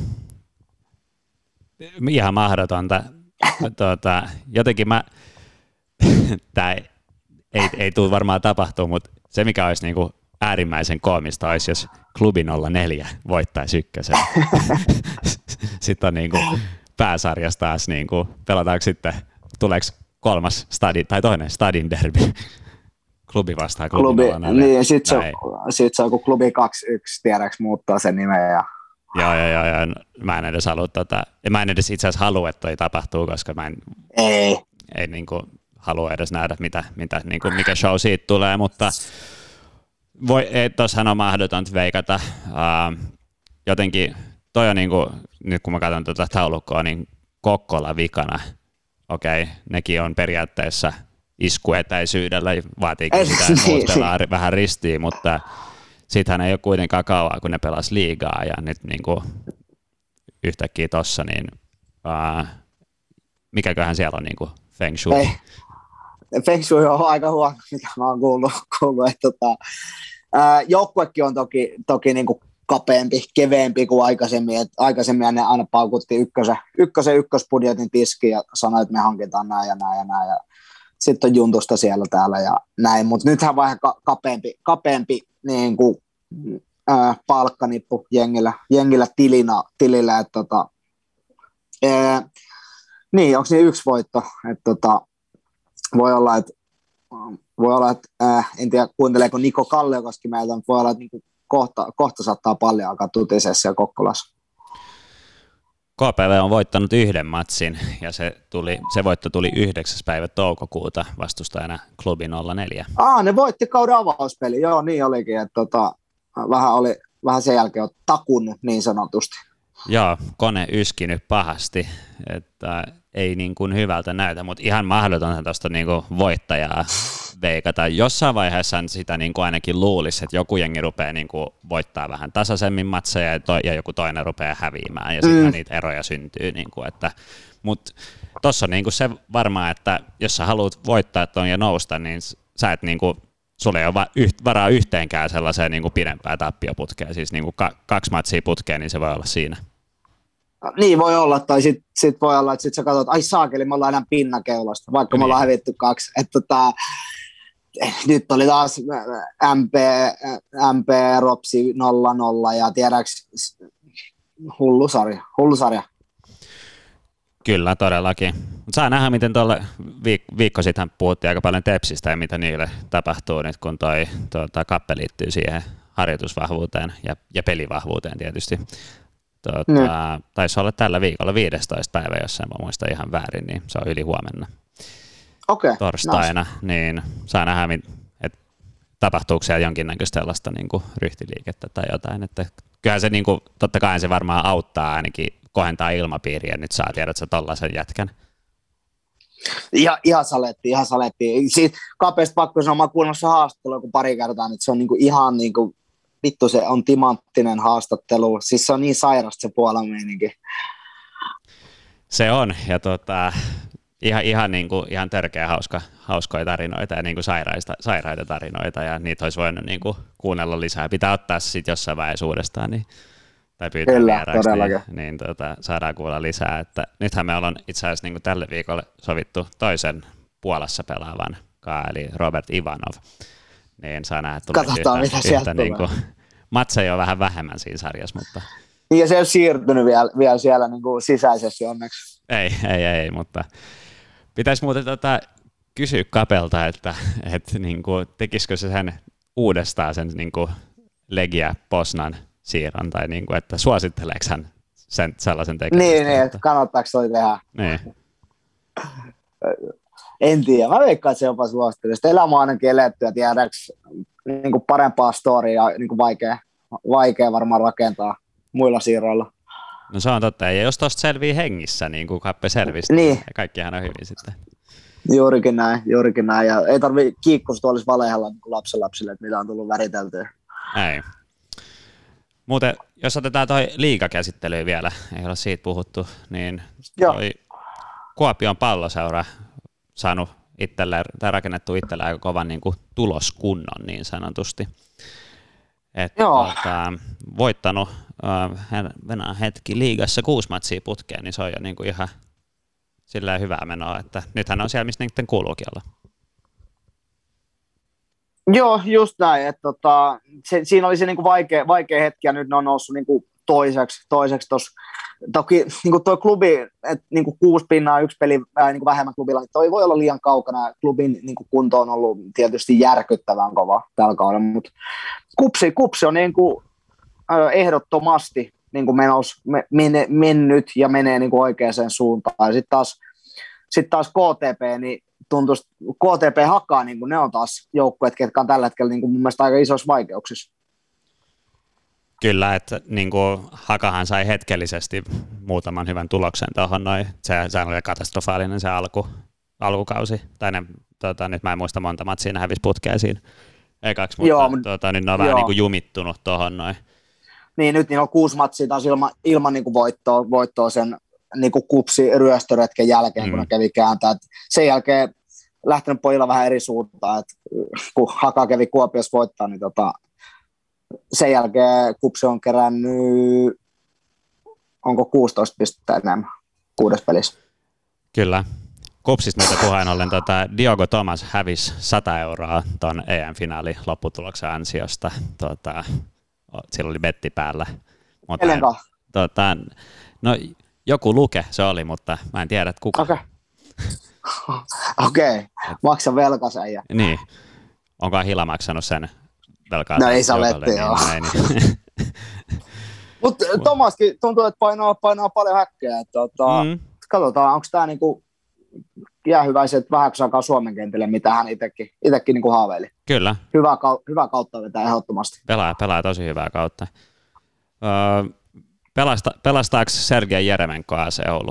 Ihan mahdotonta. tuota, jotenkin mä, tämä ei, ei, ei tule varmaan tapahtua, mutta se mikä olisi niinku äärimmäisen koomista olisi, jos klubi nolla neljä voittaisi ykkösen. Sitten on niinku pääsarjassa taas, niinku, pelataanko sitten, tuleeko kolmas stadi, tai toinen stadin derby? Klubi vastaa klubi, klubi niin, sit se, sit se on joku klubi kaksi yksi, tiedäks muuttaa sen nimen. Ja... Joo, joo, joo, joo. Mä en edes halua tota, mä en edes itse asiassa halua, että toi tapahtuu, koska mä en, ei, ei niinku halua edes nähdä, mitä, mitä, niinku, mikä show siitä tulee, mutta voi, ei, tossahan on mahdotonta veikata. Uh, jotenkin toi on niinku, nyt kun mä katson tuota taulukkoa, niin Kokkola vikana, okei, okay, nekin on periaatteessa iskuetäisyydellä, vaatiikin sitä, että muutellaan vähän ristiin, mutta sittenhän ei ole kuitenkaan kauaa, kun ne pelas liigaa, ja nyt niinku yhtäkkiä tossa, niin uh, mikäköhän siellä on niinku Feng Shui? Ei. Feng Shui on aika huono, mitä mä oon kuullut, kuullut että tota, ää, joukkuekin on toki, toki niinku kapeampi, keveempi kuin aikaisemmin, et aikaisemmin ne aina paukutti ykkösen, ykkösen ykkösbudjetin tiskiin ja sanoi, että me hankitaan näin ja näin ja näin, ja sitten on juntusta siellä täällä ja näin, mutta nythän vähän ka- kapeampi, kapeampi niin kuin, ää, palkkanippu jengillä, jengillä tilina, tilillä, että tota, ää, niin, onko niin yksi voitto, että tota, voi olla, että voi olla, että ää, en tiedä kuunteleeko Niko Kalliokoski meiltä, mutta voi olla, että niin kohta, kohta saattaa paljon alkaa tutisessa siellä Kokkolassa. K P V on voittanut yhden matsin ja se, tuli, se voitto tuli yhdeksäs päivä toukokuuta vastustajana Klubi nolla neljä. Aa, ne voitti kauden avauspeli, joo niin olikin, että tota, vähän, oli, vähän sen jälkeen on takunnut niin sanotusti. Joo, kone yskinyt pahasti, että ei niin kuin hyvältä näytä, mutta ihan mahdotonta tuosta niin kuin voittajaa veikata. Jossain vaiheessa sitä niin kuin ainakin luulisi, että joku jengi rupeaa niin kuin voittaa vähän tasaisemmin matseja ja, to- ja joku toinen rupeaa häviämään ja sitten mm. niitä eroja syntyy. Niin kuin, että, mutta tuossa on niin kuin se varmaan, että jos sä haluat voittaa ton ja nousta, niin sä et niin kuin, sulla ei ole varaa yhteenkään sellaiseen niin kuin pidempää tappioputkeen, siis niin kuin ka- kaksi matsia putkeen, niin se voi olla siinä. Niin voi olla, tai sitten sit voi olla, että sit sä katsot, että ai saakeli, me ollaan enää pinnakeulasta, vaikka niin. Me ollaan hävitty kaksi. Että tota, nyt oli taas M P, M P Ropsi nolla nolla ja tiedäks hullu sarja, hullu sarja. Kyllä, todellakin. Saa nähdä, miten tuolla viik- viikko sitten puhuttiin aika paljon Tepsistä ja mitä niille tapahtuu nyt, kun toi tuota, kappe liittyy siihen harjoitusvahvuuteen ja, ja pelivahvuuteen tietysti. Tuota, taisi olla tällä viikolla viidestoista päivä, jos en muista ihan väärin, niin se on yli huomenna. Okay, torstaina, nice. Niin saa nähdä, että tapahtuuko siellä jonkinnäköistä sellaista niin kuin ryhtiliikettä tai jotain. Että kyllähän se, niin kuin, totta kai se varmaan auttaa ainakin kohentaa ilmapiiriä, nyt saa tiedät sä tollaisen jätkän. Ihan, ihan saletti, ihan saletti. Siitä kapeasta pakko sanoa, mä oon kuunnellut se haastattelu kun pari kertaa, että se on niin kuin ihan niin kuin, vittu se on timanttinen haastattelu. Siis se on niin sairasta se Puolan meininki. Se on, ja tota, ihan, ihan, niin kuin, ihan törkeä hauska, hauskoja tarinoita ja niin kuin sairaita, sairaita tarinoita, ja niitä olisi voinut niin kuin, kuunnella lisää. Pitää ottaa se sitten jossain vaiheessa uudestaan, niin, tai pyytää vieraaksi, niin, niin tota, saadaan kuulla lisää. Että nythän me ollaan itse asiassa niin kuin tälle viikolle sovittu toisen Puolassa pelaavan, eli Robert Ivanov. Niin saa nähdä, että katsotaan, yhtä, mitä yhtä niin kuin, matseja on vähän vähemmän siinä sarjassa, mutta... Niin ja se ei ole siirtynyt vielä, vielä siellä niin kuin sisäisesti onneksi. Ei, ei, ei, mutta pitäisi muuten tota, kysyä Kapelta, että, että niin kuin, tekisikö se sen uudestaan sen niin kuin Legia Poznan siirron, tai niin kuin, että suositteleeko hän sen, sellaisen tekemistä? Niin, niin että kannattaako toi tehdä? Niin. En tiedä, mä veikkaan, että se jopa suosittelee. Sitten elämä on ainakin eletty ja tiedäks niin kuin parempaa storya, niin kuin vaikea, vaikea varmaan rakentaa muilla siirroilla. No se on totta, ja jos tuosta selvii hengissä, niin kuin Kappe selvisi, niin. niin kaikkihan on hyvin sitten. Juurikin näin, juurikin näin, ja ei tarvitse kiikkusta olisi valehella niin lapsenlapsille, että mitä on tullut väriteltyä. Ei. Muuten, jos otetaan toi liigakäsittely vielä, ei ole siitä puhuttu, niin toi Kuopion Palloseura saanut itselleen, tai rakennettu itselleen aika kovan niin kuin tuloskunnon niin sanotusti. Että tuota, voittanut äh, hetki liigassa kuusi matsia putkeen, niin se on jo niin kuin ihan silleen hyvää menoa, että nythän on siellä, missä niiden kuuluukin olla. Joo, just näin. Että tota, se, siinä oli se niinku vaikea, vaikea hetki, ja nyt ne on noussut niinku toiseksi, toiseksi tossa. Toki niin tuo klubi, että niin kuusi pinnaa yksi peli ää, niin vähemmän klubilla, niin toi voi olla liian kaukana. Klubin niin kunto on ollut tietysti järkyttävän kova tällä kaudella, mutta kupsi, kupsi on niin kuin, ää, ehdottomasti niin kuin menos, me, mene, mennyt ja menee niin kuin oikeaan suuntaan. Sitten taas, sit taas K T P, niin tuntuu, K T P hakkaa, niin kuin ne on taas joukkueet, ketkä on tällä hetkellä niin kuin mun mielestä aika isoissa vaikeuksissa. Kyllä, että niin kuin Hakahan sai hetkellisesti muutaman hyvän tuloksen tuohon noin. Se, se oli katastrofaalinen se alku, alkukausi. Tai ne, tota, nyt mä en muista monta matsia, ne hävisi putkea siinä ekaksi, mutta joo, tota, nyt ne on joo. vähän niin kuin jumittunut tuohon noin. Niin, nyt niillä on kuusi matsia taas ilman, ilman niin kuin voittoa, voittoa sen niin kuin kupsi ryöstöretken jälkeen, mm. kun ne kävi kääntää. Et sen jälkeen lähtenyt pojilla vähän eri suuntaan, että kun Haka kävi Kuopiossa voittaa, niin tota, sen jälkeen kupsi on kerännyt, onko kuusitoista pistettä enemmän kuudes pelissä. Kyllä. Kupsista nyt puheen ollen tota, Diogo Thomas hävisi sata euroa tuon E M-finaali lopputuloksen ansiosta. Tota, sillä oli betti päällä. Mutta, tota, no, joku Luke se oli, mutta mä en tiedä, että kuka. Okei, okay. okay. Maksa velkas äijä. Niin. Onko Hila maksanut sen velkaa? No ei saa letti, joo. Niin. Mutta Tomaskin tuntuu, että painaa, painaa paljon häkkejä. Tota, mm. Katsotaan, onko tämä niinku jäähyväiset vähäksi aikaa Suomen kentille, mitä hän itsekin, itsekin niinku haaveili. Kyllä. Hyvää, hyvää kautta vetää ehdottomasti. Pelaa, pelaa tosi hyvää kautta. Öö, pelasta, pelastaako Sergei Jeremenko A C Oulu?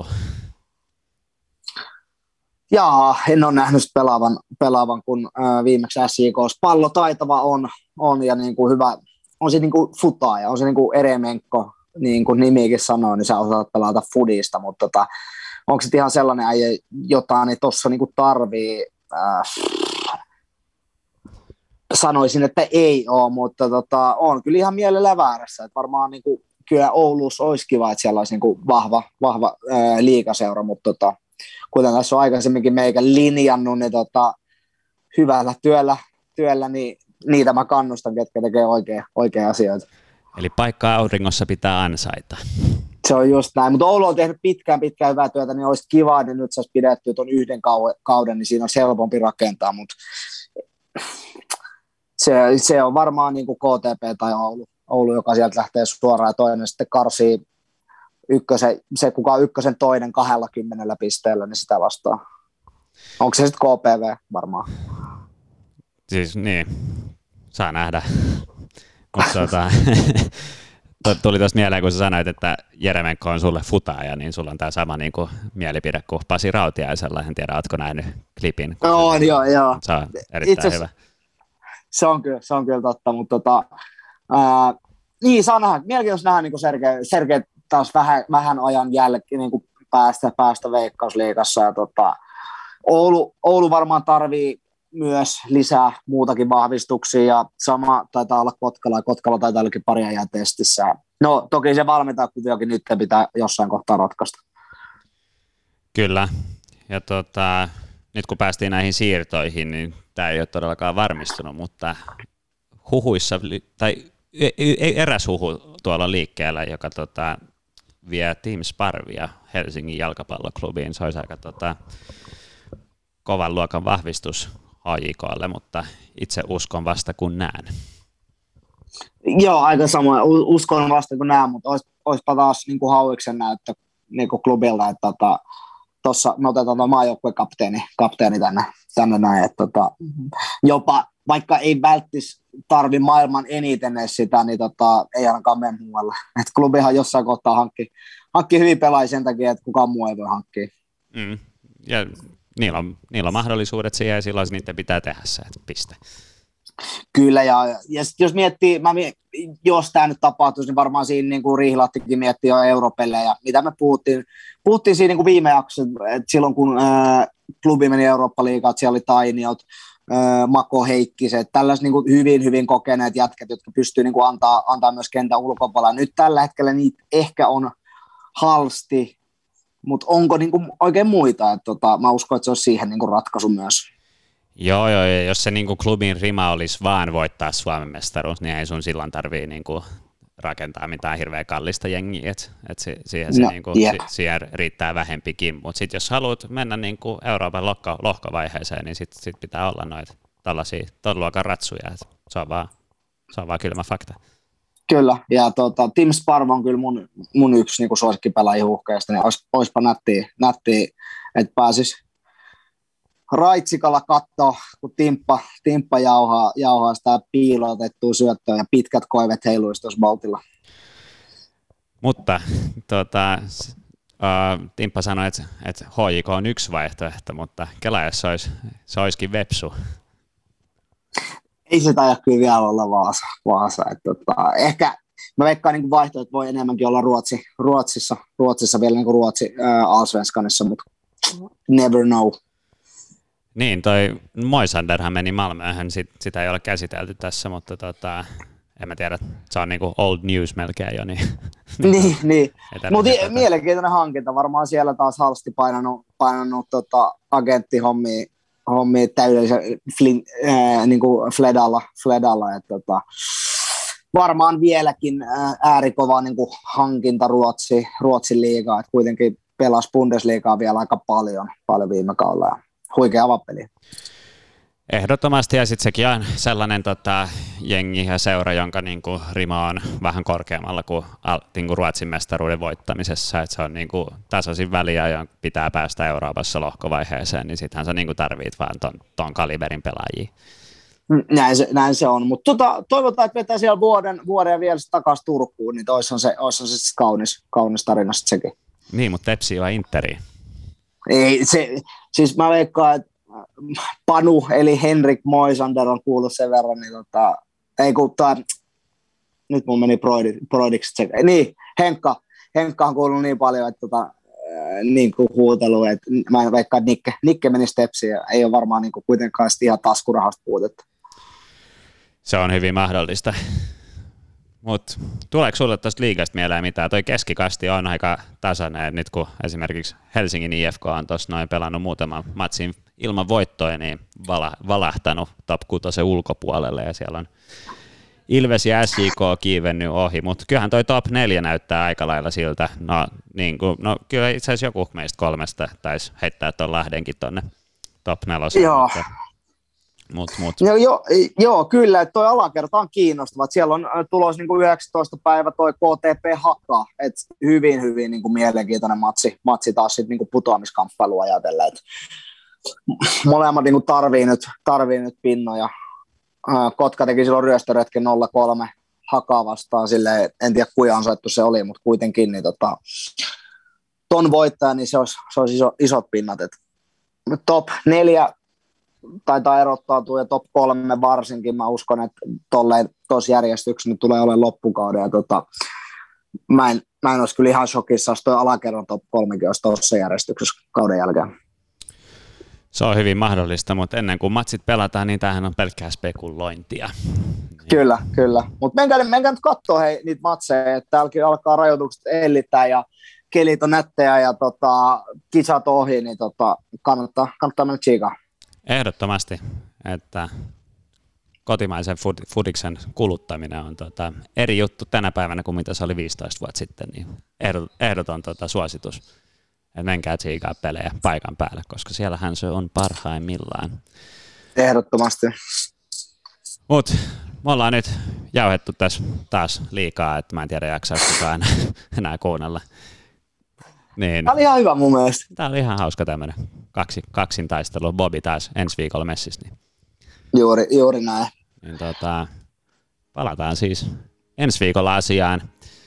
Jaa, en ole nähnyt pelaavan, pelaavan kun äh, viimeksi S J K:ssa. Pallo taitava on, on ja niin kuin hyvä, on se niin kuin futaaja, on se niin kuin Eremenko, niin kuin nimikin sanoo, niin sä osaat pelata fudista, mutta tota, onko se ihan sellainen äijä, jota ne tuossa niin kuin tarvii, äh, sanoisin, että ei ole, mutta tota, on kyllä ihan mielellä väärässä, että varmaan niin kuin, kyllä Oulussa olisi kiva, että siellä olisi niin kuin vahva, vahva äh, liigaseura, mutta tota, kuten tässä on aikaisemminkin meikä linjannut, niin tota, hyvällä työllä, työllä niin niitä mä kannustan, ketkä tekee oikein, oikein asioita. Eli paikkaa auringossa pitää ansaita. Se on just näin, mutta Oulu on tehnyt pitkään pitkään hyvää työtä, niin olisi kiva, että nyt saisi pidettyä tuon yhden kauden, niin siinä on helpompi rakentaa, mutta se, se on varmaan niin kuin K T P tai Oulu, Oulu, joka sieltä lähtee suoraan ja toinen sitten karsii ykkösen, se kuka on ykkösen toinen kahdellakymmenellä pisteellä, niin sitä vastaan. Onko se sitten K P V varmaan? Siis niin, saa nähdä. Mutta tuota, tuli tuosta mieleen, kun sä sanoit, että Jeremenko on sulle futaaja, niin sulla on tämä sama niin kuin mielipide kuin Pasi Rautiaisella. En tiedä, ootko nähnyt klipin? On, joo, joo. Se on erittäin Itse, hyvä. Se on kyllä, se on kyllä totta, mutta tota, ää, niin saa nähdä. Mielenkiintoista nähdä niin Sergei, Sergei taas vähän, vähän ajan jälkeen niin päästä, päästä Veikkausliigassa. Ja tota, Oulu, Oulu varmaan tarvii myös lisää muutakin vahvistuksia, ja sama taitaa olla Kotkala, ja Kotkala taitaa ollakin pari ajan testissä. No toki se valmentaa kuviokin nyt pitää jossain kohtaa ratkaista. Kyllä, ja tota, nyt kun päästiin näihin siirtoihin, niin tämä ei ole todellakaan varmistunut, mutta huhuissa, tai eräs huhu tuolla liikkeellä, joka tota, vie Team Sparvia Helsingin jalkapalloklubiin, se olisi aika tota, kovan luokan vahvistus H J K:lle, mutta itse uskon vasta kun näen. Joo, aika sama. Uskon vasta kun näen, mutta olis, olispa taas niin kuin Hauiksen näyttö niin kuin klubilta, että tota, tuossa me otetaan tuon maajoukkueen kapteeni, kapteeni tänne, tänne näin, että tota, jopa vaikka ei välttis tarvi maailman eniten edes sitä, niin tota, ei ainakaan mene muualle. Et klubihan jossain kohtaa hankki, hankki hyvin pelaajia sen takia, että kukaan muu ei voi hankkia. Mm. Ja niillä on, niillä on mahdollisuudet siihen ja silloin niiden pitää tehdä se, että piste. Kyllä, ja, ja sit jos miettii, mä, jos tämä nyt tapahtuisi, niin varmaan siinä niin kuin Riihilahtikin miettii jo europelejä, mitä me puhuttiin. Puhuttiin siinä niin kuin viime jaksossa, että silloin kun ää, klubi meni Eurooppa-liigaan, että siellä oli Tainiot, ää, Mako Heikkiset, tällaiset niin kuin hyvin, hyvin kokeneet jätkät, jotka pystyy niin kuin antaa, antaa myös kentän ulkopuolella. Nyt tällä hetkellä niitä ehkä on halsti, mutta onko niin kuin oikein muita? Et, tota, mä uskon, että se olisi siihen niin kuin ratkaisu myös. Joo, joo, ja jos se niin kuin klubin rima olisi vaan voittaa Suomen mestaruus, niin ei sun silloin tarvii niin kuin rakentaa mitään hirveän kallista jengiä, että et si, siihen, se no, niinku, yeah. si, siihen riittää vähempikin, mutta sitten jos haluat mennä niinku Euroopan lohko, lohkovaiheeseen, niin sitten sit pitää olla noita tällaisia ton luokan ratsuja, et se on vaan, se on vaan kylmä fakta. Kyllä, ja tota, Tim Sparv on kyllä mun, mun yksi niinku suosikkipelaaja huuhkeista, niin olis, olispa nättiä, nättiä että pääsis raitsikalla katsoa, kun Timppa, Timppa jauhaa, jauhaa sitä piilotettua syöttöä ja pitkät koivet heiluisi tuossa Baltilla. Mutta tuota, uh, Timppa sanoi, että, että H J K on yksi vaihtoehto, mutta kela jos se, olisi, se olisikin Vepsu. Ei se taida kyllä vielä olla Vaasa. Vaasa. Että, tota, ehkä mä veikkaan niin vaihtoehto voi enemmänkin olla Ruotsi, Ruotsissa, Ruotsissa vielä niin kuin Ruotsi äh, Allsvenskanissa, mutta never know. Niin, toi Moisanderhan meni Malmööhön, sit, sitä ei ole käsitelty tässä, mutta tota, en mä tiedä, se on niinku old news melkein jo. Niin, niin, niin. mutta tota. Mielenkiintoinen hankinta, varmaan siellä taas Halsti painanut, painanut tota, agenttihommia hommia täydellisen flin, äh, niin kuin Fledalla, Fledalla että tota, varmaan vieläkin äh, äärikova niin kuin hankinta Ruotsi, Ruotsin liigaa, että kuitenkin pelasi Bundesliigaa vielä aika paljon, paljon viime kaudella ja huikea avapeli. Ehdottomasti, ja sitten sekin on sellainen tota, jengi ja seura, jonka niinku, rima on vähän korkeammalla kuin niinku, Ruotsin mestaruuden voittamisessa, että se on niinku, tasaisin väliä, jonka pitää päästä Euroopassa lohkovaiheeseen, niin sittenhän sä niinku, tarvit vaan ton, ton kaliberin pelaajia. Näin se, näin se on, mutta tota, toivotaan, että vetää siellä vuoden, vuoden ja vielä takaisin Turkuun, niin olisihan se, olisihan se kaunis, kaunis tarina sekin. Niin, mutta Tepsi vai Interi? Ei, se, siis mä veikkaan, että Panu, eli Henrik Moisander on kuullut sen verran, niin tota, ei kun tää, nyt mun meni Broidiksi tsekä. Niin, Henkka, Henkka on kuullut niin paljon, että tota, niin kuin huutelu, että mä en veikkaan, että Nikke, Nikke meni Stepsiin, ja ei ole varmaan niin kuin kuitenkaan ihan taskurahasta puutetta. Se on hyvin mahdollista. Mutta tuleeko sulle tuosta liigasta mieleen mitään? Toi keskikasti on aika tasainen, nyt kun esimerkiksi Helsingin I F K on tuossa noin pelannut muutaman matsin ilman voittoja, niin vala, valahtanut top kutosen ulkopuolelle, ja siellä on Ilves ja S J K kiivennyt ohi, mutta kyllähän toi top neljä näyttää aika lailla siltä. No, niin kuin, no kyllä itse asiassa joku meistä kolmesta taisi heittää tuon Lahdenkin tuonne top nelosen. Joo. Mutta, mut, mut. No, jo, joo, kyllä, että toi alakerta on kiinnostava. Siellä on tulos niin kuin yhdeksästoista päivä toi K T P Haka, että hyvin, hyvin niin kuin mielenkiintoinen matsi, matsi taas sit niin kuin putoamiskamppailu ajatellen. Et molemmat niin kuin tarvii, nyt, tarvii nyt pinnoja. Kotka teki silloin ryöstöretken nolla kolme Hakaa vastaan, silleen, en tiedä kuinka ansaittu se oli, mutta kuitenkin niin tota, ton voittaja, niin se olisi, se olisi iso, isot pinnat. Et top neljä taitaa erottautua ja top kolme varsinkin, mä uskon, että tuossa järjestyksessä nyt tulee olemaan loppukauden. Ja tota, mä, en, mä en olisi kyllä ihan shokissa, jos tuo alakerran top kolmekin olisi tuossa järjestyksessä kauden jälkeen. Se on hyvin mahdollista, mutta ennen kuin matsit pelataan, niin tämähän on pelkkää spekulointia. Kyllä, kyllä. Mutta menkää, menkää nyt katsoa hei, niitä matseja, että täälläkin alkaa rajoitukset ellittää ja kelit on nättejä ja tota, kisat ohi, niin tota, kannattaa, kannattaa mennä tsiikaan. Ehdottomasti, että kotimaisen fudiksen kuluttaminen on tota eri juttu tänä päivänä kuin mitä se oli viisitoista vuotta sitten, niin ehdoton tota suositus. Että menkää tsiikaa pelejä paikan päällä, koska siellähän se on parhaimmillaan. Ehdottomasti. Mut me ollaan nyt jauhettu tässä taas liikaa, että mä en tiedä jaksaisi kukaan enää kuunnella. Niin. Tämä oli ihan hyvä mun mielestä. Tämä oli ihan hauska tämmöinen kaksi, kaksintaistelu. Bobby taas ensi viikolla messissä. Niin. Juuri, juuri näin. Niin tota, palataan siis ensi viikolla asiaan.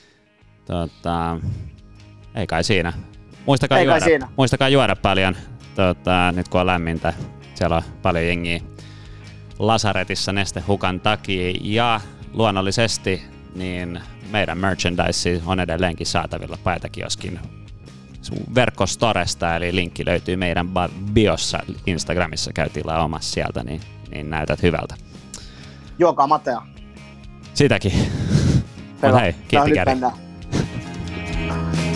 Tota, ei kai siinä. Muistakaa, ei juoda, kai siinä. muistakaa juoda paljon, tota, nyt kun on lämmintä. Siellä on paljon jengiä lasaretissa nestehukan takia. Ja luonnollisesti niin meidän merchandise on edelleenkin saatavilla paitakioskin verkkostoresta, eli linkki löytyy meidän biossa Instagramissa, käy tilaa omassa sieltä, niin, niin näytät hyvältä. Joka Matea. Sitäkin. Mut hei, kiitti Käri.